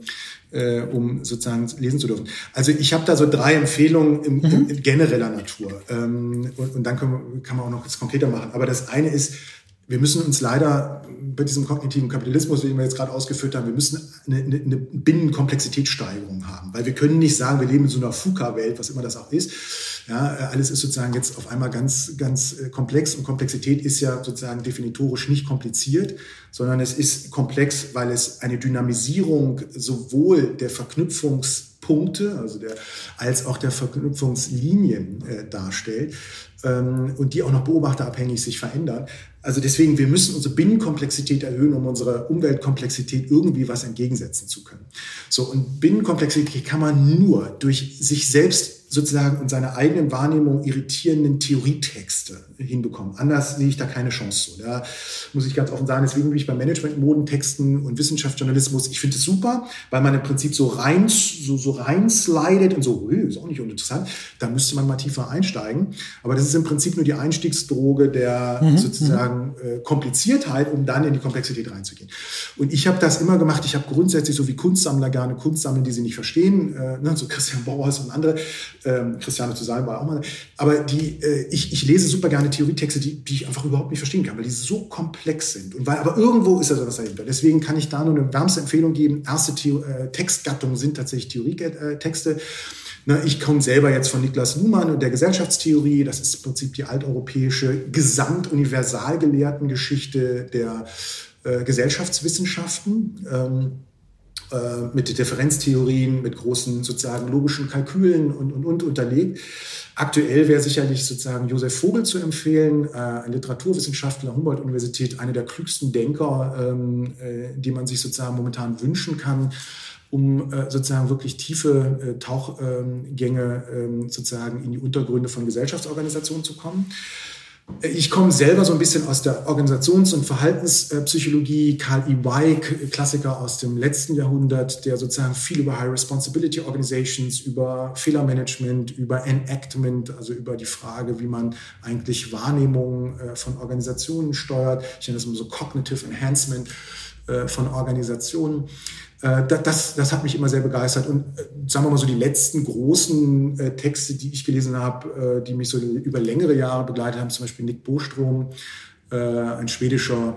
um sozusagen lesen zu dürfen. Also ich habe da so 3 Empfehlungen in genereller Natur. Und dann kann man auch noch das konkreter machen. Aber das eine ist, wir müssen uns leider bei diesem kognitiven Kapitalismus, den wir jetzt gerade ausgeführt haben, wir müssen eine Binnenkomplexitätssteigerung haben. Weil wir können nicht sagen, wir leben in so einer FUKA-Welt, was immer das auch ist. Ja, alles ist sozusagen jetzt auf einmal ganz, ganz komplex. Und Komplexität ist ja sozusagen definitorisch nicht kompliziert, sondern es ist komplex, weil es eine Dynamisierung sowohl der Verknüpfungspunkte, als auch der Verknüpfungslinien darstellt und die auch noch beobachterabhängig sich verändern. Also deswegen, wir müssen unsere Binnenkomplexität erhöhen, um unserer Umweltkomplexität irgendwie was entgegensetzen zu können. So, und Binnenkomplexität kann man nur durch sich selbst sozusagen und seine eigenen Wahrnehmung irritierenden Theorietexte hinbekommen. Anders sehe ich da keine Chance zu. Da muss ich ganz offen sagen, deswegen bin ich bei Management-Modentexten und Wissenschaftsjournalismus, ich finde es super, weil man im Prinzip so reinslidet und so, ist auch nicht uninteressant, da müsste man mal tiefer einsteigen. Aber das ist im Prinzip nur die Einstiegsdroge der sozusagen Kompliziertheit, um dann in die Komplexität reinzugehen. Und ich habe das immer gemacht, ich habe grundsätzlich so wie Kunstsammler gerne Kunst sammeln, die sie nicht verstehen, so Christian Bauhaus und andere, Christiane zu sein war auch mal, aber ich lese super gerne Theorietexte, die ich einfach überhaupt nicht verstehen kann, weil die so komplex sind. Und aber irgendwo ist ja sowas dahinter. Deswegen kann ich da nur eine wärmste Empfehlung geben. Erste Textgattungen sind tatsächlich Theorietexte. Ich komme selber jetzt von Niklas Luhmann und der Gesellschaftstheorie. Das ist im Prinzip die alteuropäische Gesamtuniversalgelehrtengeschichte der Gesellschaftswissenschaften. Mit Differenztheorien, mit großen sozusagen logischen Kalkülen und unterlegt. Aktuell wäre sicherlich sozusagen Josef Vogel zu empfehlen, ein Literaturwissenschaftler, Humboldt-Universität, einer der klügsten Denker, die man sich sozusagen momentan wünschen kann, um sozusagen wirklich tiefe Tauchgänge sozusagen in die Untergründe von Gesellschaftsorganisationen zu kommen. Ich komme selber so ein bisschen aus der Organisations- und Verhaltenspsychologie. Carl E. Weick, Klassiker aus dem letzten Jahrhundert, der sozusagen viel über High Responsibility Organizations, über Fehlermanagement, über Enactment, also über die Frage, wie man eigentlich Wahrnehmungen von Organisationen steuert. Ich nenne das immer so Cognitive Enhancement von Organisationen. Das hat mich immer sehr begeistert. Und sagen wir mal so, die letzten großen Texte, die ich gelesen habe, die mich so über längere Jahre begleitet haben, zum Beispiel Nick Bostrom, ein schwedischer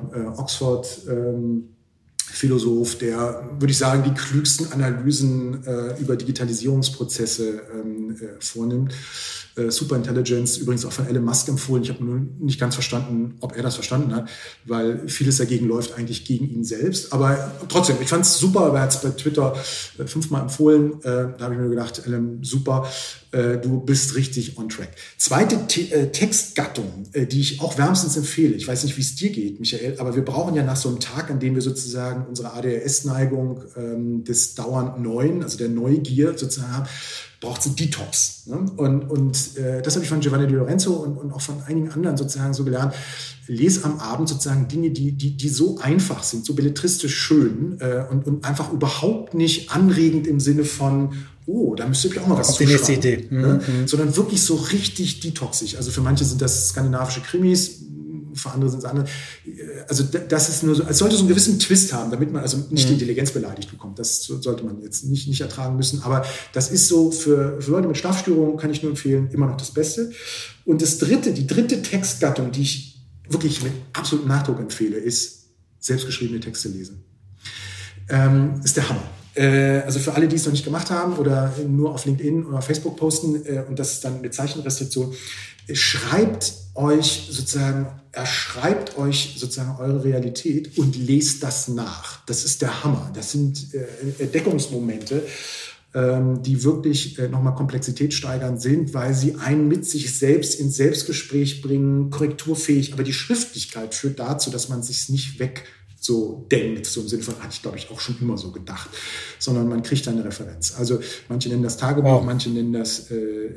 Oxford-Philosoph, der, würde ich sagen, die klügsten Analysen über Digitalisierungsprozesse vornimmt. Superintelligence, übrigens auch von Elon Musk empfohlen. Ich habe nur nicht ganz verstanden, ob er das verstanden hat, weil vieles dagegen läuft eigentlich gegen ihn selbst. Aber trotzdem, ich fand es super, er hat es bei Twitter 5-mal empfohlen. Da habe ich mir gedacht, Elon, super. du bist richtig on track. Zweite Textgattung, die ich auch wärmstens empfehle. Ich weiß nicht, wie es dir geht, Michael, aber wir brauchen ja nach so einem Tag, an dem wir sozusagen unsere ADHS-Neigung des dauernd Neuen, also der Neugier sozusagen haben, braucht es einen Detox. Ne? Und das habe ich von Giovanni Di Lorenzo und auch von einigen anderen sozusagen so gelernt. Lese am Abend sozusagen Dinge, die so einfach sind, so belletristisch schön und einfach überhaupt nicht anregend im Sinne von, oh, da müsste ich auch mal was zuschreiben. Die nächste Idee. Ne? Sondern wirklich so richtig detoxig. Also für manche sind das skandinavische Krimis, für andere sind es andere. Also das ist nur so, es sollte so einen gewissen Twist haben, damit man also nicht die Intelligenz beleidigt bekommt. Das sollte man jetzt nicht ertragen müssen. Aber das ist so für Leute mit Schlafstörungen, kann ich nur empfehlen, immer noch das Beste. Und die dritte Textgattung, die ich wirklich mit absolutem Nachdruck empfehle, ist selbstgeschriebene Texte lesen. Ist der Hammer. Also für alle, die es noch nicht gemacht haben oder nur auf LinkedIn oder Facebook posten und das dann mit Zeichenrestriktion, erschreibt euch sozusagen eure Realität und lest das nach. Das ist der Hammer. Das sind Entdeckungsmomente, die wirklich nochmal Komplexität steigern sind, weil sie einen mit sich selbst ins Selbstgespräch bringen, korrekturfähig, aber die Schriftlichkeit führt dazu, dass man sich nicht weg so denkt, so im Sinne von, hatte ich glaube ich auch schon immer so gedacht, sondern man kriegt eine Referenz. Also manche nennen das Tagebuch, manche nennen das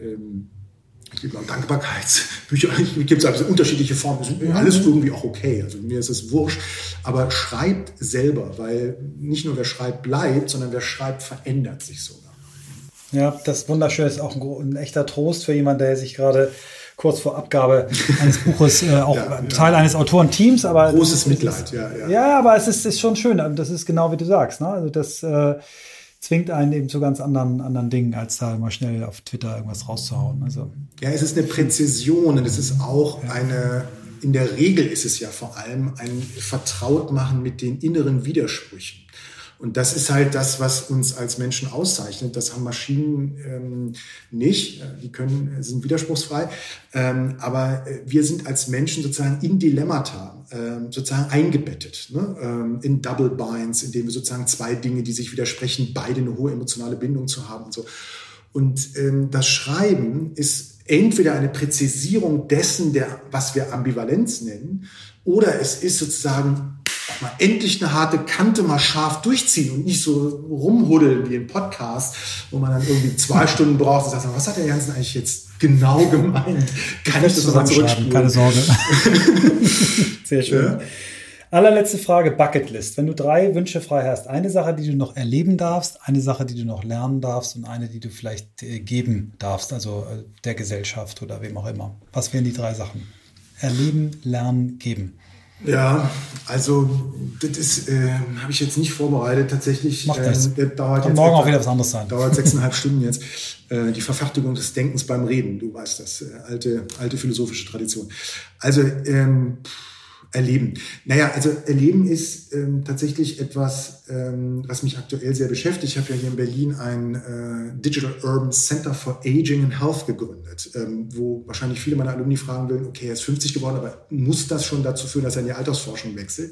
ich gebe auch Dankbarkeitsbücher, gibt es also unterschiedliche Formen, das ist alles irgendwie auch okay, also mir ist es wurscht, aber schreibt selber, weil nicht nur wer schreibt bleibt, sondern wer schreibt verändert sich sogar. Ja, das ist wunderschön, ist auch ein echter Trost für jemanden, der sich gerade kurz vor Abgabe eines Buches Teil eines Autorenteams, aber großes Mitleid, Ja, aber es ist schon schön, das ist genau wie du sagst, ne? Also das zwingt einen eben zu ganz anderen Dingen, als da immer schnell auf Twitter irgendwas rauszuhauen. Also ja, es ist eine Präzision und es ist auch in der Regel ist es ja vor allem ein Vertrautmachen mit den inneren Widersprüchen. Und das ist halt das, was uns als Menschen auszeichnet. Das haben Maschinen nicht. Die sind widerspruchsfrei. Aber wir sind als Menschen sozusagen in Dilemmata sozusagen eingebettet. Ne? In Double Binds, in denen wir sozusagen zwei Dinge, die sich widersprechen, beide eine hohe emotionale Bindung zu haben und so. Und das Schreiben ist entweder eine Präzisierung dessen, was wir Ambivalenz nennen, oder es ist sozusagen auch mal endlich eine harte Kante mal scharf durchziehen und nicht so rumhuddeln wie im Podcast, wo man dann irgendwie 2 Stunden braucht und sagt, was hat der Jansen eigentlich jetzt genau gemeint? Kann ich das nochmal zurückspulen? Keine Sorge. Sehr schön. Ja. Allerletzte Frage, Bucketlist. Wenn du 3 Wünsche frei hast, eine Sache, die du noch erleben darfst, eine Sache, die du noch lernen darfst und eine, die du vielleicht geben darfst, also der Gesellschaft oder wem auch immer. Was wären die 3 Sachen? Erleben, lernen, geben. Ja, also das habe ich jetzt nicht vorbereitet. Tatsächlich dauert jetzt morgen auch wieder was anderes sein. Dauert 6,5 Stunden jetzt. Die Verfertigung des Denkens beim Reden, du weißt das, alte philosophische Tradition. Also Erleben. Naja, also Erleben ist tatsächlich etwas, was mich aktuell sehr beschäftigt. Ich habe ja hier in Berlin ein Digital Urban Center for Aging and Health gegründet, wo wahrscheinlich viele meiner Alumni fragen will, okay, er ist 50 geworden, aber muss das schon dazu führen, dass er in die Altersforschung wechselt?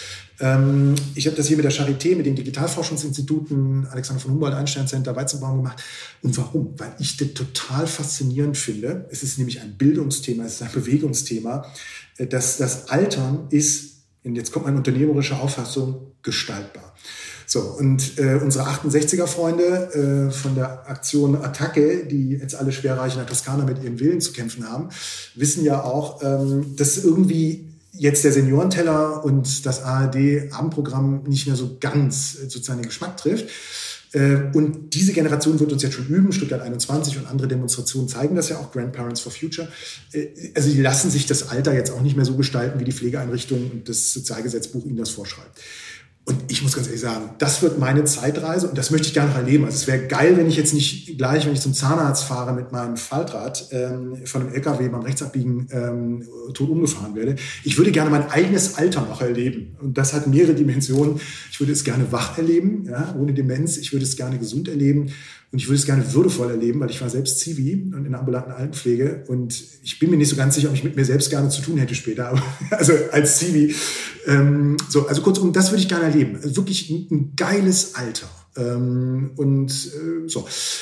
Ich habe das hier mit der Charité, mit den Digitalforschungsinstituten, Alexander von Humboldt, Einstein Center, Weizenbaum gemacht. Und warum? Weil ich das total faszinierend finde. Es ist nämlich ein Bildungsthema, es ist ein Bewegungsthema, dass das Altern ist, und jetzt kommt meine unternehmerische Auffassung, gestaltbar. So, und unsere 68er-Freunde von der Aktion Attacke, die jetzt alle Schwerreiche in der Toskana mit ihren Willen zu kämpfen haben, wissen ja auch, dass irgendwie jetzt der Seniorenteller und das ARD-Abendprogramm nicht mehr so ganz sozusagen den Geschmack trifft. Und diese Generation wird uns jetzt schon üben, Stuttgart 21 und andere Demonstrationen zeigen das ja auch, Grandparents for Future. Also die lassen sich das Alter jetzt auch nicht mehr so gestalten, wie die Pflegeeinrichtungen und das Sozialgesetzbuch ihnen das vorschreibt. Und ich muss ganz ehrlich sagen, das wird meine Zeitreise und das möchte ich gerne noch erleben. Also es wäre geil, wenn ich jetzt nicht gleich, wenn ich zum Zahnarzt fahre mit meinem Faltrad, von einem LKW beim Rechtsabbiegen tot umgefahren werde. Ich würde gerne mein eigenes Alter noch erleben. Und das hat mehrere Dimensionen. Ich würde es gerne wach erleben, ja, ohne Demenz. Ich würde es gerne gesund erleben. Und ich würde es gerne würdevoll erleben, weil ich war selbst Zivi und in der ambulanten Altenpflege. Und ich bin mir nicht so ganz sicher, ob ich mit mir selbst gerne zu tun hätte später. Aber, also als Zivi. Also kurzum, das würde ich gerne erleben. Also wirklich ein geiles Alter.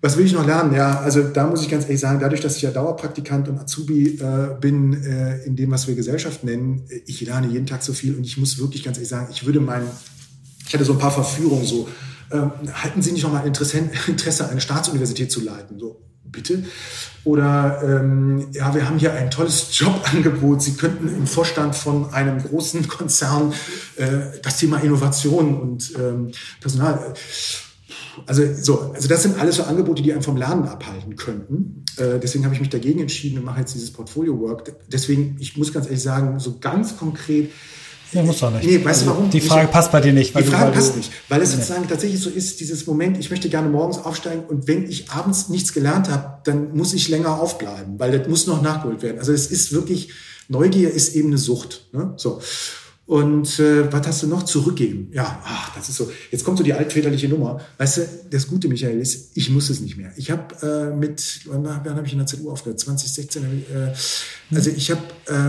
Was will ich noch lernen? Ja, also da muss ich ganz ehrlich sagen, dadurch, dass ich ja Dauerpraktikant und Azubi bin in dem, was wir Gesellschaft nennen, ich lerne jeden Tag so viel und ich muss wirklich ganz ehrlich sagen, ich hatte so ein paar Verführungen so, halten Sie nicht nochmal Interesse, eine Staatsuniversität zu leiten? So, bitte? Oder ja, wir haben hier ein tolles Jobangebot. Sie könnten im Vorstand von einem großen Konzern das Thema Innovation und Personal. Also das sind alles so Angebote, die einen vom Lernen abhalten könnten. Deswegen habe ich mich dagegen entschieden und mache jetzt dieses Portfolio-Work. Deswegen, ich muss ganz ehrlich sagen, so ganz konkret. Nee, muss doch nicht. Nee, weißt du warum? Die Frage passt bei dir nicht. Die Frage passt nicht, weil es sozusagen tatsächlich so ist, dieses Moment, ich möchte gerne morgens aufsteigen und wenn ich abends nichts gelernt habe, dann muss ich länger aufbleiben, weil das muss noch nachgeholt werden. Also es ist wirklich, Neugier ist eben eine Sucht. Ne? So. Und was hast du noch? Zurückgeben. Ja, das ist so. Jetzt kommt so die altväterliche Nummer. Weißt du, das Gute, Michael, ist, ich muss es nicht mehr. Ich habe wann habe ich in der ZU aufgehört? 2016. Also ich habe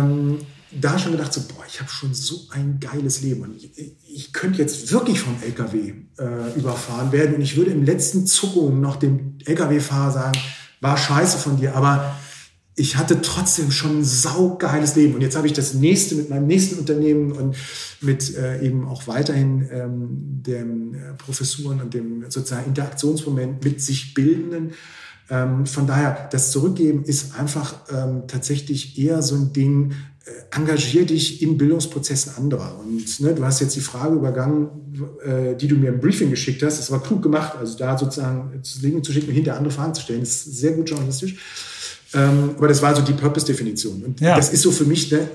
da schon gedacht, so, ich habe schon so ein geiles Leben. Und ich könnte jetzt wirklich vom LKW überfahren werden. Und ich würde im letzten Zuckung noch dem LKW-Fahrer sagen, war scheiße von dir, aber ich hatte trotzdem schon ein saugeiles Leben. Und jetzt habe ich das nächste mit meinem nächsten Unternehmen und mit eben auch weiterhin den Professuren und dem sozusagen Interaktionsmoment mit sich Bildenden. Von daher, das Zurückgeben ist einfach tatsächlich eher so ein Ding, engagier dich in Bildungsprozessen anderer. Und du hast jetzt die Frage übergangen, die du mir im Briefing geschickt hast. Das war klug gemacht, also da sozusagen Dinge zu schicken und hinter andere Fragen zu stellen. Das ist sehr gut journalistisch. Aber das war so die Purpose-Definition. Und das ist so für mich, ne,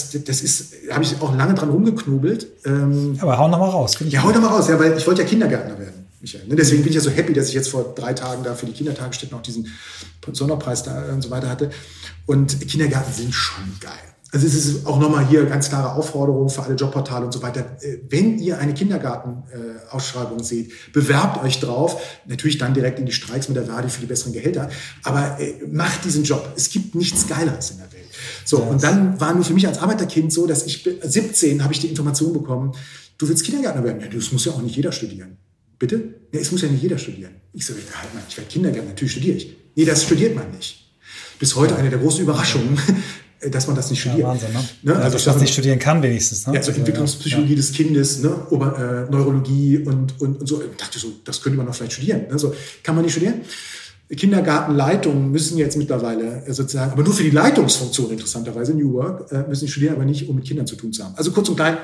habe ich auch lange dran rumgeknobelt. Aber hau noch mal raus. Hau noch mal raus, ja, weil ich wollte ja Kindergärtner werden, Michael. Ne? Deswegen bin ich ja so happy, dass ich jetzt vor 3 Tagen da für die Kindertagesstätten auch diesen Sonderpreis da und so weiter hatte. Und Kindergärten sind schon geil. Also es ist auch nochmal hier ganz klare Aufforderung für alle Jobportale und so weiter. Wenn ihr eine Kindergartenausschreibung seht, bewerbt euch drauf. Natürlich dann direkt in die Streiks mit der Verdi für die besseren Gehälter. Aber macht diesen Job. Es gibt nichts Geileres in der Welt. So, und dann war nur für mich als Arbeiterkind so, dass ich 17 habe ich die Information bekommen, du willst Kindergärtner werden. Ja, das muss ja auch nicht jeder studieren. Bitte? Ja, es muss ja nicht jeder studieren. Ich so, halt mal, ich werde Kindergärtner, natürlich studiere ich. Nee, das studiert man nicht. Bis heute eine der großen Überraschungen, dass man das nicht studiert. Ja, Wahnsinn, ne? Also dass man das nicht studieren kann wenigstens. Ne? Ja, also Entwicklungspsychologie des Kindes, ne? Neurologie und so. Ich dachte so, das könnte man doch vielleicht studieren. Ne? So, kann man nicht studieren? Kindergartenleitungen müssen jetzt mittlerweile sozusagen, aber nur für die Leitungsfunktion interessanterweise, New Work, müssen studieren, aber nicht, um mit Kindern zu tun zu haben. Also kurz und klein,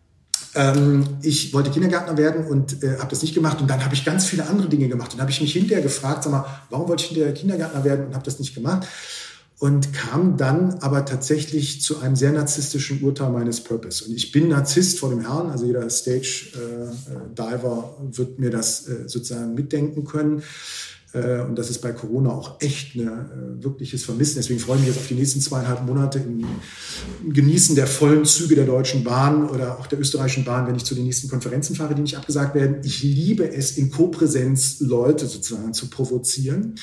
ich wollte Kindergärtner werden und habe das nicht gemacht. Und dann habe ich ganz viele andere Dinge gemacht. Und habe ich mich hinterher gefragt, sag mal, warum wollte ich hinterher Kindergärtner werden und habe das nicht gemacht? Und kam dann aber tatsächlich zu einem sehr narzisstischen Urteil meines Purpose. Und ich bin Narzisst vor dem Herrn, also jeder Stage-Diver wird mir das sozusagen mitdenken können. Und das ist bei Corona auch echt ein wirkliches Vermissen. Deswegen freue ich mich jetzt auf die nächsten 2,5 Monate im Genießen der vollen Züge der Deutschen Bahn oder auch der österreichischen Bahn, wenn ich zu den nächsten Konferenzen fahre, die nicht abgesagt werden. Ich liebe es, in Kopräsenz Leute sozusagen zu provozieren.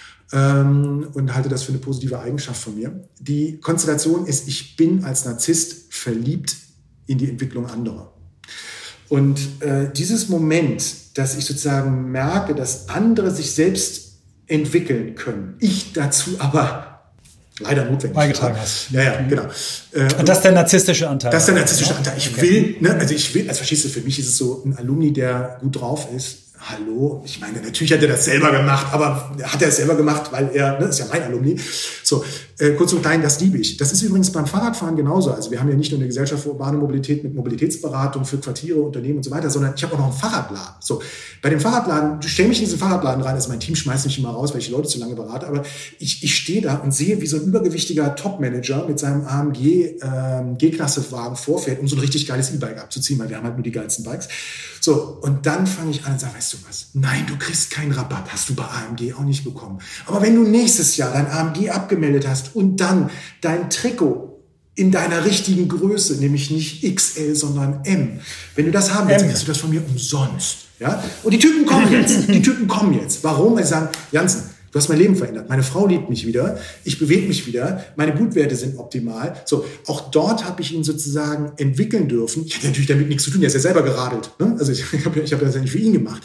Und halte das für eine positive Eigenschaft von mir. Die Konstellation ist, ich bin als Narzisst verliebt in die Entwicklung anderer. Und dieses Moment, dass ich sozusagen merke, dass andere sich selbst entwickeln können, ich dazu aber leider notwendig beigetragen hast. Ja, genau. Und das ist der narzisstische Anteil. Das ist der narzisstische Anteil. Ich will, also verstehst du, für mich ist es so ein Alumni, der gut drauf ist. Hallo, ich meine, natürlich hat er das selber gemacht, aber hat er es selber gemacht, weil er, ist ja mein Alumni. So, kurz und klein, das liebe ich. Das ist übrigens beim Fahrradfahren genauso. Also wir haben ja nicht nur eine Gesellschaft für urbane Mobilität mit Mobilitätsberatung für Quartiere, Unternehmen und so weiter, sondern ich habe auch noch einen Fahrradladen. So, bei dem Fahrradladen, du stell mich in diesen Fahrradladen rein, also mein Team schmeißt mich immer raus, weil ich die Leute zu lange berate, aber ich stehe da und sehe, wie so ein übergewichtiger Topmanager mit seinem AMG G-Klasse-Wagen vorfährt, um so ein richtig geiles E-Bike abzuziehen, weil wir haben halt nur die geilsten Bikes. So, und dann fange ich an und sage, weißt du was? Nein, du kriegst keinen Rabatt, hast du bei AMG auch nicht bekommen. Aber wenn du nächstes Jahr dein AMG abgemeldet hast und dann dein Trikot in deiner richtigen Größe, nämlich nicht XL, sondern M, wenn du das haben willst, kriegst du das von mir umsonst. Ja? Und die Typen kommen jetzt. Warum? Weil sie sagen, Jansen, du hast mein Leben verändert. Meine Frau liebt mich wieder. Ich bewege mich wieder. Meine Blutwerte sind optimal. So, auch dort habe ich ihn sozusagen entwickeln dürfen. Ich hatte natürlich damit nichts zu tun. Er ist ja selber geradelt. Ne? Also ich habe das ja nicht für ihn gemacht.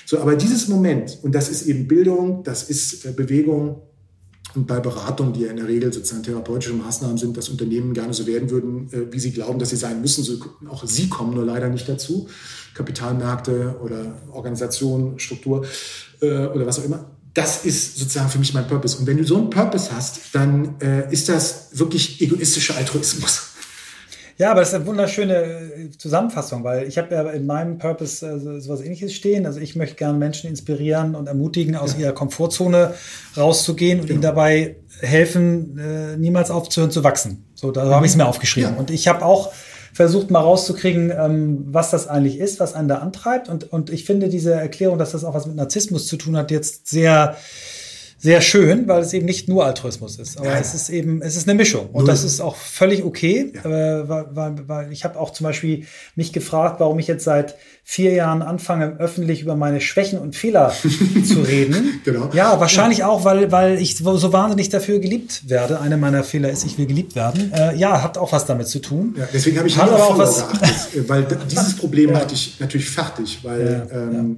So, aber dieses Moment, und das ist eben Bildung, das ist Bewegung, und bei Beratung, die ja in der Regel sozusagen therapeutische Maßnahmen sind, dass Unternehmen gerne so werden würden, wie sie glauben, dass sie sein müssen. So, auch sie kommen nur leider nicht dazu. Kapitalmärkte oder Organisation, Struktur oder was auch immer. Das ist sozusagen für mich mein Purpose. Und wenn du so einen Purpose hast, dann ist das wirklich egoistischer Altruismus. Ja, aber das ist eine wunderschöne Zusammenfassung, weil ich habe ja in meinem Purpose sowas Ähnliches stehen. Also ich möchte gerne Menschen inspirieren und ermutigen, aus ihrer Komfortzone rauszugehen und ihnen dabei helfen, niemals aufzuhören zu wachsen. So, da habe ich es mir aufgeschrieben. Ja. Und ich habe auch versucht mal rauszukriegen, was das eigentlich ist, was einen da antreibt. Und ich finde diese Erklärung, dass das auch was mit Narzissmus zu tun hat, jetzt sehr, sehr schön, weil es eben nicht nur Altruismus ist. Aber es ist eine Mischung. Und das ist auch völlig okay. Ja. Weil ich habe auch zum Beispiel mich gefragt, warum ich jetzt seit 4 Jahren anfange, öffentlich über meine Schwächen und Fehler zu reden. Genau. Ja, wahrscheinlich auch, weil ich so wahnsinnig dafür geliebt werde. Eine meiner Fehler ist, ich will geliebt werden. Hat auch was damit zu tun. Ja, deswegen habe ich aber auch was geachtet, weil dieses Problem macht dich natürlich fertig, weil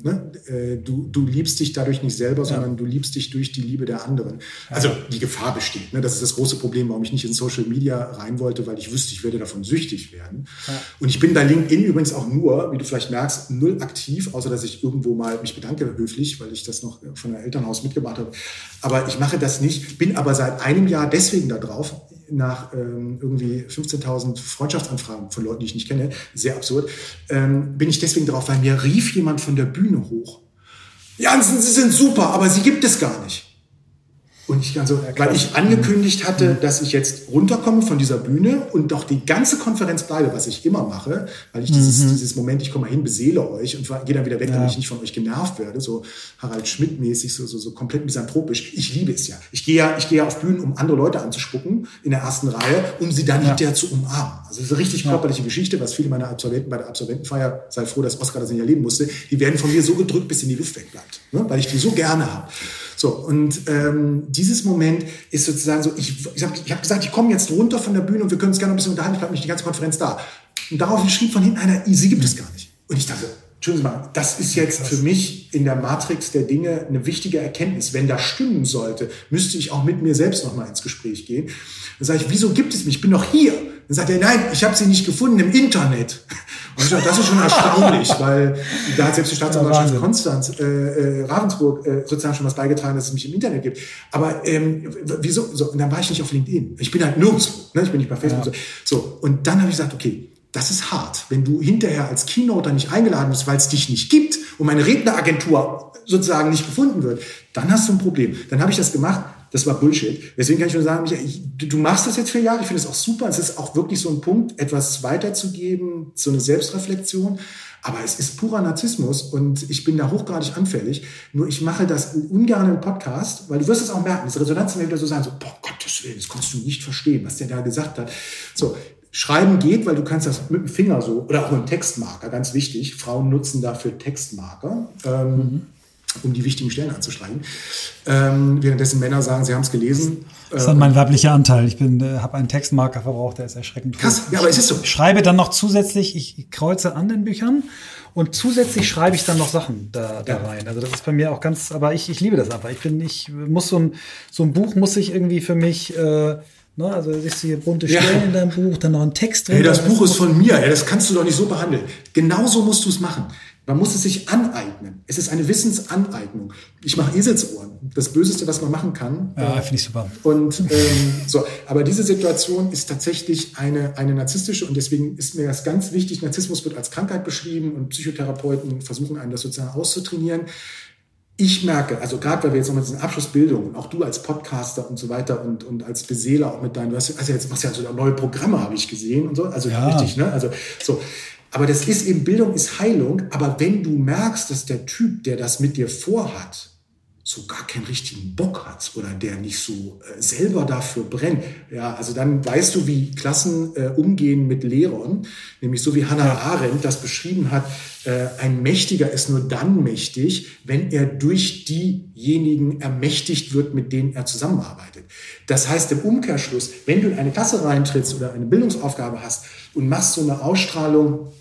du liebst dich dadurch nicht selber, sondern du liebst dich durch die Liebe der anderen. Also die Gefahr besteht. Ne? Das ist das große Problem, warum ich nicht in Social Media rein wollte, weil ich wüsste, ich werde davon süchtig werden. Ja. Und ich bin bei LinkedIn übrigens auch nur, wie du vielleicht merkst, null aktiv, außer dass ich irgendwo mal mich bedanke höflich, weil ich das noch von der Elternhaus mitgebracht habe. Aber ich mache das nicht, bin aber seit einem Jahr deswegen da drauf, nach irgendwie 15.000 Freundschaftsanfragen von Leuten, die ich nicht kenne, sehr absurd, bin ich deswegen drauf, weil mir rief jemand von der Bühne hoch. Jansen, Sie sind super, aber Sie gibt es gar nicht. Und weil ich angekündigt hatte, dass ich jetzt runterkomme von dieser Bühne und doch die ganze Konferenz bleibe, was ich immer mache, weil ich dieses Moment, ich komme mal hin, beseele euch und gehe dann wieder weg, damit ich nicht von euch genervt werde, so Harald Schmidt-mäßig, so komplett misanthropisch. Ich liebe es ja. Ich gehe ja auf Bühnen, um andere Leute anzuspucken in der ersten Reihe, um sie dann hinterher zu umarmen. Also das ist eine richtig körperliche Geschichte, was viele meiner Absolventen bei der Absolventenfeier, sei froh, dass Oskar das nicht erleben musste, die werden von mir so gedrückt, bis in die Luft wegbleibt, ne? Weil ich die so gerne habe. So, und dieses Moment ist sozusagen so, ich hab gesagt, ich komme jetzt runter von der Bühne und wir können uns gerne ein bisschen unterhalten, ich bleibe nicht die ganze Konferenz da. Und daraufhin schrieb von hinten einer, sie gibt es gar nicht. Und ich dachte, Entschuldigen Sie mal, das ist jetzt für mich in der Matrix der Dinge eine wichtige Erkenntnis. Wenn das stimmen sollte, müsste ich auch mit mir selbst nochmal ins Gespräch gehen. Dann sage ich, wieso gibt es mich? Ich bin doch hier. Dann sagt er, nein, ich habe sie nicht gefunden im Internet. Und ich sage, das ist schon erstaunlich, weil da hat selbst die Staatsanwaltschaft Konstanz, Ravensburg sozusagen schon was beigetragen, dass es mich im Internet gibt. Aber wieso? So, und dann war ich nicht auf LinkedIn. Ich bin halt nirgendwo. Ne? Ich bin nicht bei Facebook. Ja. So, und dann habe ich gesagt, okay, das ist hart. Wenn du hinterher als Keynoter nicht eingeladen bist, weil es dich nicht gibt und meine Redneragentur sozusagen nicht gefunden wird, dann hast du ein Problem. Dann habe ich das gemacht. Das war Bullshit. Deswegen kann ich nur sagen, du machst das jetzt 4 Jahre. Ich finde es auch super. Es ist auch wirklich so ein Punkt, etwas weiterzugeben, so eine Selbstreflexion. Aber es ist purer Narzissmus und ich bin da hochgradig anfällig. Nur ich mache das ungern im Podcast, weil du wirst es auch merken. Diese Resonanzen werden wieder so sein, so, boah, Gottes Willen, das konntest du nicht verstehen, was der da gesagt hat. So. Schreiben geht, weil du kannst das mit dem Finger so, oder auch mit dem Textmarker, ganz wichtig. Frauen nutzen dafür Textmarker, um die wichtigen Stellen anzustreichen. Währenddessen Männer sagen, sie haben es gelesen. Das ist dann mein weiblicher Anteil. Ich habe einen Textmarker verbraucht, der ist erschreckend hoch. Krass, ja, aber es ist so. Ich schreibe dann noch zusätzlich, ich kreuze an den Büchern und zusätzlich schreibe ich dann noch Sachen da rein. Also das ist bei mir auch ganz, aber ich liebe das einfach. Ich muss so ein Buch muss ich irgendwie für mich, also siehst du hier bunte Stellen in deinem Buch, dann noch ein Text drin. Hey, das Buch ist von mir, das kannst du doch nicht so behandeln. Genauso musst du es machen. Man muss es sich aneignen. Es ist eine Wissensaneignung. Ich mache Eselsohren. Das Böseste, was man machen kann. Ja, finde ich super. Und aber diese Situation ist tatsächlich eine narzisstische und deswegen ist mir das ganz wichtig. Narzissmus wird als Krankheit beschrieben und Psychotherapeuten versuchen einen das sozusagen auszutrainieren. Ich merke, also gerade weil wir jetzt noch mit diesen Abschlussbildungen und auch du als Podcaster und so weiter und als Beseeler auch mit deinen, jetzt machst du ja so neue Programme, habe ich gesehen und so, also richtig, ne? Also so. Aber das ist eben, Bildung ist Heilung, aber wenn du merkst, dass der Typ, der das mit dir vorhat, so gar keinen richtigen Bock hat oder der nicht so selber dafür brennt, ja, also dann weißt du, wie Klassen umgehen mit Lehrern, nämlich so wie Hannah Arendt das beschrieben hat, ein Mächtiger ist nur dann mächtig, wenn er durch diejenigen ermächtigt wird, mit denen er zusammenarbeitet. Das heißt im Umkehrschluss, wenn du in eine Klasse reintrittst oder eine Bildungsaufgabe hast und machst so eine Ausstrahlung,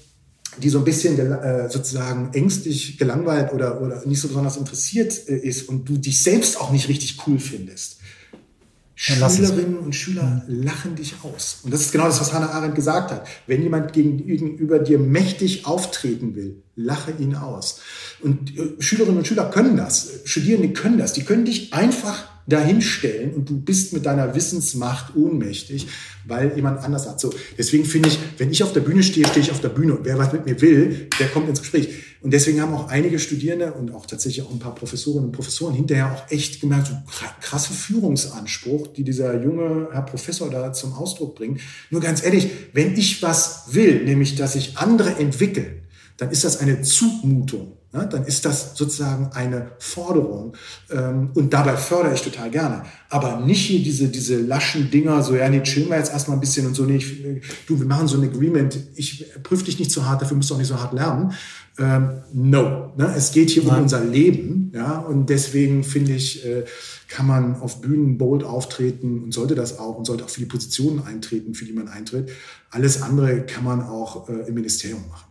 die so ein bisschen sozusagen ängstlich, gelangweilt oder nicht so besonders interessiert ist und du dich selbst auch nicht richtig cool findest, Schülerinnen und Schüler lachen dich aus. Und das ist genau das, was Hannah Arendt gesagt hat. Wenn jemand gegenüber dir mächtig auftreten will, lache ihn aus. Und Schülerinnen und Schüler können das. Studierende können das. Die können dich einfach dahinstellen und du bist mit deiner Wissensmacht ohnmächtig, weil jemand anders hat. So, deswegen finde ich, wenn ich auf der Bühne stehe, stehe ich auf der Bühne und wer was mit mir will, der kommt ins Gespräch. Und deswegen haben auch einige Studierende und auch tatsächlich auch ein paar Professorinnen und Professoren hinterher auch echt gemerkt, so krasse Führungsanspruch, die dieser junge Herr Professor da zum Ausdruck bringt. Nur ganz ehrlich, wenn ich was will, nämlich, dass sich andere entwickeln, dann ist das eine Zumutung. Ja, dann ist das sozusagen eine Forderung und dabei fördere ich total gerne. Aber nicht hier diese laschen Dinger, so ja, nee, chillen wir jetzt erstmal ein bisschen und so, nee, wir machen so ein Agreement, ich prüfe dich nicht zu hart, dafür musst du auch nicht so hart lernen. No, ne? Es geht hier um unser Leben, ja, und deswegen finde ich, kann man auf Bühnen bold auftreten und sollte das auch und sollte auch für die Positionen eintreten, für die man eintritt. Alles andere kann man auch im Ministerium machen.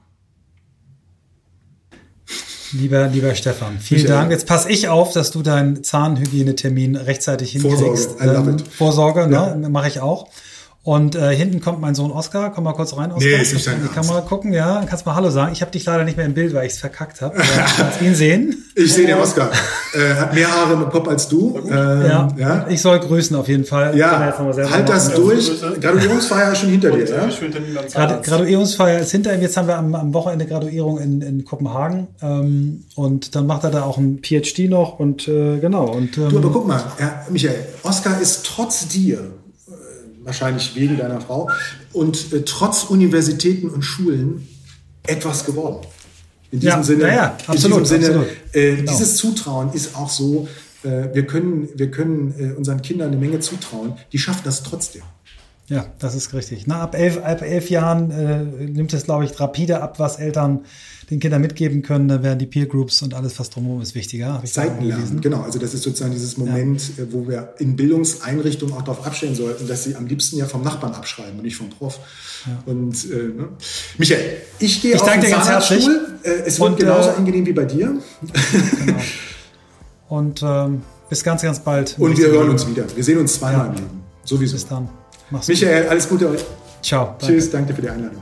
Lieber Stefan, vielen Dank. Jetzt passe ich auf, dass du deinen Zahnhygienetermin rechtzeitig hinkriegst. Vorsorge, I love it. Vorsorge, ja. Ne, mache ich auch. Und hinten kommt mein Sohn Oskar. Komm mal kurz rein, Oskar. Nee, ist nicht in die Kamera gucken, ja. Kannst mal Hallo sagen. Ich habe dich leider nicht mehr im Bild, weil ich es verkackt habe. Kannst ihn sehen. Ich sehe den Oskar. Hat mehr Haare im Kopf als du. Ja. Ich soll grüßen auf jeden Fall. Ja, halt das durch. Graduierungsfeier ist schon hinter dir. Ja? Graduierungsfeier ist hinter ihm. Jetzt haben wir am Wochenende Graduierung in Kopenhagen. Und dann macht er da auch ein PhD noch. Und genau. Und, du, aber guck mal, Michael, Oskar ist trotz dir, wahrscheinlich wegen deiner Frau, und trotz Universitäten und Schulen etwas geworden. In diesem Sinne, absolut. Genau. Dieses Zutrauen ist auch so, wir können unseren Kindern eine Menge zutrauen, die schaffen das trotzdem. Ja, das ist richtig. Ab 11 Jahren nimmt es, glaube ich, rapide ab, was Eltern den Kindern mitgeben können. Da werden die Peer Groups und alles, was drumherum ist, wichtiger. Seitenlernen, genau. Also das ist sozusagen dieses Moment, wo wir in Bildungseinrichtungen auch darauf abstellen sollten, dass sie am liebsten ja vom Nachbarn abschreiben und nicht vom Prof. Ja. Und Michael, ich gehe auf den Zahnarztstuhl. Es wird genauso angenehm wie bei dir. Genau. Und bis ganz, ganz bald. Und wir hören uns wieder. Wir sehen uns zweimal im Leben. Sowieso. Bis dann. Mach's Michael, gut. Alles Gute euch. Ciao. Tschüss, danke für die Einladung.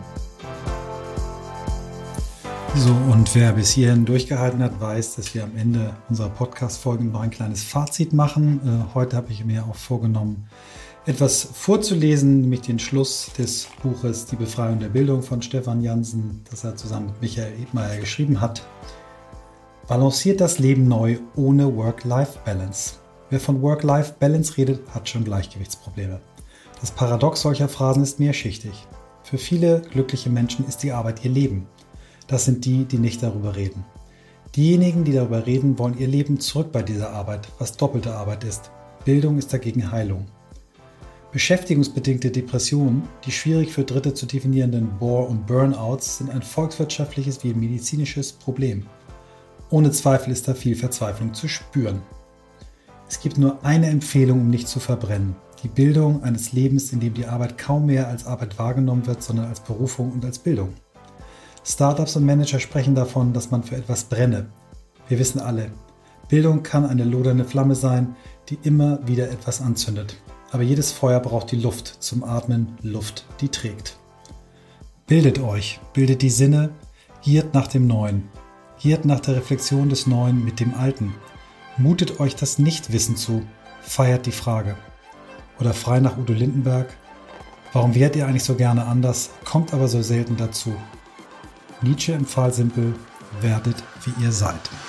So, und wer bis hierhin durchgehalten hat, weiß, dass wir am Ende unserer Podcast-Folgen noch ein kleines Fazit machen. Heute habe ich mir auch vorgenommen, etwas vorzulesen, nämlich den Schluss des Buches Die Befreiung der Bildung von Stefan Jansen, das er zusammen mit Michael Ebmeier geschrieben hat. Balanciert das Leben neu ohne Work-Life-Balance. Wer von Work-Life-Balance redet, hat schon Gleichgewichtsprobleme. Das Paradox solcher Phrasen ist mehrschichtig. Für viele glückliche Menschen ist die Arbeit ihr Leben. Das sind die nicht darüber reden. Diejenigen, die darüber reden, wollen ihr Leben zurück bei dieser Arbeit, was doppelte Arbeit ist. Bildung ist dagegen Heilung. Beschäftigungsbedingte Depressionen, die schwierig für Dritte zu definierenden Bore- und Burnouts, sind ein volkswirtschaftliches wie medizinisches Problem. Ohne Zweifel ist da viel Verzweiflung zu spüren. Es gibt nur eine Empfehlung, um nicht zu verbrennen. Die Bildung eines Lebens, in dem die Arbeit kaum mehr als Arbeit wahrgenommen wird, sondern als Berufung und als Bildung. Startups und Manager sprechen davon, dass man für etwas brenne. Wir wissen alle, Bildung kann eine lodernde Flamme sein, die immer wieder etwas anzündet. Aber jedes Feuer braucht die Luft zum Atmen, Luft, die trägt. Bildet euch, bildet die Sinne, giert nach dem Neuen, giert nach der Reflexion des Neuen mit dem Alten. Mutet euch das Nichtwissen zu, feiert die Frage. Oder frei nach Udo Lindenberg, warum wärt ihr eigentlich so gerne anders, kommt aber so selten dazu. Nietzsche empfahl simpel, werdet wie ihr seid.